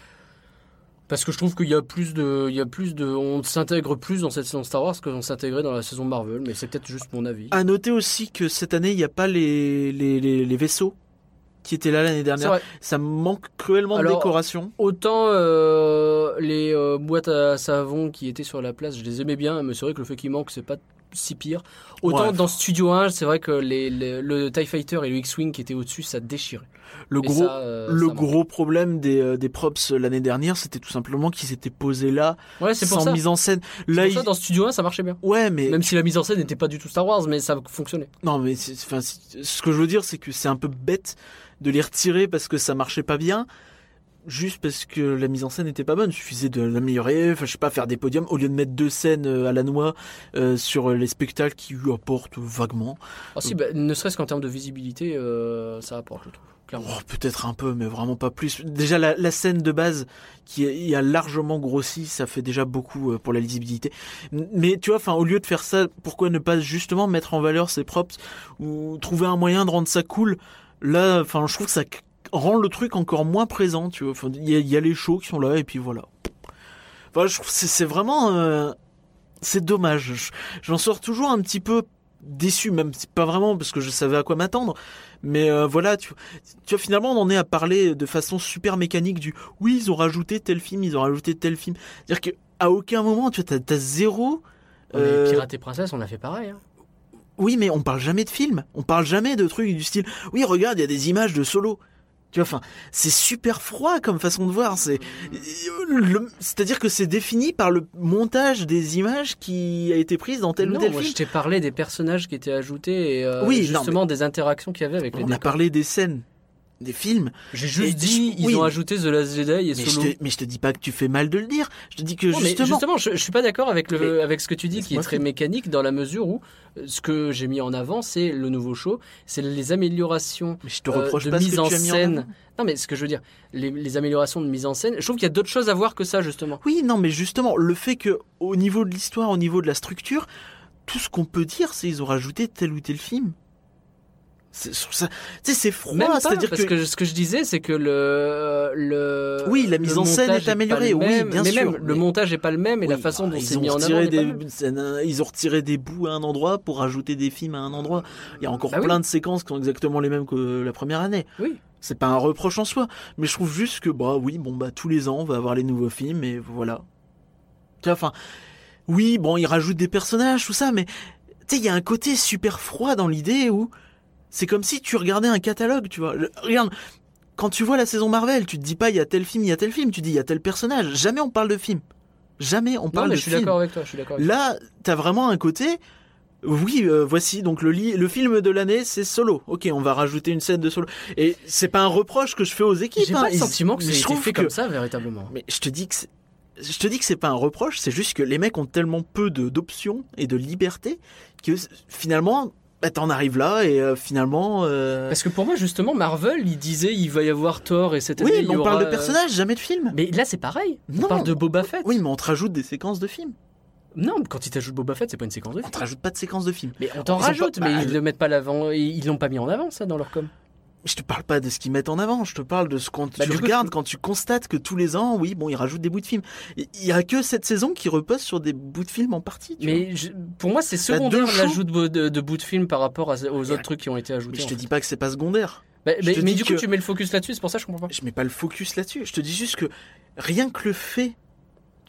parce que je trouve qu'il y a plus de, il y a plus de, on s'intègre plus dans cette saison Star Wars qu'on s'intégrait dans la saison Marvel, mais c'est peut-être juste mon avis. À noter aussi que cette année, il n'y a pas les, les, les, les vaisseaux qui étaient là l'année C'est dernière. vrai. Ça manque cruellement Alors, de décoration. Autant euh, les euh, boîtes à savon qui étaient sur la place, je les aimais bien, mais c'est vrai que le fait qu'il manque, c'est pas si pire. Autant Ouais. dans Studio un, c'est vrai que les, les- le TIE Fighter et le X-Wing qui étaient au-dessus, ça déchirait. Le Et gros, ça, euh, le ça manque. gros problème des, euh, des props l'année dernière, c'était tout simplement qu'ils étaient posés là, Ouais, c'est pour sans ça. mise en scène. C'est Là, pour ça, ils- dans Studio un, ça marchait bien. ouais, mais Même si la mise en scène n'était pas du tout Star Wars, mais ça fonctionnait. non, mais c'est- enfin, c'est- ce que je veux dire, c'est que c'est un peu bête de les retirer parce que ça marchait pas bien. Juste parce que la mise en scène n'était pas bonne, il suffisait de l'améliorer, enfin je sais pas, faire des podiums au lieu de mettre deux scènes euh, à la noix euh, sur les spectacles qui lui apportent vaguement. Ah si, bah, ne serait-ce qu'en termes de visibilité, euh, ça apporte, je trouve. Clairement. Oh, peut-être un peu, mais vraiment pas plus. Déjà la, la scène de base qui est- y a largement grossi, ça fait déjà beaucoup euh, pour la lisibilité. Mais tu vois, enfin au lieu de faire ça, pourquoi ne pas justement mettre en valeur ses props ou trouver un moyen de rendre ça cool? Là, enfin je trouve que ça rend le truc encore moins présent, tu vois. Enfin, il y, a- il y a les shows qui sont là et puis voilà. Enfin, je trouve que c'est, c'est vraiment, euh, c'est dommage. Je- J'en sors toujours un petit peu déçu, même si pas vraiment parce que je savais à quoi m'attendre. Mais euh, voilà, tu, tu vois, finalement, on en est à parler de façon super mécanique du oui, ils ont rajouté tel film, ils ont rajouté tel film. C'est-à-dire que à aucun moment, tu vois, t'as, t'as zéro. Mais euh, Pirates et Princesse, on a fait pareil. Hein. oui, mais on parle jamais de film. On parle jamais de trucs du style. Oui, regarde, il y a des images de Solo. Tu vois, enfin, c'est super froid comme façon de voir. C'est, le- c'est-à-dire que c'est défini par le montage des images qui a été prise dans tel non, ou tel moi, film. je t'ai parlé des personnages qui étaient ajoutés et euh, Oui, non, justement des interactions qu'il y avait avec les On a décors. parlé des scènes, des films. J'ai juste Et dit, je- ils oui. ont ajouté The Last Jedi et Mais je, Solo. te, mais je te dis pas que tu fais mal de le dire. Je te dis que Non, mais justement. justement, je, je suis pas d'accord avec le Mais- avec ce que tu dis qui est Laisse-moi très finir. mécanique dans la mesure où euh, ce que j'ai mis en avant c'est le nouveau show, c'est les améliorations Mais je te euh, reproche de pas ce mise que en tu as mis en scène. avant. Non mais ce que je veux dire, les, les améliorations de mise en scène, je trouve qu'il y a d'autres choses à voir que ça justement. Oui, non, mais justement, le fait que au niveau de l'histoire, au niveau de la structure, tout ce qu'on peut dire, c'est ils ont rajouté tel ou tel film. C'est, je trouve ça, tu sais, c'est froid. Même pas, C'est-à-dire parce que, que... ce que je disais, c'est que le le Oui, la mise le en scène montage est pas améliorée, le oui, même, bien mais sûr, Même, le mais- montage est pas le même et la oui, façon bah, dont ils c'est ont mis en avant. retiré n'est pas des le même. scènes- ils ont retiré des bouts à un endroit pour rajouter des films à un endroit. Il y a encore Bah oui. plein de séquences qui sont exactement les mêmes que la première année. Oui. C'est pas un reproche en soi, mais je trouve juste que bah oui, bon bah tous les ans on va avoir les nouveaux films et voilà. Tu vois, enfin, oui, bon ils rajoutent des personnages tout ça, mais tu sais il y a un côté super froid dans l'idée où c'est comme si tu regardais un catalogue, tu vois. Le- regarde, quand tu vois la saison Marvel, tu te dis pas il y a tel film, il y a tel film, tu dis il y a tel personnage. Jamais on parle de film. Jamais on Non parle mais de je suis film. d'accord avec toi, je suis d'accord. avec Là, t'as vraiment un côté. Oui, euh, voici donc le, li- le film de l'année, c'est Solo. Ok, on va rajouter une scène de Solo. Et c'est pas un reproche que je fais aux toi. équipes. J'ai hein. pas le Ils- sentiment que mais ça je a été trouve fait que- comme ça véritablement. Mais je te dis que c'est... je te dis que c'est pas un reproche, c'est juste que les mecs ont tellement peu de d'options et de liberté que finalement, bah, t'en arrives là et euh, finalement. euh, Parce que pour moi, justement, Marvel, il disait il va y avoir Thor et cette année. Oui, il mais y on parle aura, de euh, personnages, jamais de films. Mais là, c'est pareil. On Non. parle de Boba Fett. Oui, mais on te rajoute des séquences de films. Non, quand ils t'ajoutent Boba Fett, c'est pas une séquence de On film. te rajoute pas de séquences de films. Mais on t'en Ils ont rajoute, pas- mais bah, ils le mettent pas l'avant. Ils l'ont pas mis en avant, ça, dans leur com. Je te parle pas de ce qu'ils mettent en avant, je te parle de ce qu'on Bah, tu du coup, regardes je- quand tu constates que tous les ans, oui, bon, ils rajoutent des bouts de films. Il y a que cette saison qui repose sur des bouts de films en partie. Tu vois. Mais je- pour moi, c'est T'as secondaire deux shows. l'ajout de, de, de bouts de film par rapport à- aux Mais- autres trucs qui ont été Mais ajoutés. je te en dis fait. pas que c'est pas secondaire. Bah, je mais te mais dis du coup, que- tu mets le focus là-dessus, c'est pour ça que je comprends pas. Je mets pas le focus là-dessus. Je te dis juste que rien que le fait,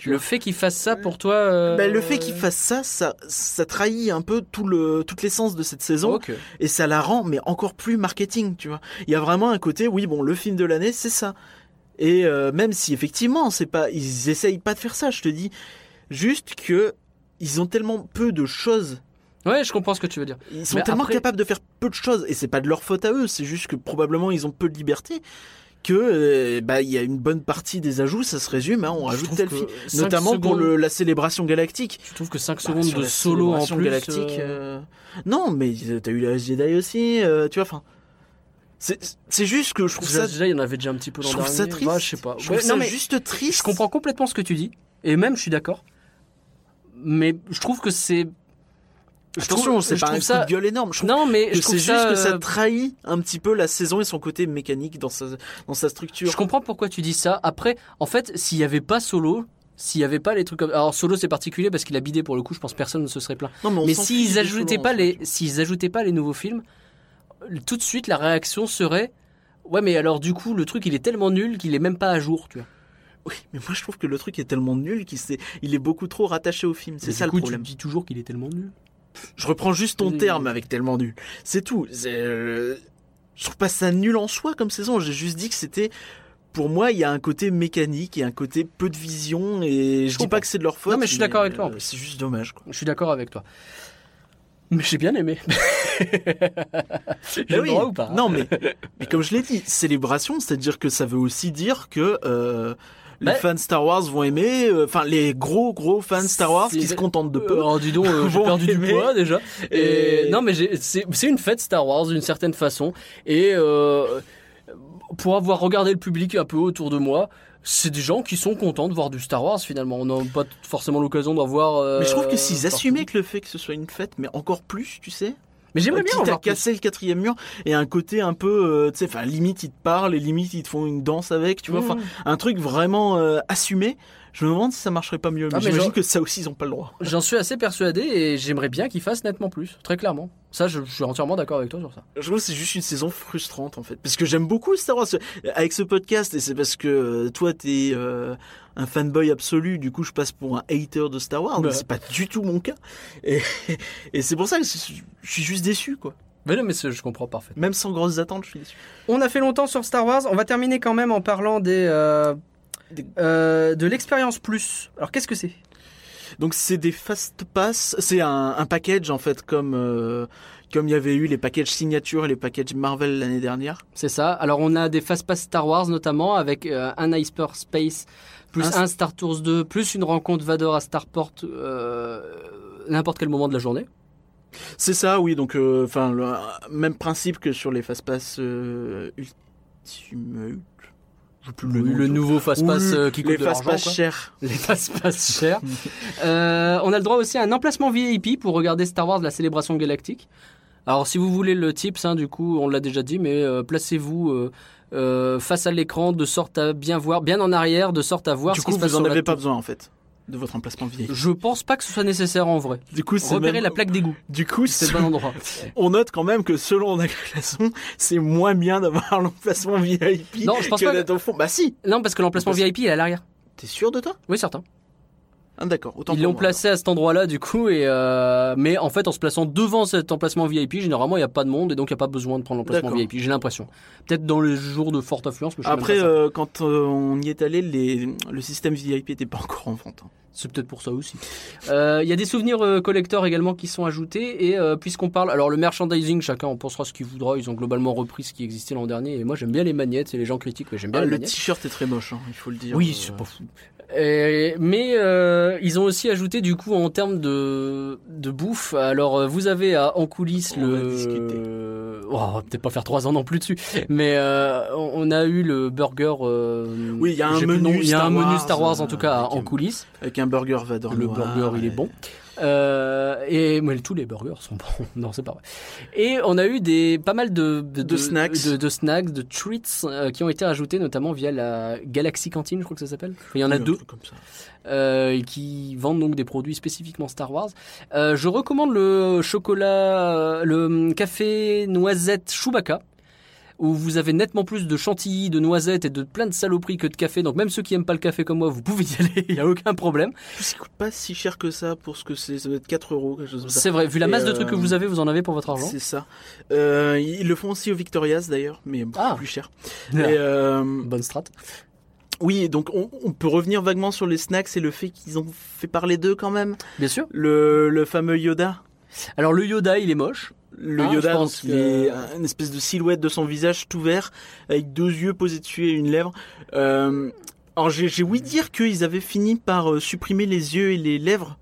Tu Le vois. fait qu'il fasse ça pour toi. Euh... Bah, le fait qu'il fasse ça, ça, ça trahit un peu tout le, toute l'essence de cette saison. Ok. Et ça la rend, mais encore plus marketing, tu vois. Il y a vraiment un côté, oui, bon, le film de l'année, c'est ça. Et euh, même si effectivement, c'est pas, ils essayent pas de faire ça, je te dis, juste que ils ont tellement peu de choses. Ouais, je comprends ce que tu veux dire. Ils sont Mais tellement après- capables de faire peu de choses, et c'est pas de leur faute à eux, c'est juste que probablement ils ont peu de liberté. Que euh, bah il y a une bonne partie des ajouts, ça se résume, hein, on Je rajoute trouve tel que film, cinq notamment pour secondes- le, la célébration galactique. Je trouve que cinq Bah, secondes sur de la solo en célébration plus. galactique. euh, euh, Non, mais t'as eu la Jedi aussi, euh, tu vois. Enfin, c'est c'est juste que je trouve Déjà, ça, déjà, il y en avait déjà un petit peu je l'an trouve dernier. ça triste. Ouais, je sais pas. Je trouve Ouais, ça non, mais juste triste. je comprends complètement ce que tu dis. Et même, je suis d'accord. Mais je trouve que c'est. je Attention, trouve- c'est je pas un trouve coup ça. de gueule énorme. Je trouve Non, mais que je trouve c'est juste ça. que ça euh, trahit un petit peu la saison et son côté mécanique dans sa dans sa structure. Je comprends pourquoi tu dis ça. Après, en fait, s'il y avait pas Solo, s'il y avait pas les trucs comme. Alors, Solo, c'est particulier parce qu'il a bidé pour le coup. Je pense que personne ne se serait plaint. Non, on Mais s'en s'ils fiche des ajoutaient solos, pas en les, fait. s'ils ajoutaient pas les nouveaux films, tout de suite la réaction serait, ouais, mais alors du coup, le truc il est tellement nul qu'il est même pas à jour, tu vois. Oui, mais moi je trouve que le truc est tellement nul qu'il s'est- il est beaucoup trop rattaché au film. C'est Mais ça du le coup, problème. Tu dis toujours qu'il est tellement nul. Je reprends juste ton Oui. terme avec tellement nul. C'est tout. C'est, euh, Je trouve pas ça nul en soi comme saison. J'ai juste dit que c'était. Pour moi, il y a un côté mécanique et un côté peu de vision. Et je, dis comprends. pas que c'est de leur faute. Non, mais je suis d'accord avec toi, en euh, plus. C'est juste dommage. Quoi. Je suis d'accord avec toi. Mais j'ai bien aimé. J'ai Bah le oui. droit ou pas Non, mais, mais comme je l'ai dit, célébration, c'est-à-dire que ça veut aussi dire que euh, les Bah, fans Star Wars vont aimer. euh, Enfin, les gros gros fans Star Wars c'est- qui se contentent de peu. Alors dis donc, euh, j'ai Vont perdu du aimer. poids déjà. Et... Et- Non mais j'ai- c'est c'est une fête Star Wars d'une certaine façon. Et euh, pour avoir regardé le public un peu autour de moi, c'est des gens qui sont contents de voir du Star Wars finalement. On n'a pas forcément l'occasion d'en voir. euh, Mais je trouve que s'ils partout. assumaient que le fait que ce soit une fête, mais encore plus, tu sais. Mais j'aimerais bien en Quitte à voir plus. casser le quatrième mur et un côté un peu, euh, tu sais, enfin limite ils te parlent et limite ils te font une danse avec, tu vois, enfin Mmh. un truc vraiment euh, assumé. Je me demande si ça marcherait pas mieux. Mais Ah, mais j'imagine genre- que ça aussi ils ont pas le droit. J'en suis assez persuadé et j'aimerais bien qu'ils fassent nettement plus, très clairement. Ça, je, je suis entièrement d'accord avec toi sur ça. Je trouve que c'est juste une saison frustrante en fait, parce que j'aime beaucoup Star Wars avec ce podcast et c'est parce que euh, toi t'es euh, un fanboy absolu, du coup je passe pour un hater de Star Wars, mais Bah. c'est pas du tout mon cas. Et, et c'est pour ça que je je suis juste déçu quoi. Mais non, mais c'est- je comprends parfaitement. Même sans grosses attentes, je suis déçu. On a fait longtemps sur Star Wars. On va terminer quand même en parlant des, euh, Des- euh, de l'expérience plus. Alors qu'est-ce que c'est? Donc c'est des fast pass, c'est un, un package en fait comme euh, comme il y avait eu les packages signature et les packages Marvel l'année dernière. C'est ça. Alors on a des fast-pass Star Wars notamment avec euh, un Hyperspace plus Un- un Star Tours deux plus une rencontre Vador à Starport euh, n'importe quel moment de la journée. C'est ça, oui. Donc euh, enfin le même principe que sur les fast pass euh, Ultimate. Je sais plus Le, nom du tout. nouveau fast-pass Oui, euh, qui coûte les de fast l'argent. pass quoi. chers. Les fast-pass chers. Euh, on a le droit aussi à un emplacement V I P pour regarder Star Wars la célébration galactique. Alors si vous voulez le tips, hein, du coup on l'a déjà dit, mais euh, placez-vous euh, euh, face à l'écran de sorte à bien voir, bien en arrière, de sorte à voir Du ce coup, qui se passe vous en sur la avez pas tour. besoin en fait de votre emplacement vieil. Je pense pas que ce soit nécessaire en vrai. Du coup, c'est Repérer même- la plaque d'égout, Du coup, c'est c'est- le bon endroit. on note quand même que selon la classation, c'est moins bien d'avoir l'emplacement V I P Non, je pense que pas que- d'être au fond. Bah si. Non, parce que l'emplacement Parce- V I P il est à l'arrière. T'es sûr de toi? Oui, certain. Ah d'accord. Autant Ils pour l'ont moi, placé à cet endroit-là, du coup, et euh, mais en fait, en se plaçant devant cet emplacement V I P, généralement, il n'y a pas de monde, et donc il n'y a pas besoin de prendre l'emplacement D'accord. V I P, j'ai l'impression. Peut-être dans les jours de forte affluence, mais je suis Après, même pas certain. euh, quand euh, on y est allé, les... le système V I P n'était pas encore en vente. C'est peut-être pour ça aussi. Euh, Il y a des souvenirs euh, collector également qui sont ajoutés, et euh, puisqu'on parle... Alors, le merchandising, chacun en pensera ce qu'il voudra, ils ont globalement repris ce qui existait l'an dernier, et moi, j'aime bien les magnettes, et les gens critiquent, mais j'aime bien Ah, les le magnettes. t-shirt est très moche, hein, il faut le dire. Oui, Euh, c'est pas fou. Et- mais euh, ils ont aussi ajouté du coup en termes de, de bouffe. Alors euh, vous avez à, en coulisses On va le. discuter. Oh, on va peut-être pas faire trois ans non plus dessus. Mais euh, on, on a eu le burger. euh, Oui, il y a un j'ai plus le menu nom. Il y a Star un menu Wars, Star Wars en euh, tout cas avec en un- coulisses. Avec un burger Vador Le noir, burger, il est et- bon. Euh, et mais tous les burgers sont bons. Non, c'est pas vrai. Et on a eu des pas mal de de, De snacks. de, de snacks, de treats euh, qui ont été rajoutés notamment via la Galaxy Cantine, je crois que ça s'appelle. Enfin, il y en a Oui, un deux. truc comme ça. Euh, qui vendent donc des produits spécifiquement Star Wars. Euh, je recommande le chocolat, euh, le café noisette Chewbacca, où vous avez nettement plus de chantilly, de noisettes et de plein de saloperies que de café. Donc même ceux qui aiment pas le café comme moi, vous pouvez y aller, il y a aucun problème. Ça coûte pas si cher que ça pour ce que c'est, ça doit être quatre euros, quelque chose comme ça. C'est vrai, vu la masse Et de trucs euh, que vous avez, vous en avez pour votre argent. C'est ça. Euh, ils le font aussi au Victoria's d'ailleurs, mais beaucoup Ah. plus cher. Ah. Et, euh, Bonne strat. oui, donc on, on peut revenir vaguement sur les snacks et le fait qu'ils ont fait parler d'eux quand même. Bien sûr. Le, le fameux Yoda. Alors le Yoda, il est moche. Le Ah, je Yoda, pense donc, il que- est une espèce de silhouette de son visage tout vert, avec deux yeux posés dessus et une lèvre. Euh, alors j'ai, j'ai ouï dire qu'ils avaient fini par euh, supprimer les yeux et les lèvres,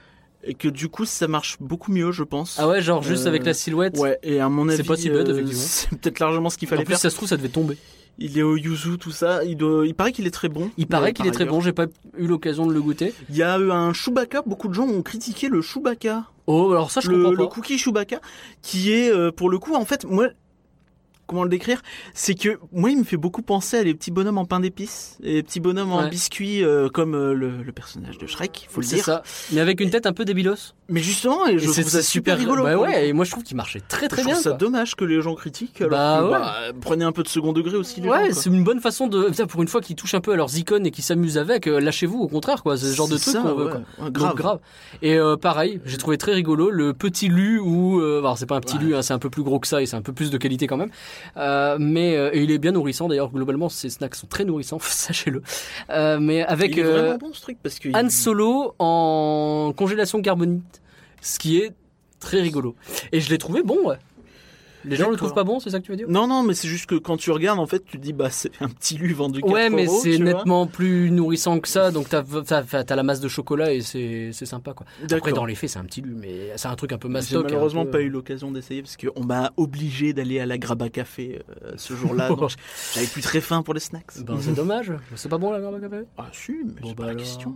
et que du coup ça marche beaucoup mieux, je pense. Ah ouais, genre juste Euh, avec la silhouette. Ouais, et à mon avis, C'est pas si bête, euh, effectivement. c'est peut-être largement ce qu'il En fallait plus, faire. ça se trouve, ça devait tomber. Il est au yuzu, tout ça. Il, doit, il paraît qu'il est très bon. Il paraît Mais qu'il par est très ailleurs, bon, j'ai pas eu l'occasion de le goûter. Il y a eu un Chewbacca. Beaucoup de gens ont critiqué le Chewbacca. Oh, alors ça, je le, comprends le pas. cookie Chewbacca, qui est euh, pour le coup, en fait, moi, comment le décrire, c'est que moi, il me fait beaucoup penser à les petits bonhommes en pain d'épices, et les petits bonhommes en Ouais. biscuits, euh, comme euh, le, le personnage de Shrek, faut le C'est dire. ça. Mais avec une tête un peu débilos. Mais justement, et je Et c'est trouve ça c'est super rigolo. Bah pour le ouais, coup. et moi je trouve qu'il marchait très très je bien. trouve ça quoi. dommage que les gens critiquent. Alors Bah que, ouais. bah, prenez un peu de second degré aussi. Les Ouais, gens, quoi. c'est une bonne façon de. Putain, pour une fois qu'ils touchent un peu à leurs icônes et qu'ils s'amusent avec, euh, lâchez-vous au contraire, quoi. C'est le genre de C'est truc ça, qu'on veut. ouais. quoi. Ouais, Donc, grave. grave. Et euh, pareil, j'ai trouvé très rigolo le petit lu où. Euh, alors c'est pas un petit Ouais. lu, hein, c'est un peu plus gros que ça et c'est un peu plus de qualité quand même. Euh, mais euh, et il est bien nourrissant d'ailleurs. Globalement, ces snacks sont très nourrissants, sachez-le. Euh, mais avec Il est euh, vraiment bon ce truc parce que Han il- Solo en congélation carbonite, ce qui est très rigolo. Et je l'ai trouvé bon, ouais. Les gens le D'accord. trouvent pas bon, c'est ça que tu veux dire? Non, non, mais c'est juste que quand tu regardes, en fait, tu te dis, bah, c'est un petit lu vendu quatre Ouais, mais euros, c'est tu vois. nettement plus nourrissant que ça, donc t'as, t'as, t'as la masse de chocolat et c'est, c'est sympa, quoi. Après, D'accord. dans les faits, c'est un petit lu, mais c'est un truc un peu J'ai mastoc. malheureusement un peu- pas eu l'occasion d'essayer parce qu'on m'a obligé d'aller à la Graba Café euh, ce jour-là. Donc j'avais plus très faim pour les snacks. Ben, c'est dommage. C'est pas bon, la Graba Café? Ah, si, mais Bon, c'est bah pas la alors. question.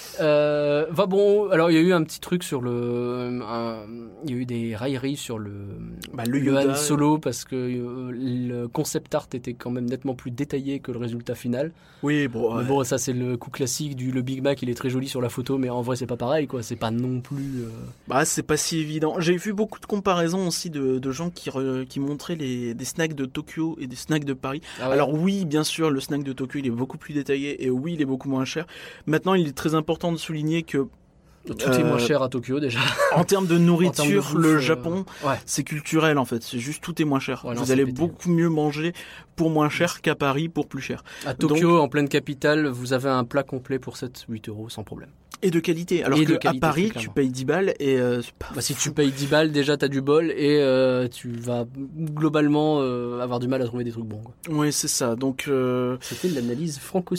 Euh, va bon, alors il y a eu un petit truc sur le, un- il y a eu des railleries sur le, Bah, le le Yoda, Han Solo parce que euh, le concept art était quand même nettement plus détaillé que le résultat final. Oui, bon, Mais ouais. bon, ça c'est le coup classique du le Big Mac, il est très joli sur la photo, mais en vrai c'est pas pareil, quoi. C'est pas non plus. euh, Bah, c'est pas si évident. J'ai vu beaucoup de comparaisons aussi de, de gens qui, re- qui montraient les, des snacks de Tokyo et des snacks de Paris. Ah ouais. Alors oui, bien sûr, le snack de Tokyo, il est beaucoup plus détaillé et oui, il est beaucoup moins cher. Maintenant, il est très important de souligner que Tout est Euh, moins cher à Tokyo déjà. en termes de nourriture, bouffe, le euh, Japon, Ouais. c'est culturel en fait. C'est juste tout est moins cher. Ouais, non, Vous c'est allez pété. beaucoup mieux manger pour moins cher qu'à Paris pour plus cher. À Tokyo, en pleine capitale, vous avez un plat complet pour sept huit euros sans problème. Et de qualité. Alors Et que de qualité, à Paris, très tu clairement. payes dix balles et euh, c'est pas Bah, si fou. tu payes dix balles, déjà t'as du bol et euh, tu vas globalement euh, avoir du mal à trouver des trucs bons, quoi. Ouais, c'est ça. Donc euh, C'était de l'analyse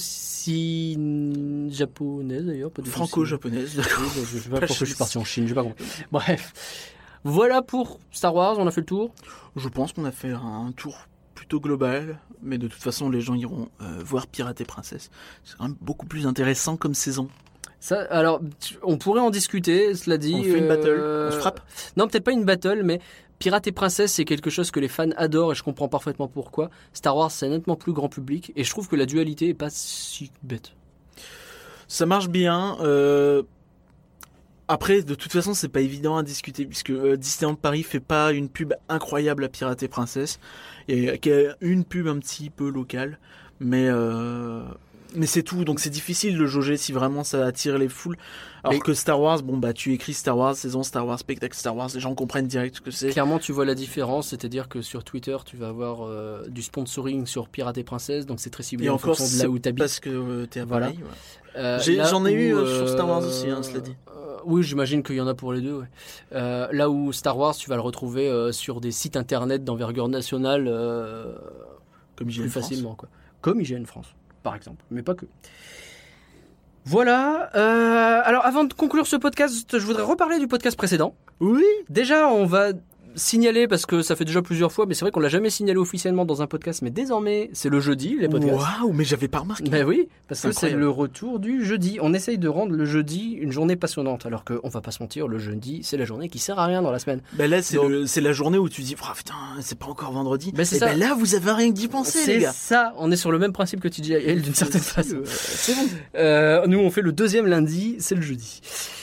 franco-japonaise d'ailleurs. Pas du tout, franco-japonaise. c'est- Oui, bah, je sais pas Pas pourquoi je suis juste. parti en Chine, j'ai pas compris. Bref. Voilà pour Star Wars, on a fait le tour. Je pense qu'on a fait un tour plutôt global, mais de toute façon, les gens iront euh, voir Pirates et Princesse. C'est quand même beaucoup plus intéressant comme saison. Ça, alors, tu- on pourrait en discuter, cela dit. On fait une battle, euh, on se frappe. Non, peut-être pas une battle, mais Pirates et Princesse, c'est quelque chose que les fans adorent et je comprends parfaitement pourquoi. Star Wars, c'est nettement plus grand public et je trouve que la dualité est pas si bête. Ça marche bien. euh, Après, de toute façon, c'est pas évident à discuter puisque euh, Disneyland Paris fait pas une pub incroyable à Pirates et Princesse. Il y a qu'il y a une pub un petit peu locale, mais euh, mais c'est tout. Donc c'est difficile de jauger si vraiment ça attire les foules. Alors Mais- que Star Wars, bon bah tu écris Star Wars saison Star Wars spectacle Star Wars, les gens comprennent direct ce que c'est. Clairement, tu vois la différence, c'est-à-dire que sur Twitter, tu vas avoir euh, du sponsoring sur Pirates et Princesse, donc c'est très ciblé Et en encore, fonction de là c'est où tu habites. parce que euh, t'es à Voilà. Paris. ouais. Euh, J'ai- là j'en ai eu, où, euh, sur Star Wars aussi, hein, cela dit. euh, oui, j'imagine qu'il y en a pour les deux. Ouais. Euh, là où Star Wars, tu vas le retrouver euh, sur des sites internet d'envergure nationale euh, Comme I G N plus France. facilement, quoi. Comme I G N France, par exemple, mais pas que. Voilà. euh, alors, avant de conclure ce podcast, je voudrais reparler du podcast précédent. Oui. Déjà, on va signaler, parce que ça fait déjà plusieurs fois, mais c'est vrai qu'on l'a jamais signalé officiellement dans un podcast, mais désormais, c'est le jeudi, les podcasts. Waouh, mais j'avais pas remarqué. Ben oui, parce C'est que c'est incroyable. le retour du jeudi. On essaye de rendre le jeudi une journée passionnante, alors qu'on va pas se mentir, le jeudi, c'est la journée qui sert à rien dans la semaine. Ben là, c'est Donc- le- c'est la journée où tu dis, oh, putain, c'est pas encore vendredi. Ben, c'est Et ça. ben là, vous avez rien que d'y penser, les C'est gars. ça, on est sur le même principe que T J L d'une certaine façon. Euh, C'est bon. Euh, nous, on fait le deuxième lundi, c'est le jeudi.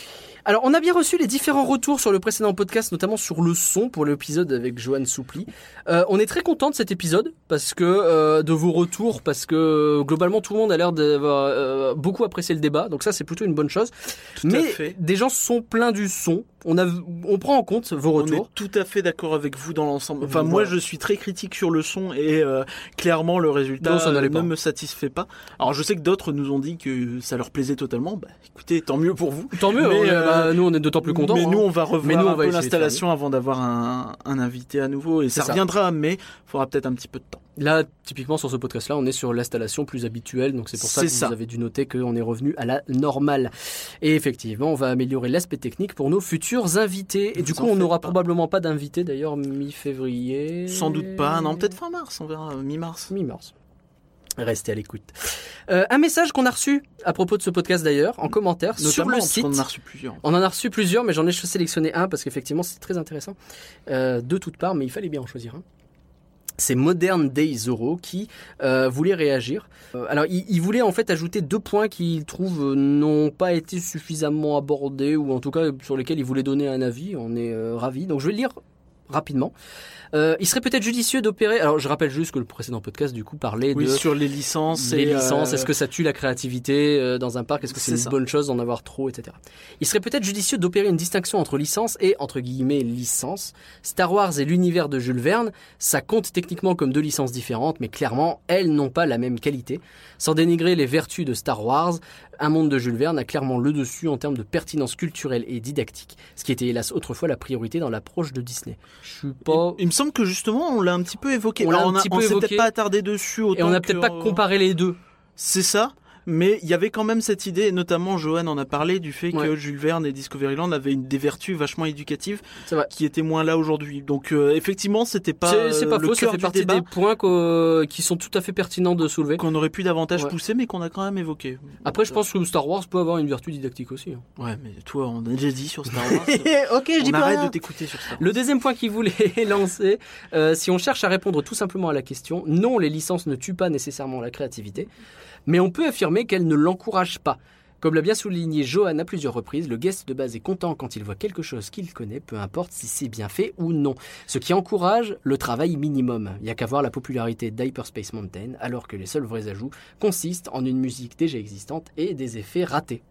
Alors, on a bien reçu les différents retours sur le précédent podcast, notamment sur le son pour l'épisode avec Johan Soupli. Euh, on est très content de cet épisode parce que euh, de vos retours, parce que euh, globalement tout le monde a l'air d'avoir euh, beaucoup apprécié le débat, donc ça c'est plutôt une bonne chose. Tout Mais à fait. des gens sont pleins du son. On a, on prend en compte vos On retours. est tout à fait d'accord avec vous dans l'ensemble. Enfin, Voilà. moi, je suis très critique sur le son et euh, clairement, le résultat Non, ça n'allait ne pas. me satisfait pas. Alors, je sais que d'autres nous ont dit que ça leur plaisait totalement. Bah, écoutez, tant mieux pour vous. Tant mieux. Mais, on est- euh, bah, nous on est d'autant plus contents. Mais hein. nous, on va revoir Mais nous, on un va peu essayer de l'installation avant d'avoir un, un invité à nouveau. Et C'est ça, ça. reviendra, mais il faudra peut-être un petit peu de temps. Là, typiquement sur ce podcast-là, on est sur l'installation plus habituelle, donc c'est pour ça C'est que ça. vous avez dû noter qu'on est revenu à la normale. Et effectivement, on va améliorer l'aspect technique pour nos futurs invités. Et Vous du coup, en on faites n'aura pas. probablement pas d'invités d'ailleurs mi-février. Sans doute pas. Non, peut-être fin mars, on verra, euh, mi-mars. mi-mars. Restez à l'écoute. Euh, un message qu'on a reçu à propos de ce podcast d'ailleurs, en commentaire sur Notamment le parce site. qu'on en a reçu plusieurs. On en a reçu plusieurs, mais j'en ai sélectionné un parce qu'effectivement c'est très intéressant euh, de toutes parts, mais il fallait bien en choisir un. C'est Modern Day Zoro qui euh, voulait réagir. Euh, alors, il, il voulait en fait ajouter deux points qu'il trouve euh, n'ont pas été suffisamment abordés, ou en tout cas sur lesquels il voulait donner un avis. On est euh, ravis. Donc, je vais le lire rapidement. Euh, il serait peut-être judicieux d'opérer. Alors, je rappelle juste que le précédent podcast, du coup, parlait Oui, de sur les licences. les et, licences, euh, est-ce que ça tue la créativité euh, dans un parc? Est-ce que c'est C'est une ça. bonne chose d'en avoir trop, et cetera. Il serait peut-être judicieux d'opérer une distinction entre licence et, entre guillemets, licence. Star Wars et l'univers de Jules Verne, ça compte techniquement comme deux licences différentes, mais clairement, elles n'ont pas la même qualité. Sans dénigrer les vertus de Star Wars, Un monde de Jules Verne a clairement le dessus en termes de pertinence culturelle et didactique, ce qui était hélas autrefois la priorité dans l'approche de Disney. Je suis pas... Il me semble que justement, on l'a un petit peu évoqué. On l'a Alors, un a- petit peu on s'est évoqué. peut-être pas attardé dessus autant Et on n'a que- peut-être pas comparé les deux. C'est ça. Mais il y avait quand même cette idée, et notamment Johan en a parlé, du fait Ouais. que Jules Verne et Discoveryland avaient une, des vertus vachement éducatives C'est vrai. qui étaient moins là aujourd'hui. Donc euh, effectivement, c'était pas, C'est c'est pas euh, le faux, ça cœur fait du partie débat des points qu'au- qui sont tout à fait pertinents de soulever. qu'on aurait pu davantage Ouais. pousser, mais qu'on a quand même évoqué. Après, je pense que Star Wars peut avoir une vertu didactique aussi. hein. Ouais, mais toi, on a déjà dit sur Star Wars. ok, je on arrête de t'écouter sur Star Wars. Le deuxième point qu'il voulait lancer, euh, si on cherche à répondre tout simplement à la question, non, les licences ne tuent pas nécessairement la créativité, mais on peut affirmer qu'elles ne l'encouragent pas. Comme l'a bien souligné Johan à plusieurs reprises, le guest de base est content quand il voit quelque chose qu'il connaît, peu importe si c'est bien fait ou non. Ce qui encourage le travail minimum. Il n'y a qu'à voir la popularité d'Hyperspace Mountain, alors que les seuls vrais ajouts consistent en une musique déjà existante et des effets ratés.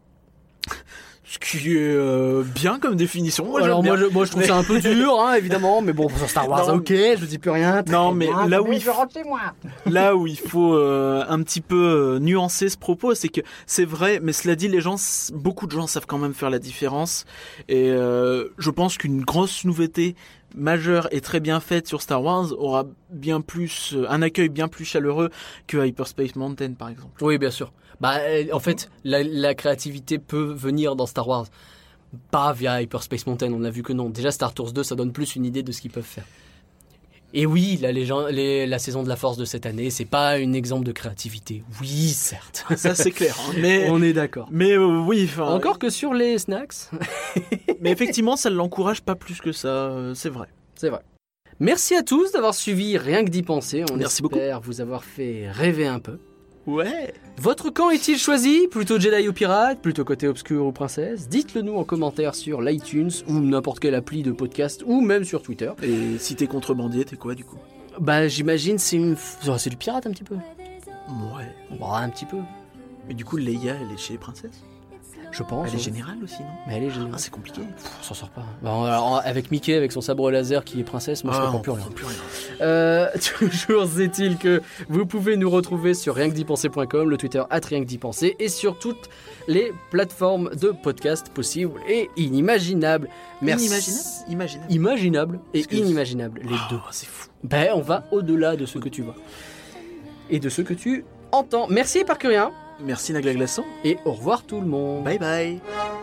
Ce qui est euh, bien comme définition. Moi, Alors j'aime moi bien. je, moi je trouve ça un peu dur, hein, évidemment, mais bon, sur Star Wars, Non, ok, je dis plus rien. Non, mais là où, il je faut, rentre chez moi. là où il faut euh, un petit peu euh, nuancer ce propos, c'est que c'est vrai, mais cela dit, les gens, s- beaucoup de gens savent quand même faire la différence. Et euh, je pense qu'une grosse nouveauté majeure et très bien faite sur Star Wars aura bien plus euh, un accueil bien plus chaleureux que Hyperspace Mountain, par exemple. Oui, bien sûr. Bah, euh, en fait, la, la créativité peut venir dans Star Wars. Pas via Hyperspace Mountain, on a vu que non. Déjà, Star Tours deux, ça donne plus une idée de ce qu'ils peuvent faire. Et oui, la, légende, les, la saison de la Force de cette année, c'est pas un exemple de créativité. Oui, certes. Ça, c'est clair. hein. Mais, On est d'accord. mais euh, oui, enfin, Encore que sur les snacks, mais effectivement, ça ne l'encourage pas plus que ça. euh, c'est vrai. c'est vrai. Merci à tous d'avoir suivi Rien que d'y penser. On Merci espère vous avoir fait rêver un peu. Ouais. Votre camp est-il choisi? Plutôt Jedi ou pirate? Plutôt côté obscur ou princesse? Dites-le nous en commentaire sur l'iTunes ou n'importe quelle appli de podcast ou même sur Twitter. Et si t'es contrebandier, t'es quoi du coup? Bah j'imagine c'est une... oh, c'est du pirate un petit peu. Ouais. Bah, un petit peu. Mais du coup, Leia, elle est chez les princesses. Je pense. Elle est ouais. générale aussi, non? Mais elle est générale. Ah, c'est compliqué. On s'en sort pas. Bah, alors, avec Mickey, avec son sabre laser qui est princesse, moi je Ah, comprends on plus rien. comprend plus rien. Euh, toujours est-il que vous pouvez nous retrouver sur rien que d'y penser point com, le Twitter arobase rien que d'y penser et sur toutes les plateformes de podcast possibles et inimaginables. Merci. Inimaginable. Imaginable. Imaginable et Excuse. inimaginable, les deux. Oh, c'est fou. Ben, on va au-delà de ce que tu vois et de ce que tu entends. Merci Parcurien Merci Nagla Glaçon. et au revoir tout le monde. Bye bye.